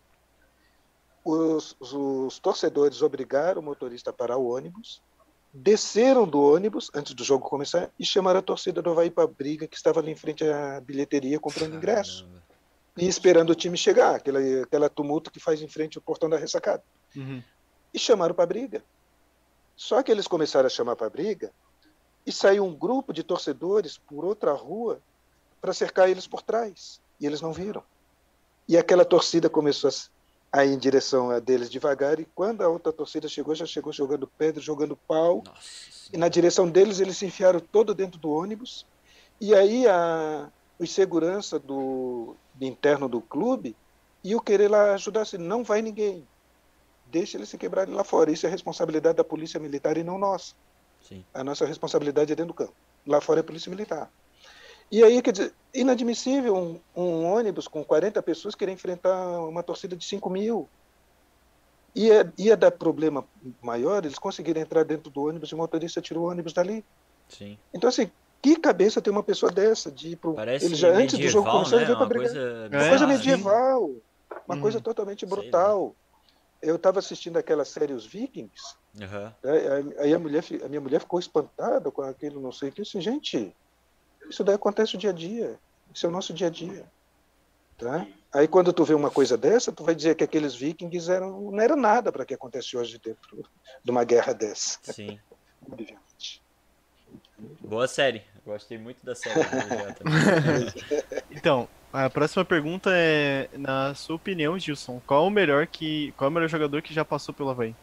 Os, os, os torcedores obrigaram o motorista a parar o ônibus, desceram do ônibus antes do jogo começar e chamaram a torcida do Avaí para a briga que estava ali em frente à bilheteria comprando ingresso. Caramba. E esperando o time chegar, aquela, aquela tumulto que faz em frente ao portão da ressacada. Uhum. E chamaram para a briga. Só que eles começaram a chamar para a briga e saiu um grupo de torcedores por outra rua para cercar eles por trás. E eles não viram. E aquela torcida começou a ir em direção a deles devagar, e quando a outra torcida chegou, já chegou jogando pedra, jogando pau. Nossa. E na direção deles, eles se enfiaram todo dentro do ônibus. E aí a, os segurança do, do interno do clube iam querer lá ajudar, assim, não vai ninguém. Deixa eles se quebrarem lá fora. Isso é responsabilidade da polícia militar e não nossa. Sim. A nossa responsabilidade é dentro do campo. Lá fora é a polícia militar. E aí, quer dizer, inadmissível um, um ônibus com quarenta pessoas querer enfrentar uma torcida de cinco mil. Ia, ia dar problema maior, eles conseguiram entrar dentro do ônibus e o motorista tirou o ônibus dali. Sim. Então, assim, que cabeça tem uma pessoa dessa? De ir pro, Parece ele já medieval, antes do jogo começar, né? ele veio para brigar. Coisa... Uma coisa medieval, uma hum. coisa totalmente brutal. Eu estava assistindo aquela série Os Vikings, uhum. né? Aí a, mulher, a minha mulher ficou espantada com aquilo, não sei o que, assim, gente... Isso daí acontece o dia a dia. Isso é o nosso dia a dia. Tá? Aí quando tu vê uma coisa dessa, tu vai dizer que aqueles vikings eram, não era nada para o que acontece hoje dentro de uma guerra dessa. Sim. Obviamente. Boa série. Gostei muito da série. também. Então, a próxima pergunta é, na sua opinião, Gilson, qual o melhor que, qual é o melhor jogador que já passou pelo Avaí?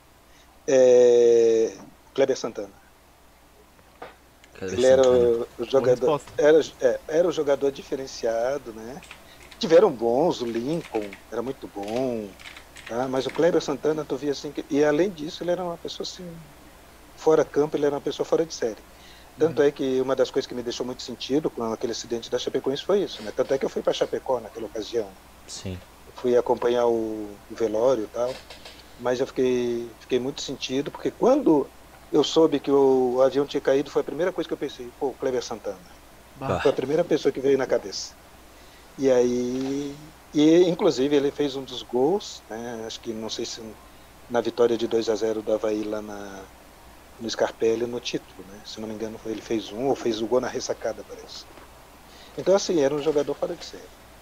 É... Kleber Santana. Kleber Ele era Santana. o, o jogador, era, é, era o jogador diferenciado, né? Tiveram bons, o Lincoln era muito bom, tá? Mas o Kleber Santana, tu via assim, que, e além disso, ele era uma pessoa assim, fora campo, ele era uma pessoa fora de série. Tanto uhum. é que uma das coisas que me deixou muito sentido com aquele acidente da Chapecoense foi isso, né? Tanto é que eu fui para Chapecó naquela ocasião. Sim. Eu fui acompanhar o, o velório e tal, mas eu fiquei, fiquei muito sentido, porque quando eu soube que o avião tinha caído, foi a primeira coisa que eu pensei, pô, Kleber Santana. Bah. Foi a primeira pessoa que veio na cabeça. E aí, e inclusive ele fez um dos gols, né? Acho que não sei se na vitória de dois a zero do Avaí lá na, no Scarpelli no título, né? Se não me engano, ele fez um ou fez o gol na ressacada, parece. Então assim, era um jogador fora de série.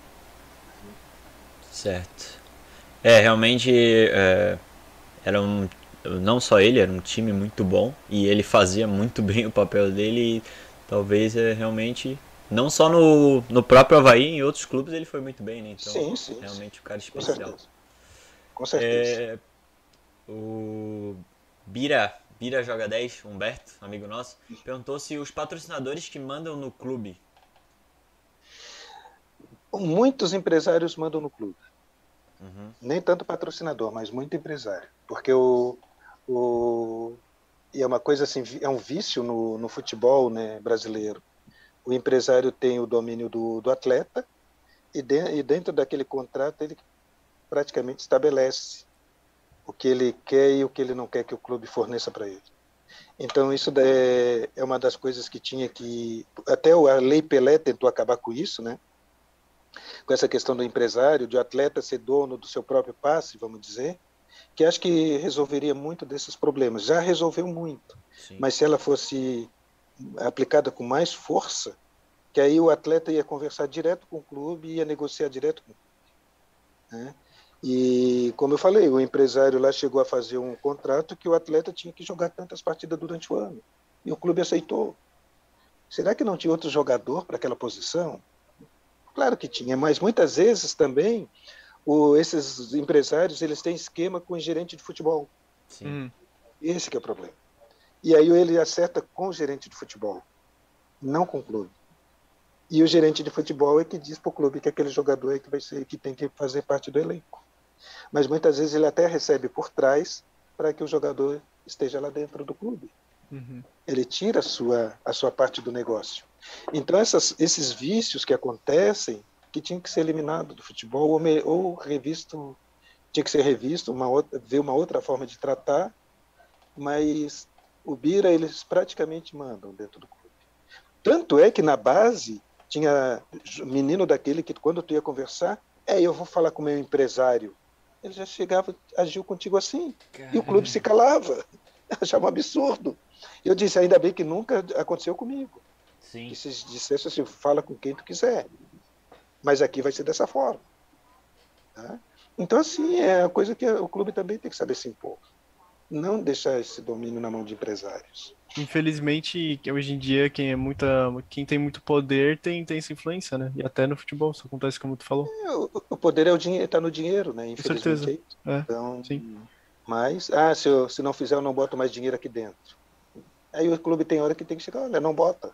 Certo. É, realmente é, era um, não só ele, era um time muito bom e ele fazia muito bem o papel dele e talvez é realmente, não só no, no próprio Avaí, em outros clubes ele foi muito bem, né? Então, sim, sim, realmente sim. um cara especial. Com certeza. Com certeza. É, o Bira, Bira Joga dez, Humberto, amigo nosso, perguntou se os patrocinadores que mandam no clube. Muitos empresários mandam no clube. Uhum. Nem tanto patrocinador, mas muito empresário. Porque o, o e é uma coisa assim, é um vício no, no futebol, né, brasileiro. O empresário tem o domínio do, do atleta e, de, e dentro daquele contrato ele praticamente estabelece o que ele quer e o que ele não quer que o clube forneça para ele. Então isso é, é uma das coisas que tinha que... Até a Lei Pelé tentou acabar com isso, né? Com essa questão do empresário, de o atleta ser dono do seu próprio passe, vamos dizer, que acho que resolveria muito desses problemas. Já resolveu muito, sim. Mas se ela fosse aplicada com mais força, que aí o atleta ia conversar direto com o clube e ia negociar direto com o clube, né? E, como eu falei, o empresário lá chegou a fazer um contrato que o atleta tinha que jogar tantas partidas durante o ano. E o clube aceitou. Será que não tinha outro jogador para aquela posição? Claro que tinha, mas muitas vezes também o, esses empresários eles têm esquema com o gerente de futebol. Sim. Esse que é o problema. E aí ele acerta com o gerente de futebol, não com o clube. E o gerente de futebol é que diz para o clube que aquele jogador é que vai ser, que tem que fazer parte do elenco. Mas muitas vezes ele até recebe por trás para que o jogador esteja lá dentro do clube. Uhum. Ele tira a sua, a sua parte do negócio. Então essas, esses vícios que acontecem, que tinham que ser eliminados do futebol, ou, me, ou revisto, tinha que ser revisto, uma outra, ver uma outra forma de tratar, mas o Bira eles praticamente mandam dentro do clube. Tanto é que na base tinha menino daquele que quando tu ia conversar, é, eu vou falar com o meu empresário. Ele já chegava, agiu contigo assim. Caramba. E o clube se calava. Achava um absurdo. Eu disse, ainda bem que nunca aconteceu comigo. Sim. Que se dissesse assim, fala com quem tu quiser. Mas aqui vai ser dessa forma. Tá? Então, assim, é a coisa que o clube também tem que saber se impor. Não deixar esse domínio na mão de empresários. Infelizmente, hoje em dia, quem é muita, quem tem muito poder tem, tem essa influência, né? E até no futebol, isso acontece como tu falou. É, o, o poder é o dinheiro, está no dinheiro, né? Infelizmente. Com certeza. É isso. É, então, sim. Mas, ah, se, eu, se não fizer, eu não boto mais dinheiro aqui dentro. Aí o clube tem hora que tem que chegar, olha, não bota.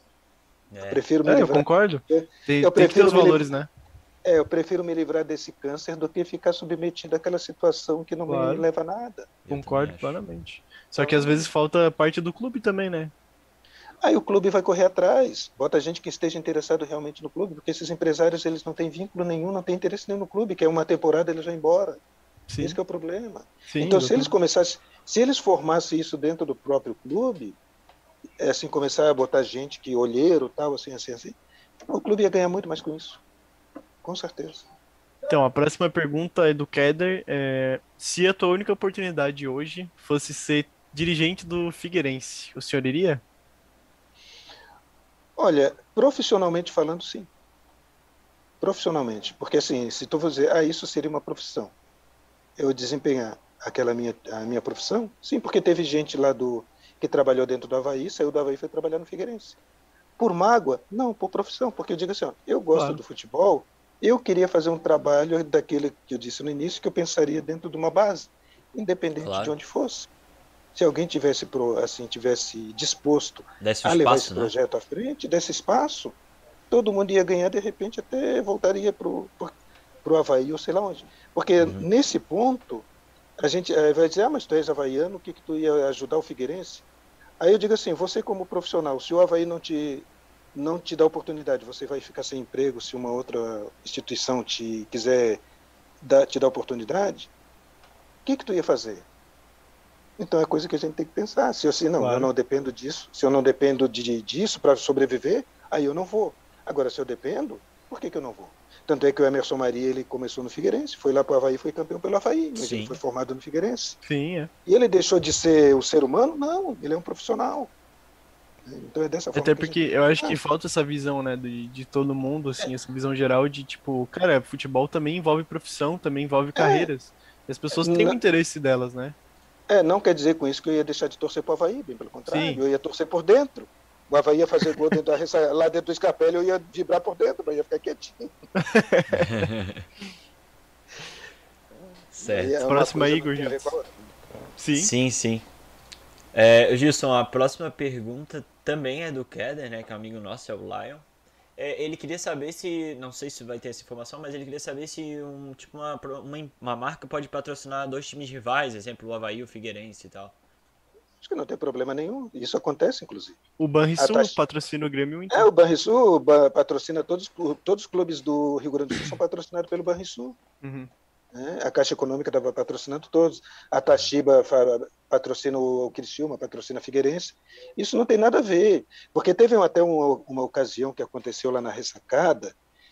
É. Eu prefiro me é, livrar. Eu concordo. Eu, tem, eu tem que ter os valores, livrar, né? É, eu prefiro me livrar desse câncer do que ficar submetido àquela situação que não claro. me leva a nada. Concordo plenamente. Só então, que às vezes falta parte do clube também, né? Aí o clube vai correr atrás, bota gente que esteja interessado realmente no clube, porque esses empresários eles não têm vínculo nenhum, não têm interesse nenhum no clube, que é uma temporada eles vão embora. Sim. Esse que é o problema. Sim, então, se eles começassem, se eles formassem isso dentro do próprio clube, assim, começar a botar gente que olheiro, tal, assim, assim, assim, o clube ia ganhar muito mais com isso. Com certeza. Então, a próxima pergunta é do Keder. É, se a tua única oportunidade hoje fosse ser dirigente do Figueirense, o senhor iria? Olha, profissionalmente falando, sim. profissionalmente, porque assim, se tu dizer, ah, isso seria uma profissão, eu desempenhar aquela minha, a minha profissão, sim, porque teve gente lá do que trabalhou dentro do Avaí, saiu do Avaí e foi trabalhar no Figueirense. Por mágoa? Não, por profissão, porque eu digo assim, ó, eu gosto claro. do futebol, eu queria fazer um trabalho daquele que eu disse no início, que eu pensaria dentro de uma base, independente claro. de onde fosse. Se alguém tivesse, assim, tivesse disposto desse a espaço, levar esse né? projeto à frente, desse espaço, todo mundo ia ganhar, de repente até voltaria para o Avaí ou sei lá onde. Porque uhum. nesse ponto, a gente vai dizer, ah, mas tu és havaiano, o que, que tu ia ajudar o Figueirense? Aí eu digo assim, você como profissional, se o Avaí não te, não te dá oportunidade, você vai ficar sem emprego se uma outra instituição te quiser dar, te dar oportunidade, o que, que tu ia fazer? Então é coisa que a gente tem que pensar. Se eu assim, não, claro. eu não dependo disso, se eu não dependo de, disso para sobreviver, aí eu não vou. Agora, se eu dependo, por que, que eu não vou? Tanto é que o Emerson Maria, ele começou no Figueirense, foi lá para o Avaí, foi campeão pelo Avaí, mas Sim. ele foi formado no Figueirense. Sim, é. E ele deixou de ser o ser humano? Não, ele é um profissional. Então é dessa forma. Até que porque gente... eu acho que falta essa visão, né, de, de todo mundo, assim, é. essa visão geral de, tipo, cara, futebol também envolve profissão, também envolve carreiras. É. E as pessoas têm não... o interesse delas, né? É, não quer dizer com isso que eu ia deixar de torcer para o Avaí, bem pelo contrário, Sim. eu ia torcer por dentro. O Avaí ia fazer gol dentro da, lá dentro do Scarpelli, eu ia vibrar por dentro, mas ia ficar quietinho. Certo. É próximo aí, Igor Gilson. Sim, sim. sim. É, Gilson, a próxima pergunta também é do Keder, né, que é um amigo nosso, é o Lion. É, ele queria saber se, não sei se vai ter essa informação, mas ele queria saber se um, tipo uma, uma, uma marca pode patrocinar dois times rivais, exemplo, o Avaí e o Figueirense e tal. Acho que não tem problema nenhum. Isso acontece, inclusive. O Banrisul taxa... patrocina o Grêmio Inter. É, o Banrisul patrocina todos, todos os clubes do Rio Grande do Sul são patrocinados pelo Banrisul. Uhum. É, a Caixa Econômica estava patrocinando todos. A Tashiba patrocina o Criciúma, patrocina a Figueirense. Isso não tem nada a ver. Porque teve até uma, uma ocasião que aconteceu lá na Ressacada,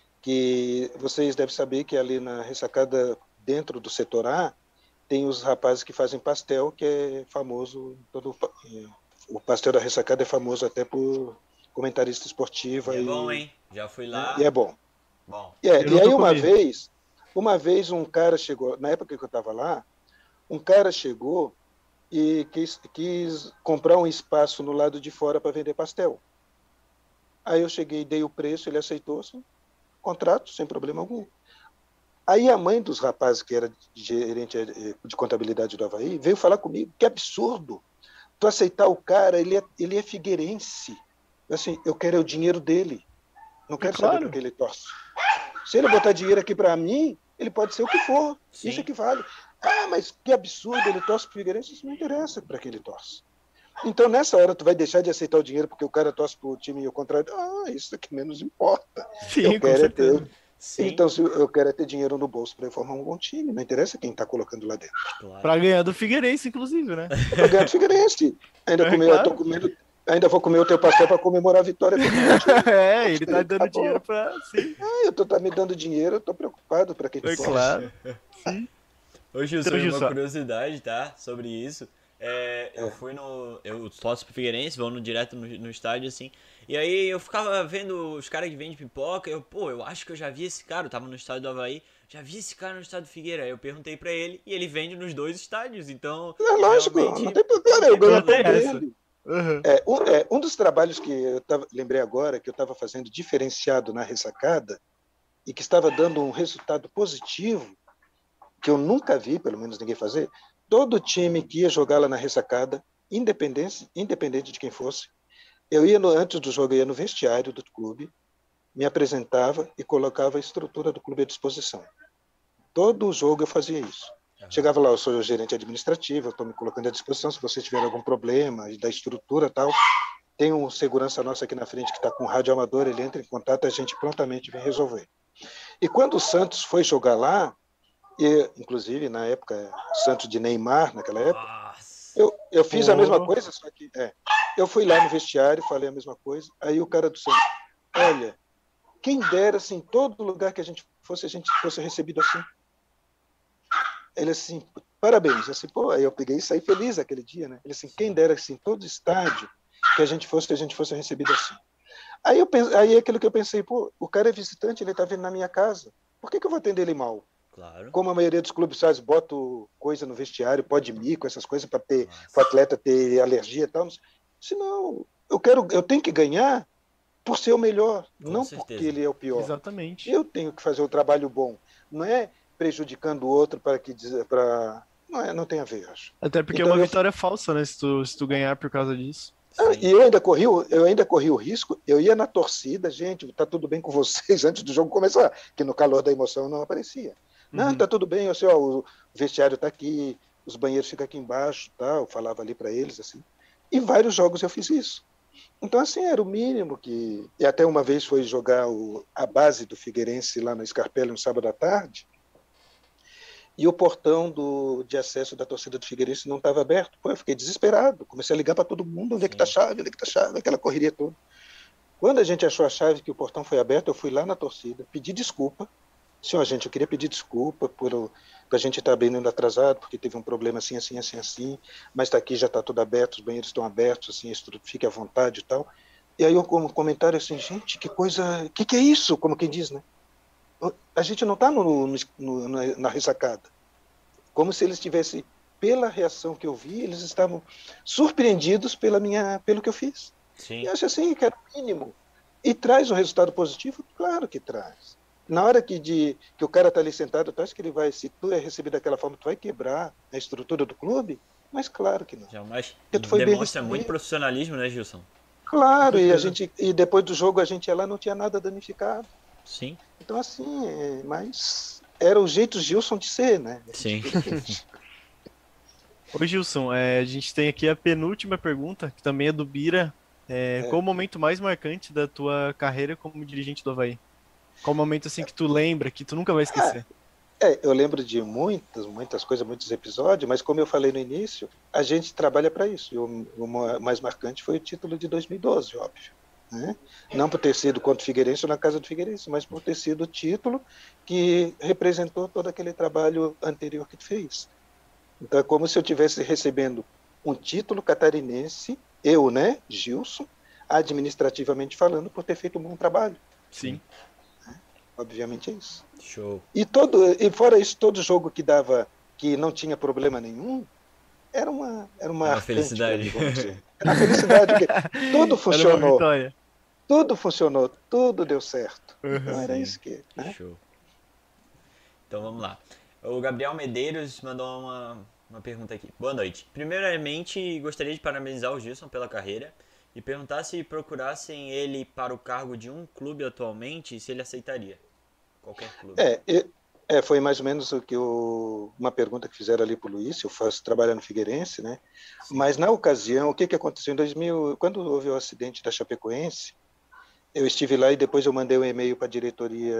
que vocês devem saber que ali na Ressacada, dentro do setor A, tem os rapazes que fazem pastel, que é famoso, todo, o pastel da Ressacada é famoso até por comentarista esportivo. E é e, bom, hein? Já fui lá. É, e é bom. bom. E, é, e aí uma vez, uma vez um cara chegou, na época que eu estava lá, um cara chegou e quis, quis comprar um espaço no lado de fora para vender pastel. Aí eu cheguei, dei o preço, ele aceitou, assim, contrato, sem problema algum. Aí a mãe dos rapazes, que era gerente de contabilidade do Avaí, veio falar comigo, que absurdo, tu aceitar o cara, ele é, ele é figueirense. Assim, eu quero é o dinheiro dele, não quero é claro. saber do que ele torce. Se ele botar dinheiro aqui para mim, ele pode ser o que for, Sim. isso é que vale. Ah, mas que absurdo, ele torce pro Figueirense, isso não interessa para quem ele torce. Então, nessa hora, tu vai deixar de aceitar o dinheiro porque o cara torce pro time e o contrário. Ah, isso é que menos importa. Sim, eu com quero certeza. É ter... Sim. Então, se eu quero é ter dinheiro no bolso para formar um bom time, não interessa quem está colocando lá dentro. Claro. Para ganhar do Figueirense, inclusive, né? Para ganhar do Figueirense. Ainda, é, comer, claro. tô comendo, ainda vou comer o teu pastel para comemorar a vitória. É, ele tá dando Acabou. dinheiro para... Sim. Ah, eu tô tá me dando dinheiro, eu tô preocupado para quem é, claro. Sim. Ô, Gilson, então, uma curiosidade, tá? Sobre isso. É, eu fui no... Eu torço pro Figueirense, vou no, direto no, no estádio, assim. E aí eu ficava vendo os caras que vendem pipoca. Eu, pô, eu acho que eu já vi esse cara. Eu tava no estádio do Avaí. Já vi esse cara no estádio do Figueira. Aí eu perguntei pra ele e ele vende nos dois estádios. Então. É lógico, não tem problema. Eu ganho dele. Uhum. É, um, é, um dos trabalhos que eu tava, lembrei agora, que eu estava fazendo diferenciado na Ressacada e que estava dando um resultado positivo, que eu nunca vi, pelo menos ninguém fazer. Todo time que ia jogar lá na Ressacada, independente, independente de quem fosse, eu ia no, antes do jogo, eu ia no vestiário do clube, me apresentava e colocava a estrutura do clube à disposição. Todo jogo eu fazia isso. Uhum. Chegava lá, eu sou o gerente administrativo, eu estou me colocando à disposição, se você tiver algum problema da estrutura e tal, tem um segurança nosso aqui na frente que está com um rádio amador, ele entra em contato, a gente prontamente vem resolver. E quando o Santos foi jogar lá, e, inclusive na época, Santos de Neymar, naquela época, eu, eu fiz oh. a mesma coisa, só que é, eu fui lá no vestiário, falei a mesma coisa, aí o cara do Santos, olha, quem dera assim, todo lugar que a gente fosse, a gente fosse recebido assim. Ele assim, parabéns, assim, pô, aí eu peguei e saí feliz aquele dia, né? Ele assim, quem dera assim, todo estádio que a gente fosse, que a gente fosse recebido assim. Aí, eu pense, aí é aquilo que eu pensei, pô, o cara é visitante, ele está vindo na minha casa, por que, que eu vou atender ele mal? Claro. Como a maioria dos clubes faz, bota coisa no vestiário, pode mico, essas coisas para ter, para o atleta ter alergia e tal. Senão, eu quero, eu tenho que ganhar por ser o melhor, Com não certeza. porque ele é o pior. Exatamente. Eu tenho que fazer o trabalho bom, não é prejudicando o outro para que para não é, não tem a ver, acho. Até porque Então, é uma eu- falha falsa, né? Se tu, se tu ganhar por causa disso. Ah, Sim. e eu ainda corri, o- eu ainda corri o risco, eu ia na torcida, gente, tá tudo bem com vocês antes do jogo começar, que no calor da emoção não aparecia. Não, Uhum. tá tudo bem, assim, ó, o vestiário tá aqui, os banheiros ficam aqui embaixo, tá? Eu falava ali para eles assim. E vários jogos eu fiz isso. Então assim era o mínimo que e até uma vez foi jogar o, a base do Figueirense lá na Scarpelli no sábado à tarde. E o portão do, de acesso da torcida do Figueirense não estava aberto. Pô, eu fiquei desesperado. Comecei a ligar para todo mundo, onde é que está a Sim. chave, onde é que está a chave, aquela correria toda. Quando a gente achou a chave que o portão foi aberto, eu fui lá na torcida, pedi desculpa. Senhor, gente, eu queria pedir desculpa por a gente estar abrindo atrasado, porque teve um problema assim, assim, assim, assim, mas está aqui, já está tudo aberto, os banheiros estão abertos, assim, isso tudo, fique à vontade e tal. E aí um comentário assim, gente, que coisa, que que é isso? Como quem diz, né? A gente não está no, no, na ressacada. Como se eles tivessem, pela reação que eu vi, eles estavam surpreendidos pela minha, pelo que eu fiz. Sim. E eu acho assim, que era o mínimo. E traz um resultado positivo? Claro que traz. Na hora que, de, que o cara está ali sentado, tu acha que ele vai, se tu é recebido daquela forma, tu vai quebrar a estrutura do clube? Mas claro que não. Jamais. Porque tu foi bem Demonstra recebido. muito profissionalismo, né, Gilson? Claro, e, a certeza. gente, e depois do jogo a gente ia lá, não tinha nada danificado. Sim. Então assim, é, mas era o jeito Gilson de ser, né? Sim. Ô Gilson, é, a gente tem aqui a penúltima pergunta, que também é do Bira. É, É. Qual o momento mais marcante da tua carreira como dirigente do Avaí? Qual o momento assim que tu lembra, que tu nunca vai esquecer? É, eu lembro de muitas, muitas coisas, muitos episódios, mas como eu falei no início, a gente trabalha para isso. E o, o mais marcante foi o título de dois mil e doze, óbvio. Né? Não por ter sido contra o Figueirense ou na casa do Figueirense, mas por ter sido o título que representou todo aquele trabalho anterior que tu fez. Então é como se eu estivesse recebendo um título catarinense, eu, né, Gilson, administrativamente falando, por ter feito um bom trabalho. Sim. Obviamente é isso. Show. E, todo, e fora isso, todo jogo que dava, que não tinha problema nenhum, era uma, era uma, Uma arcante felicidade. pra mim, vamos dizer. Era uma felicidade, porque tudo Era uma funcionou, vitória. tudo funcionou, tudo deu certo. Uhum. Então era Sim. isso que... Né? Show. Então vamos lá. O Gabriel Medeiros mandou uma, uma pergunta aqui. Boa noite. Primeiramente, gostaria de parabenizar o Gilson pela carreira e perguntar se procurassem ele para o cargo de um clube atualmente, se ele aceitaria. Qualquer clube. É, e- é, foi mais ou menos o que eu, uma pergunta que fizeram ali para o Luiz, eu faço trabalhar no Figueirense, né? Mas na ocasião, o que, que aconteceu em dois mil, quando houve o acidente da Chapecoense, eu estive lá e depois eu mandei um e-mail para a diretoria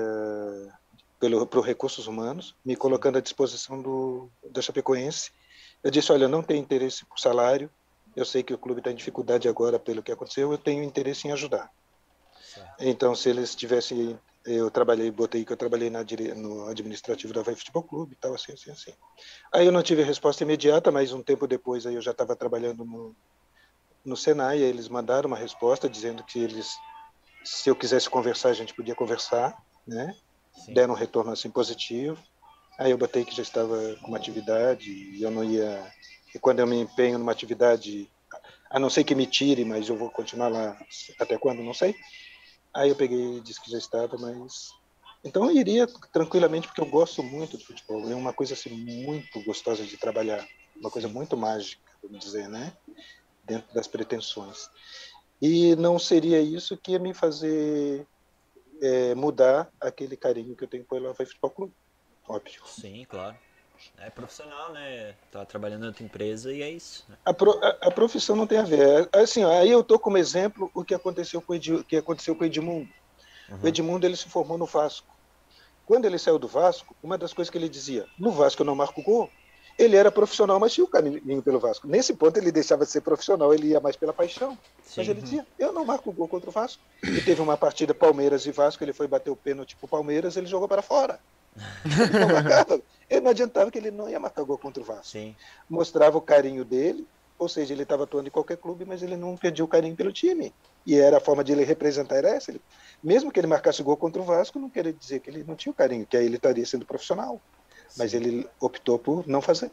pelo para os recursos humanos, me colocando à disposição do da Chapecoense. Eu disse, olha, eu não tenho interesse por salário, eu sei que o clube está em dificuldade agora pelo que aconteceu, eu tenho interesse em ajudar. Certo. Então, se eles tivessem, eu trabalhei, botei que eu trabalhei na, dire- no administrativo da Avaí Futebol Clube e tal, assim, assim, assim. Aí eu não tive resposta imediata, mas um tempo depois aí eu já estava trabalhando no, no Senai, aí eles mandaram uma resposta dizendo que eles, se eu quisesse conversar, a gente podia conversar, né? Sim. Deram um retorno assim positivo. Aí eu botei que já estava com uma atividade e eu não ia... E quando eu me empenho numa atividade, a não ser que me tire, mas eu vou continuar lá até quando, não sei. Aí eu peguei e disse que já estava, mas... Então eu iria tranquilamente, porque eu gosto muito de futebol. É uma coisa assim, muito gostosa de trabalhar. Uma coisa muito mágica, vamos dizer, né? Dentro das pretensões. E não seria isso que ia me fazer é, mudar aquele carinho que eu tenho pelo Avaí Futebol Clube. Óbvio. Sim, claro. É profissional, né? Tá trabalhando em outra empresa e é isso. Né? A, pro, a, a profissão não tem a ver. Assim, ó, aí eu tô como exemplo o que aconteceu com o, Edi, que aconteceu com o Edmundo. Uhum. O Edmundo ele se formou no Vasco. Quando ele saiu do Vasco, uma das coisas que ele dizia, no Vasco eu não marco gol, ele era profissional, mas tinha o caminho pelo Vasco. Nesse ponto ele deixava de ser profissional, ele ia mais pela paixão. Sim. Mas ele dizia, eu não marco gol contra o Vasco. E teve uma partida Palmeiras e Vasco, ele foi bater o pênalti pro Palmeiras, ele jogou para fora. Ele não marcava. Ele não adiantava que ele não ia marcar gol contra o Vasco. Sim. Mostrava o carinho dele Ou seja, ele estava atuando em qualquer clube, mas ele não perdia o carinho pelo time. E era a forma de ele representar era essa. Ele, mesmo que ele marcasse gol contra o Vasco, não queria dizer que ele não tinha o carinho, que aí ele estaria sendo profissional. Sim. Mas ele optou por não fazer.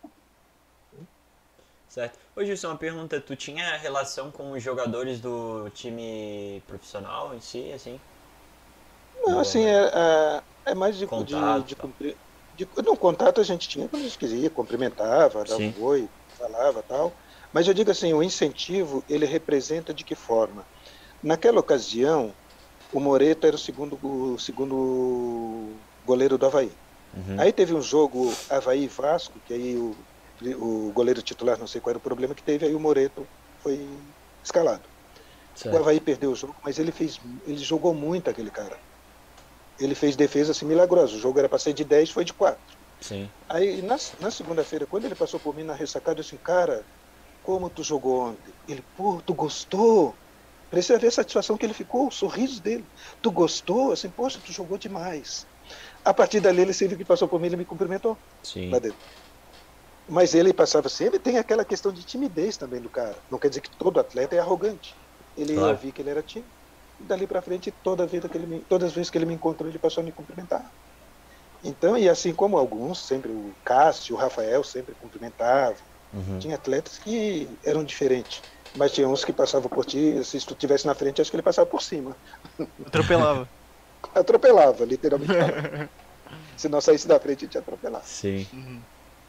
Certo. Ô Gilson, uma pergunta, tu tinha relação com os jogadores do time profissional em si, assim? Não, assim, é, é, é mais de contato, de, de, de, de não, contato a gente tinha quando a gente queria, cumprimentava, dava um oi, falava tal. Mas eu digo assim, o incentivo, ele representa de que forma? Naquela ocasião, o Moreto era o segundo, o segundo goleiro do Avaí. Uhum. Aí teve um jogo Avaí Vasco, que aí o, o goleiro titular, não sei qual era o problema que teve, aí o Moreto foi escalado. Certo. O Avaí perdeu o jogo, mas ele fez, ele jogou muito aquele cara. Ele fez defesa assim milagrosa. O jogo era para ser de dez, foi de quatro. Sim. Aí na, na segunda-feira, quando ele passou por mim na ressacada, eu disse, cara, como tu jogou ontem? Ele, pô, tu gostou? Precisa ver a satisfação que ele ficou, o sorriso dele. Tu gostou? Assim, poxa, tu jogou demais. A partir dali, ele sempre que passou por mim, ele me cumprimentou. Sim. Lá dentro. Mas ele passava sempre, tem aquela questão de timidez também do cara. Não quer dizer que todo atleta é arrogante. Ele claro. Eu vi que ele era tímido. E dali para frente, toda vida que ele me, todas as vezes que ele me encontrou, ele passou a me cumprimentar. Então, e assim como alguns, sempre o Cássio, o Rafael sempre cumprimentavam. Uhum. Tinha atletas que eram diferentes. Mas tinha uns que passavam por ti, se tu estivesse na frente, acho que ele passava por cima. Atropelava. Atropelava, literalmente. Se não saísse da frente, ele te atropelava. Sim. Uhum.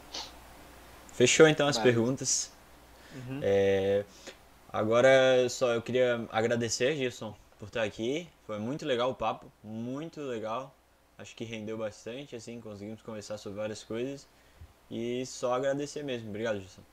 Fechou então as Mas... perguntas. Uhum. É... Agora só eu queria agradecer, Gilson, por estar aqui. Foi muito legal o papo, muito legal. Acho que rendeu bastante, assim, conseguimos conversar sobre várias coisas. E só agradecer mesmo. Obrigado, Gilson.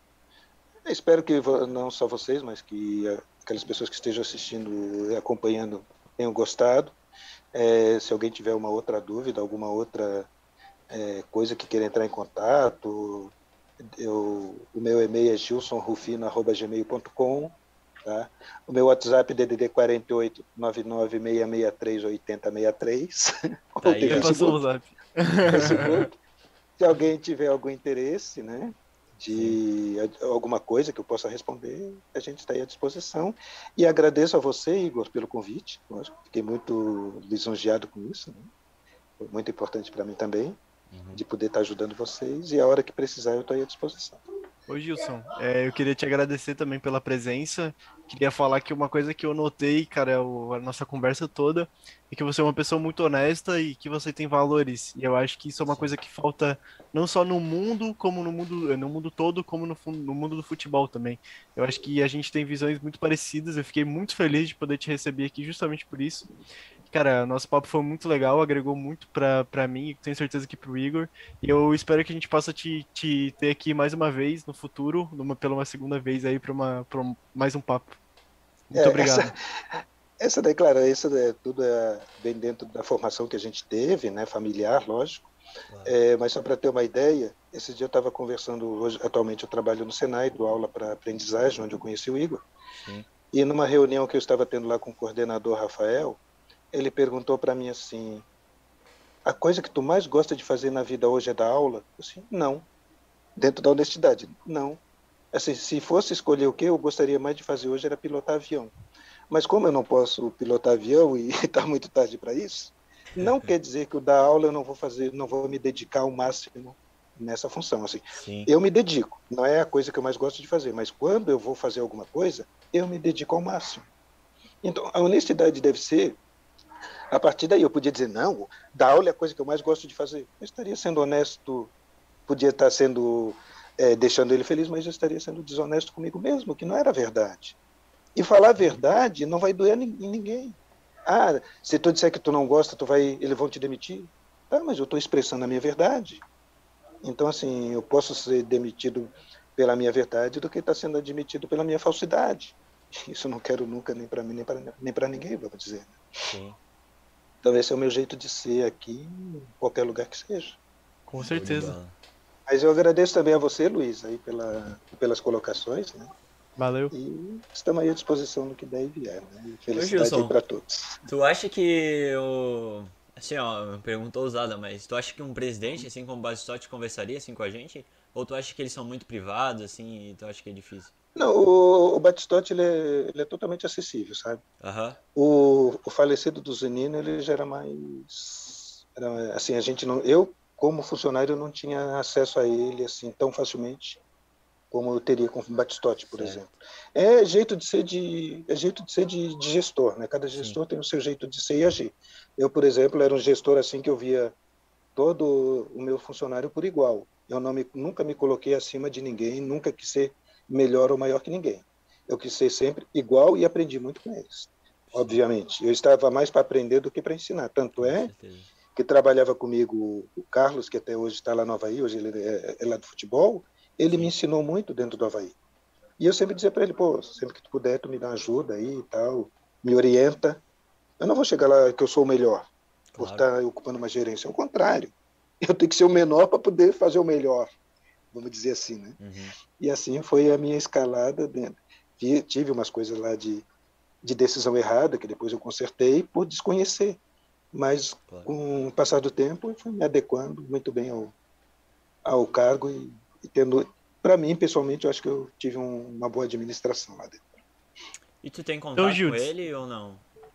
Eu espero que não só vocês, mas que aquelas pessoas que estejam assistindo e acompanhando tenham gostado. É, se alguém tiver uma outra dúvida, alguma outra é, coisa que queira entrar em contato, eu, o meu e-mail é gilson rufino arroba gmail ponto com, tá? O meu WhatsApp é D D D quarenta e oito, nove nove seis seis três, oito zero seis três. Tá aí, passou o zap. Facebook. Se alguém tiver algum interesse, né, de Sim. alguma coisa que eu possa responder, a gente está aí à disposição. E agradeço a você, Igor, pelo convite. Fiquei muito lisonjeado com isso, né? Foi muito importante para mim também, uhum. de poder estar ajudando vocês. E a hora que precisar, eu estou aí à disposição. Ô Gilson, é, eu queria te agradecer também pela presença. Queria falar que uma coisa que eu notei, cara, o, a nossa conversa toda, é que você é uma pessoa muito honesta e que você tem valores. E eu acho que isso é uma coisa que falta não só no mundo, como no mundo, no mundo todo, como no, no mundo do futebol também. Eu acho que a gente tem visões muito parecidas. Eu fiquei muito feliz de poder te receber aqui justamente por isso. Cara, nosso papo foi muito legal, agregou muito pra, pra mim e tenho certeza que pro Igor. E eu espero que a gente possa te, te ter aqui mais uma vez no futuro, numa, pela uma segunda vez aí para uma, pra mais um papo. Muito é, obrigado. Essa, essa daí, claro, isso é, tudo é bem dentro da formação que a gente teve, né, familiar, lógico. Claro. É, mas só para ter uma ideia, esse dia eu estava conversando, hoje, atualmente eu trabalho no Senai, dou aula para aprendizagem, onde eu conheci o Igor. Sim. E numa reunião que eu estava tendo lá com o coordenador Rafael, ele perguntou para mim assim, a coisa que tu mais gosta de fazer na vida hoje é dar aula? Eu assim, não. Dentro da honestidade, não. Assim, se fosse escolher o que eu gostaria mais de fazer hoje era pilotar avião. Mas como eu não posso pilotar avião e está muito tarde para isso, não quer dizer que o dar aula eu não vou fazer, não vou me dedicar ao máximo nessa função. Assim, Sim. Eu me dedico, não é a coisa que eu mais gosto de fazer, mas quando eu vou fazer alguma coisa, eu me dedico ao máximo. Então, a honestidade deve ser, a partir daí eu podia dizer, não, dar aula é a coisa que eu mais gosto de fazer. Eu estaria sendo honesto, podia estar sendo, é, deixando ele feliz, mas eu estaria sendo desonesto comigo mesmo, que não era verdade. E falar a verdade não vai doer em ninguém. Ah, se tu disser que tu não gosta, tu vai, eles vão te demitir. Ah, mas eu estou expressando a minha verdade. Então, assim, eu posso ser demitido pela minha verdade do que estar sendo admitido pela minha falsidade. Isso eu não quero nunca, nem para mim, nem para nem para ninguém, vamos dizer. Sim. Então esse é o meu jeito de ser aqui, em qualquer lugar que seja. Com certeza. Mas eu agradeço também a você, Luiz, aí pela, pelas colocações, né? Valeu. E estamos aí à disposição no que der e vier, né? Felicidade aí para todos. Tu acha que o... Assim, ó, pergunta ousada, mas tu acha que um presidente, assim como o Batistotti, conversaria assim com a gente? Ou tu acha que eles são muito privados, assim, e tu acha que é difícil? Não, o, o Batistotti, ele é, ele é totalmente acessível, sabe? Aham. O, o falecido do Zanino, ele já era mais... Era, assim, a gente não... Eu, como funcionário, não tinha acesso a ele, assim, tão facilmente como eu teria com o Batistotti, por Certo. exemplo. É jeito de ser de, é jeito de, ser de, de gestor, né? Cada gestor Sim. tem o seu jeito de ser e agir. Eu, por exemplo, era um gestor assim que eu via todo o meu funcionário por igual. Eu não me, nunca me coloquei acima de ninguém, nunca quis ser melhor ou maior que ninguém. Eu quis ser sempre igual e aprendi muito com eles. Obviamente, eu estava mais para aprender do que para ensinar. Tanto Com é certeza. que trabalhava comigo o Carlos, que até hoje está lá no Avaí, hoje ele é, é lá do futebol, ele Sim. me ensinou muito dentro do Avaí. E eu sempre dizia para ele, pô, sempre que tu puder, tu me dá ajuda aí e tal, me orienta. Eu não vou chegar lá que eu sou o melhor, por Claro. estar ocupando uma gerência. Ao contrário, eu tenho que ser o menor para poder fazer o melhor, vamos dizer assim, né? Uhum. E assim foi a minha escalada dentro. Tive umas coisas lá de, de decisão errada, que depois eu consertei por desconhecer. Mas Claro. com o passar do tempo, eu fui me adequando muito bem ao, ao cargo e, e tendo... Para mim, pessoalmente, eu acho que eu tive um, uma boa administração lá dentro. E tu tem Então, contato com Gildes, ele ou não?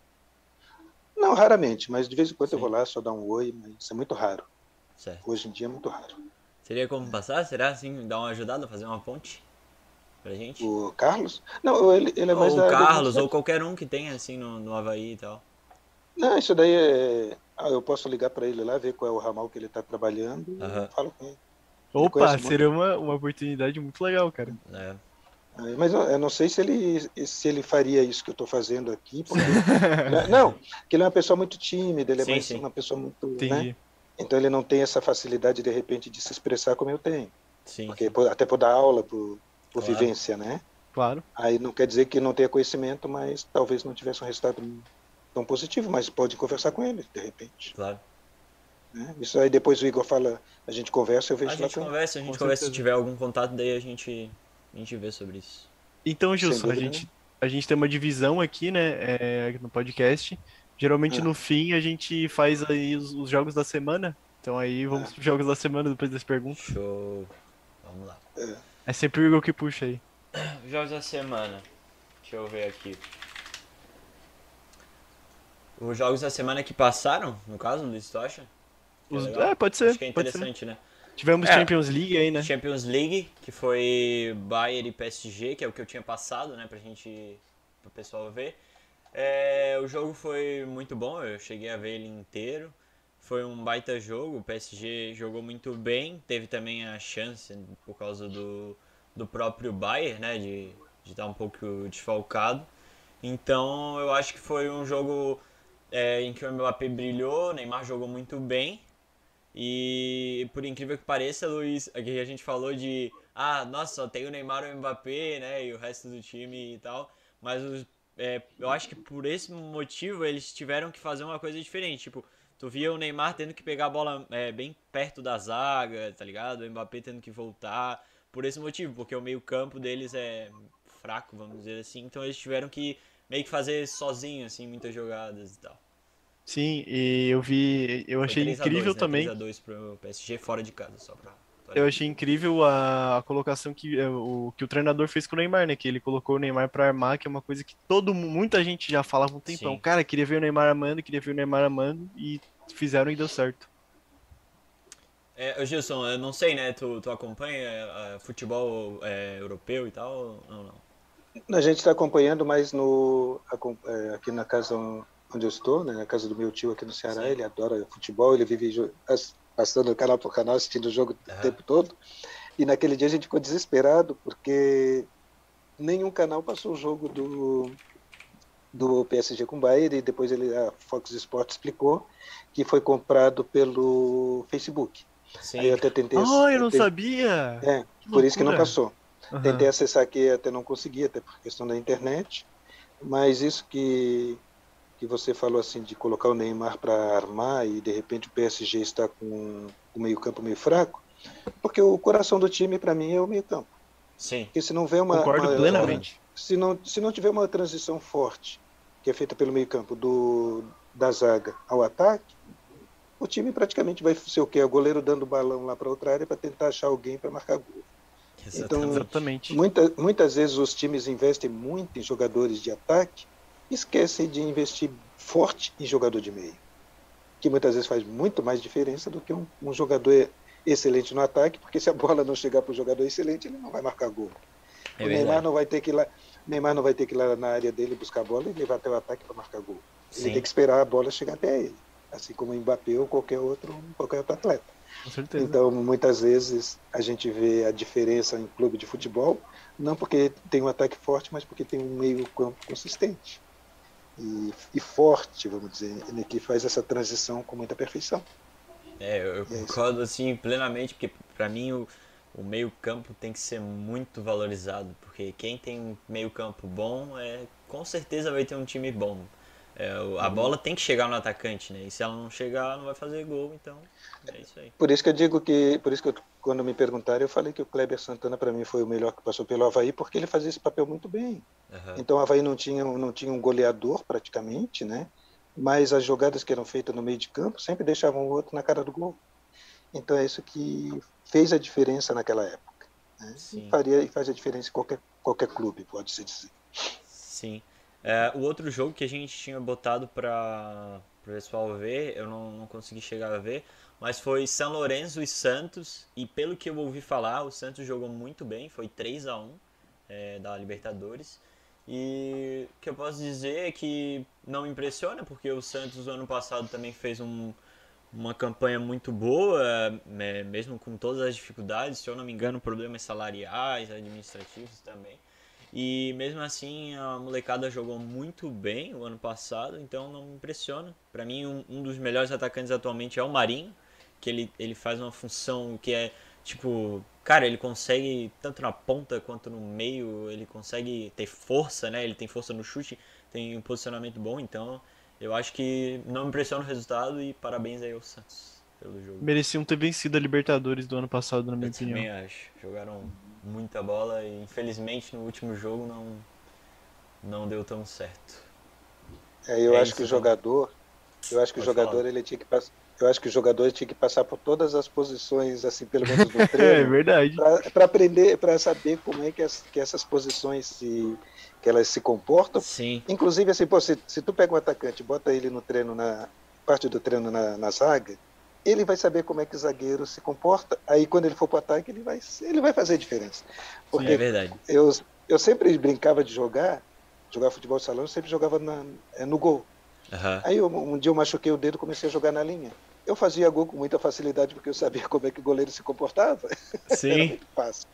Não, raramente, mas de vez em quando eu Sim. vou lá, só dar um oi, mas isso é muito raro. Certo. Hoje em dia é muito raro. Seria como passar? Será assim? Dar uma ajudada, fazer uma ponte pra gente? O Carlos? Não, ele, ele é mais Ou da o área Carlos, ou administrativa. qualquer um que tenha assim no, no Avaí e tal. Não, isso daí é... Ah, eu posso ligar para ele lá, ver qual é o ramal que ele está trabalhando e Aham. falo com ele. Ele opa, conhece muito. seria uma, uma oportunidade muito legal, cara. É. É, mas eu, eu não sei se ele, se ele faria isso que eu estou fazendo aqui, porque... Não, porque ele é uma pessoa muito tímida, ele é Sim, mais sim. uma pessoa muito... Né? Entendi. Então ele não tem essa facilidade, de repente, de se expressar como eu tenho. Sim. Porque, por- até por dar aula, por, por Claro. vivência, né? Claro. Aí não quer dizer que não tenha conhecimento, mas talvez não tivesse um resultado tão positivo, mas pode conversar com ele, de repente. Claro. Né? Isso aí depois o Igor fala, a gente conversa, eu vejo A lá gente com ele. conversa, a gente Com conversa se certeza. tiver algum contato, daí a gente, a gente vê sobre isso. Então, Gilson, a dúvida gente, a gente tem uma divisão aqui, né, é, no podcast. Geralmente Ah. no fim a gente faz aí os, os jogos da semana. Então aí vamos Ah. pros jogos da semana depois das perguntas. Show. Vamos lá. É sempre o Igor que puxa aí. Jogos da semana. Deixa eu ver aqui. Os jogos da semana que passaram, no caso, Luiz, tu acha? Que é Os- legal? é, pode ser. Acho que é pode ser. interessante, né? Tivemos É. Champions League aí, né? Champions League, que foi Bayern e P S G, que é o que eu tinha passado, né, pra gente, pro pessoal ver. É, o jogo foi muito bom, eu cheguei a ver ele inteiro. Foi um baita jogo, o P S G jogou muito bem, teve também a chance por causa do, do próprio Bayern, né, de de estar um pouco desfalcado. Então eu acho que foi um jogo é, em que o Mbappé brilhou, o Neymar jogou muito bem. E por incrível que pareça, Luiz, aqui a gente falou de ah, nossa, só tem o Neymar e o Mbappé, né, e o resto do time e tal, mas os, é, eu acho que por esse motivo eles tiveram que fazer uma coisa diferente, tipo, tu via o Neymar tendo que pegar a bola é, bem perto da zaga, tá ligado? O Mbappé tendo que voltar, por esse motivo, porque o meio campo deles é fraco, vamos dizer assim, então eles tiveram que meio que fazer sozinho, assim, muitas jogadas e tal. Sim, e eu vi. Eu Foi achei três a dois, incrível né? também. três a dois pro P S G fora de casa, só pra... Eu achei incrível a, a colocação que é, o, que o treinador fez com o Neymar, né? Que ele colocou o Neymar pra armar, que é uma coisa que todo mu- muita gente já falava há um tempão. Sim. Cara, queria ver o Neymar armando, queria ver o Neymar armando, e fizeram e deu certo. É, ô Gilson, eu não sei, né? Tu, tu acompanha é, futebol é, europeu e tal ou não? A gente está acompanhando, mas no, acom- é, aqui na casa onde eu estou, né, na casa do meu tio aqui no Ceará, Sim. ele adora futebol, ele vive jo- as- passando canal por canal, assistindo o jogo Aham. o tempo todo. E naquele dia a gente ficou desesperado, porque nenhum canal passou o jogo do, do P S G com o Bayern, e depois ele, a Fox Sports explicou que foi comprado pelo Facebook. Sim. Aí eu até tentei... Ah, eu não tentei- sabia! É, Que por isso que não loucura. passou. Aham. Tentei acessar aqui, até não consegui, até por questão da internet. Mas isso que, que você falou assim, de colocar o Neymar para armar e de repente o P S G está com o meio-campo meio fraco, porque o coração do time, para mim, é o meio-campo. Sim. Porque se não vê uma, Concordo uma- plenamente. se não, se não tiver uma transição forte, que é feita pelo meio-campo do da zaga ao ataque, o time praticamente vai ser o quê? O goleiro dando o balão lá para outra área para tentar achar alguém para marcar gol. Então, Exatamente. muita, muitas vezes os times investem muito em jogadores de ataque e esquecem de investir forte em jogador de meio, que muitas vezes faz muito mais diferença do que um, um jogador excelente no ataque, porque se a bola não chegar para o jogador excelente, ele não vai marcar gol. É o Neymar não vai ter que ir lá, Neymar não vai ter que ir lá na área dele buscar a bola e levar até o ataque para marcar gol. Ele Sim. tem que esperar a bola chegar até ele, assim como o Mbappé ou qualquer outro, qualquer outro atleta. Com certeza. Então, muitas vezes a gente vê a diferença em clube de futebol, não porque tem um ataque forte, mas porque tem um meio campo consistente e, e forte, vamos dizer, que faz essa transição com muita perfeição. É, eu, eu concordo assim plenamente, porque para mim o, o meio campo tem que ser muito valorizado, porque quem tem um meio campo bom, é, com certeza vai ter um time bom. É, a bola tem que chegar no atacante, né? E se ela não chegar, não vai fazer gol, então é isso aí. Por isso que eu digo que, por isso que eu, quando me perguntaram, eu falei que o Kleber Santana para mim foi o melhor que passou pelo Avaí, porque ele fazia esse papel muito bem. Uhum. Então o Avaí não tinha, não tinha um goleador praticamente, né? Mas as jogadas que eram feitas no meio de campo sempre deixavam o outro na cara do gol. Então é isso que fez a diferença naquela época, né? E faria e faz a diferença em qualquer qualquer clube, pode-se dizer. Sim. É, o outro jogo que a gente tinha botado para o pessoal ver, eu não, não consegui chegar a ver, mas foi São Lourenço e Santos, e pelo que eu ouvi falar, o Santos jogou muito bem, foi três a um é, da Libertadores, e o que eu posso dizer é que não me impressiona, porque o Santos no ano passado também fez um, uma campanha muito boa, é, mesmo com todas as dificuldades, se eu não me engano, problemas salariais, administrativos também. E mesmo assim a molecada jogou muito bem o ano passado, então não me impressiona. Para mim um, um dos melhores atacantes atualmente é o Marinho, que ele, ele faz uma função que é tipo, cara, ele consegue tanto na ponta quanto no meio, ele consegue ter força, né? Ele tem força no chute, tem um posicionamento bom, então eu acho que não me impressiona o resultado e parabéns aí ao Santos pelo jogo. Mereciam ter vencido a Libertadores do ano passado, na minha eu opinião. Eu também acho, jogaram muita bola e infelizmente no último jogo não, não deu tão certo. É, eu é acho que o jogador, eu acho que o jogador falar. ele tinha que passar, eu acho que o jogador tinha que passar por todas as posições, assim, pelo menos no treino. É verdade. Para aprender, para saber como é que, as, que essas posições se, que elas se comportam. Sim. Inclusive, assim, pô, se, se tu pega um atacante, bota ele no treino na parte do treino na, na zaga, ele vai saber como é que o zagueiro se comporta, aí quando ele for para o ataque, ele vai, ele vai fazer diferença. Porque Sim, é verdade. Eu, eu sempre brincava de jogar, jogar futebol de salão, eu sempre jogava na, no gol. Uhum. Aí eu, um dia eu machuquei o dedo e comecei a jogar na linha. Eu fazia gol com muita facilidade, porque eu sabia como é que o goleiro se comportava. Sim. Era muito fácil.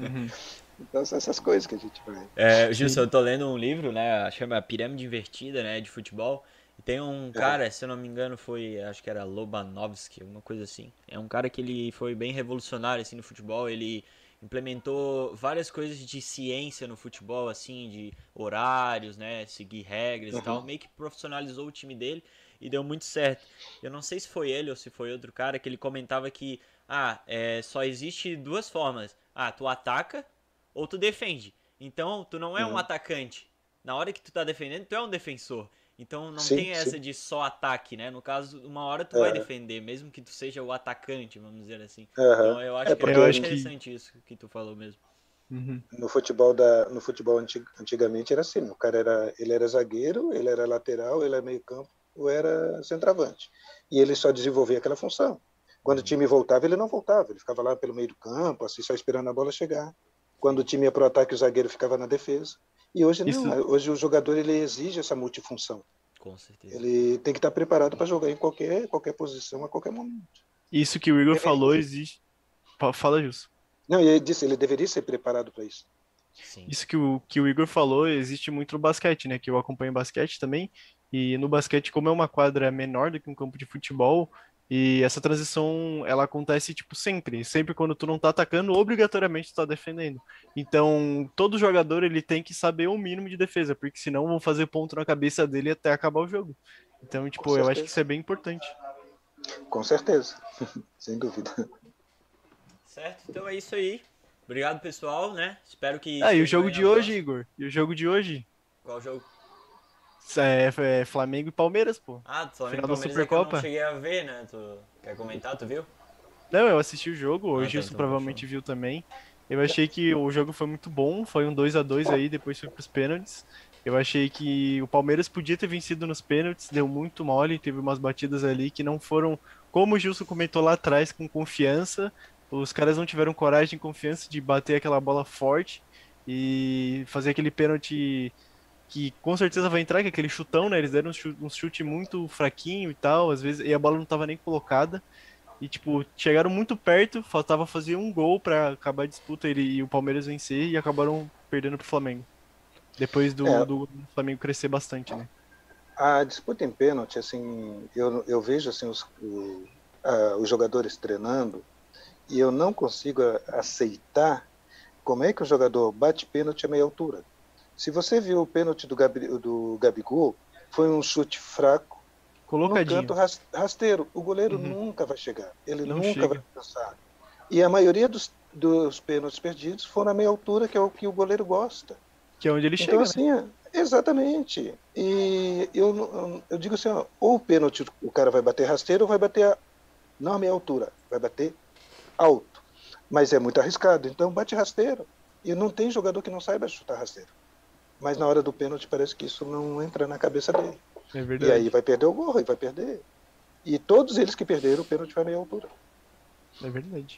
Então são essas coisas que a gente vai... É, Gilson, eu tô lendo um livro, né, chama Pirâmide Invertida, né, de futebol. E tem um cara, é. se eu não me engano, foi, acho que era Lobanovski, alguma coisa assim. É um cara que ele foi bem revolucionário, assim, no futebol. Ele implementou várias coisas de ciência no futebol, assim, de horários, né, seguir regras uhum. e tal. Meio que profissionalizou o time dele e deu muito certo. Eu não sei se foi ele ou se foi outro cara que ele comentava que, ah, é, só existe duas formas. Ah, tu ataca ou tu defende. Então, tu não é uhum. um atacante. Na hora que tu tá defendendo, tu é um defensor. Então não sim, tem essa sim. de só ataque, né? No caso, uma hora tu uhum. vai defender, mesmo que tu seja o atacante, vamos dizer assim. Uhum. Então eu acho é que é muito interessante que... isso que tu falou mesmo. Uhum. No futebol, da, no futebol antig, antigamente era assim, o cara era, ele era zagueiro, ele era lateral, ele era meio campo, ou era centroavante. E ele só desenvolvia aquela função. Quando uhum. o time voltava, ele não voltava, ele ficava lá pelo meio do campo, assim, só esperando a bola chegar. Quando o time ia para o ataque, o zagueiro ficava na defesa. E hoje não, Isso... hoje o jogador ele exige essa multifunção. Com certeza. Ele tem que estar preparado para jogar em qualquer, qualquer posição, a qualquer momento. Isso que o Igor deveria... falou existe. Fala, Gilson. Não, ele disse, ele deveria ser preparado para isso. Sim. Isso que o, que o Igor falou existe muito no basquete, né? Que eu acompanho basquete também. E no basquete, como é uma quadra menor do que um campo de futebol, e essa transição, ela acontece, tipo, sempre. Sempre quando tu não tá atacando, obrigatoriamente tu tá defendendo. Então, todo jogador, ele tem que saber o mínimo de defesa, porque senão vão fazer ponto na cabeça dele até acabar o jogo. Então, tipo, eu acho que isso é bem importante. Com certeza. Sem dúvida. Certo, então é isso aí. Obrigado, pessoal, né? Espero que... Ah, e o jogo de hoje, Igor? E o jogo de hoje? Qual jogo? É, é Flamengo e Palmeiras, pô. Ah, do Flamengo Final e da Palmeiras é que eu Supercopa. não cheguei a ver, né? Tu quer comentar, tu viu? Não, eu assisti o jogo, o Ah, tá, Gilson então provavelmente fechou. viu também. Eu achei que o jogo foi muito bom, foi um dois a dois aí, depois foi pros pênaltis. Eu achei que o Palmeiras podia ter vencido nos pênaltis, deu muito mole, teve umas batidas ali que não foram, como o Gilson comentou lá atrás, com confiança. Os caras não tiveram coragem e confiança de bater aquela bola forte e fazer aquele pênalti que com certeza vai entrar, que é aquele chutão, né? Eles deram um chute, um chute muito fraquinho e tal, às vezes, e a bola não tava nem colocada. E, tipo, chegaram muito perto, faltava fazer um gol pra acabar a disputa ele, e o Palmeiras vencer e acabaram perdendo pro Flamengo. Depois do, É, do Flamengo crescer bastante, né? a disputa em pênalti, assim, eu, eu vejo assim, os, o, a, os jogadores treinando e eu não consigo a, aceitar como é que o jogador bate pênalti a meia altura. Se você viu o pênalti do, Gabi, do Gabigol, foi um chute fraco no canto Colocadinho. rasteiro. O goleiro Uhum. nunca vai chegar, ele Não nunca vai chega. alcançar. E a maioria dos, dos pênaltis perdidos foram na meia altura, que é o que o goleiro gosta. Que é onde ele Então, chega, né? assim, é, exatamente. E eu, eu, eu digo assim, ó, ou o pênalti o cara vai bater rasteiro ou vai bater a, não a meia altura, vai bater alto. Mas é muito arriscado, então bate rasteiro. E não tem jogador que não saiba chutar rasteiro. Mas na hora do pênalti parece que isso não entra na cabeça dele. É E verdade. aí vai perder o gol, e vai perder. E todos eles que perderam, o pênalti vai à meia altura. É verdade.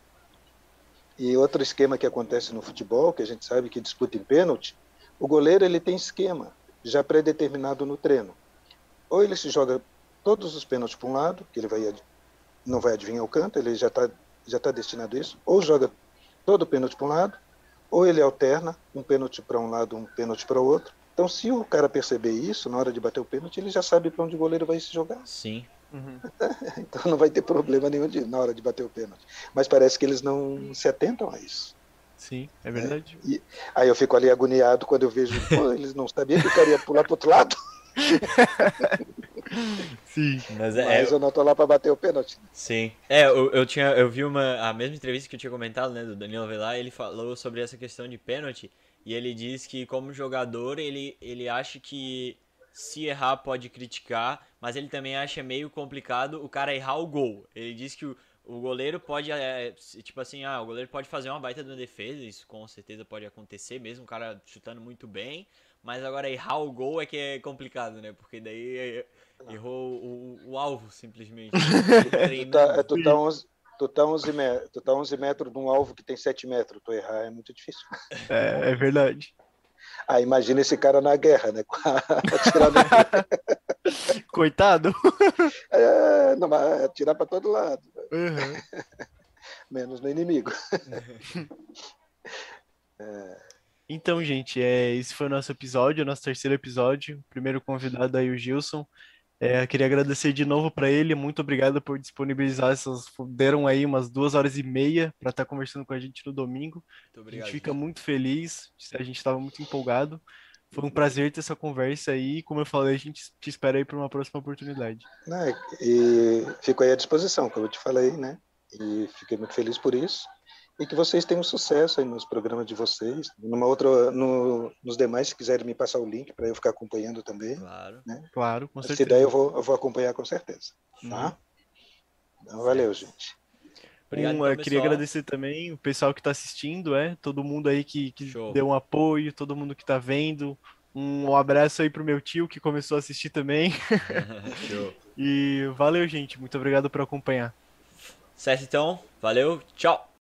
E outro esquema que acontece no futebol, que a gente sabe que disputa em pênalti, o goleiro ele tem esquema já pré-determinado no treino. Ou ele se joga todos os pênaltis para um lado, que ele vai, não vai adivinhar o canto, ele já está já tá destinado a isso, ou joga todo o pênalti para um lado, ou ele alterna um pênalti para um lado, um pênalti para o outro. Então, se o cara perceber isso, na hora de bater o pênalti, ele já sabe para onde o goleiro vai se jogar. Sim. Uhum. Então não vai ter problema nenhum de, na hora de bater o pênalti. Mas parece que eles não se atentam a isso. Sim, é verdade. É. E aí eu fico ali agoniado quando eu vejo, pô, eles não sabiam que o cara ia pular pro outro lado. Sim. Mas é, Mas eu não tô lá para bater o pênalti. sim. É, eu, eu, tinha, eu vi uma, a mesma entrevista que eu tinha comentado, né, do Danilo Avelar, ele falou sobre essa questão de pênalti, e ele diz que como jogador, ele, ele acha que se errar pode criticar, mas ele também acha meio complicado o cara errar o gol. Ele diz que o, o goleiro pode, é, tipo assim, ah, o goleiro pode fazer uma baita de uma defesa, isso com certeza pode acontecer mesmo, o cara chutando muito bem, mas agora errar o gol é que é complicado, né, porque daí errou o, o alvo, simplesmente. Tu tá, tu tá onze, tu tá onze metros, tu tá onze metros de um alvo que tem sete metros, tu errar é muito difícil. É, é verdade. Ah, imagina esse cara na guerra, né? Atirar Coitado. É, não, mas atirar para todo lado. Uhum. Menos no inimigo. É. Então, gente, é, esse foi o nosso episódio, o nosso terceiro episódio. O primeiro convidado aí, o Gilson. É, queria agradecer de novo para ele. Muito obrigado por disponibilizar essas. Deram aí umas duas horas e meia para estar conversando com a gente no domingo. Muito obrigado, a gente fica gente. muito feliz. A gente estava muito empolgado. Foi um prazer ter essa conversa aí. Como eu falei, a gente te espera aí para uma próxima oportunidade. Não, e fico aí à disposição, como eu te falei, né? E fiquei muito feliz por isso. E que vocês tenham sucesso aí nos programas de vocês. Numa outra, no, nos demais, se quiserem me passar o link para eu ficar acompanhando também. Claro. Né? Claro, com certeza. Se der, eu vou, eu vou acompanhar com certeza. Tá? Então, valeu, gente. Obrigado, um, então, eu queria pessoal. agradecer também o pessoal que está assistindo, é, todo mundo aí que, que Show. deu um apoio, todo mundo que está vendo. Um abraço aí pro meu tio que começou a assistir também. Show. E valeu, gente. Muito obrigado por acompanhar. Certo, então. Valeu. Tchau.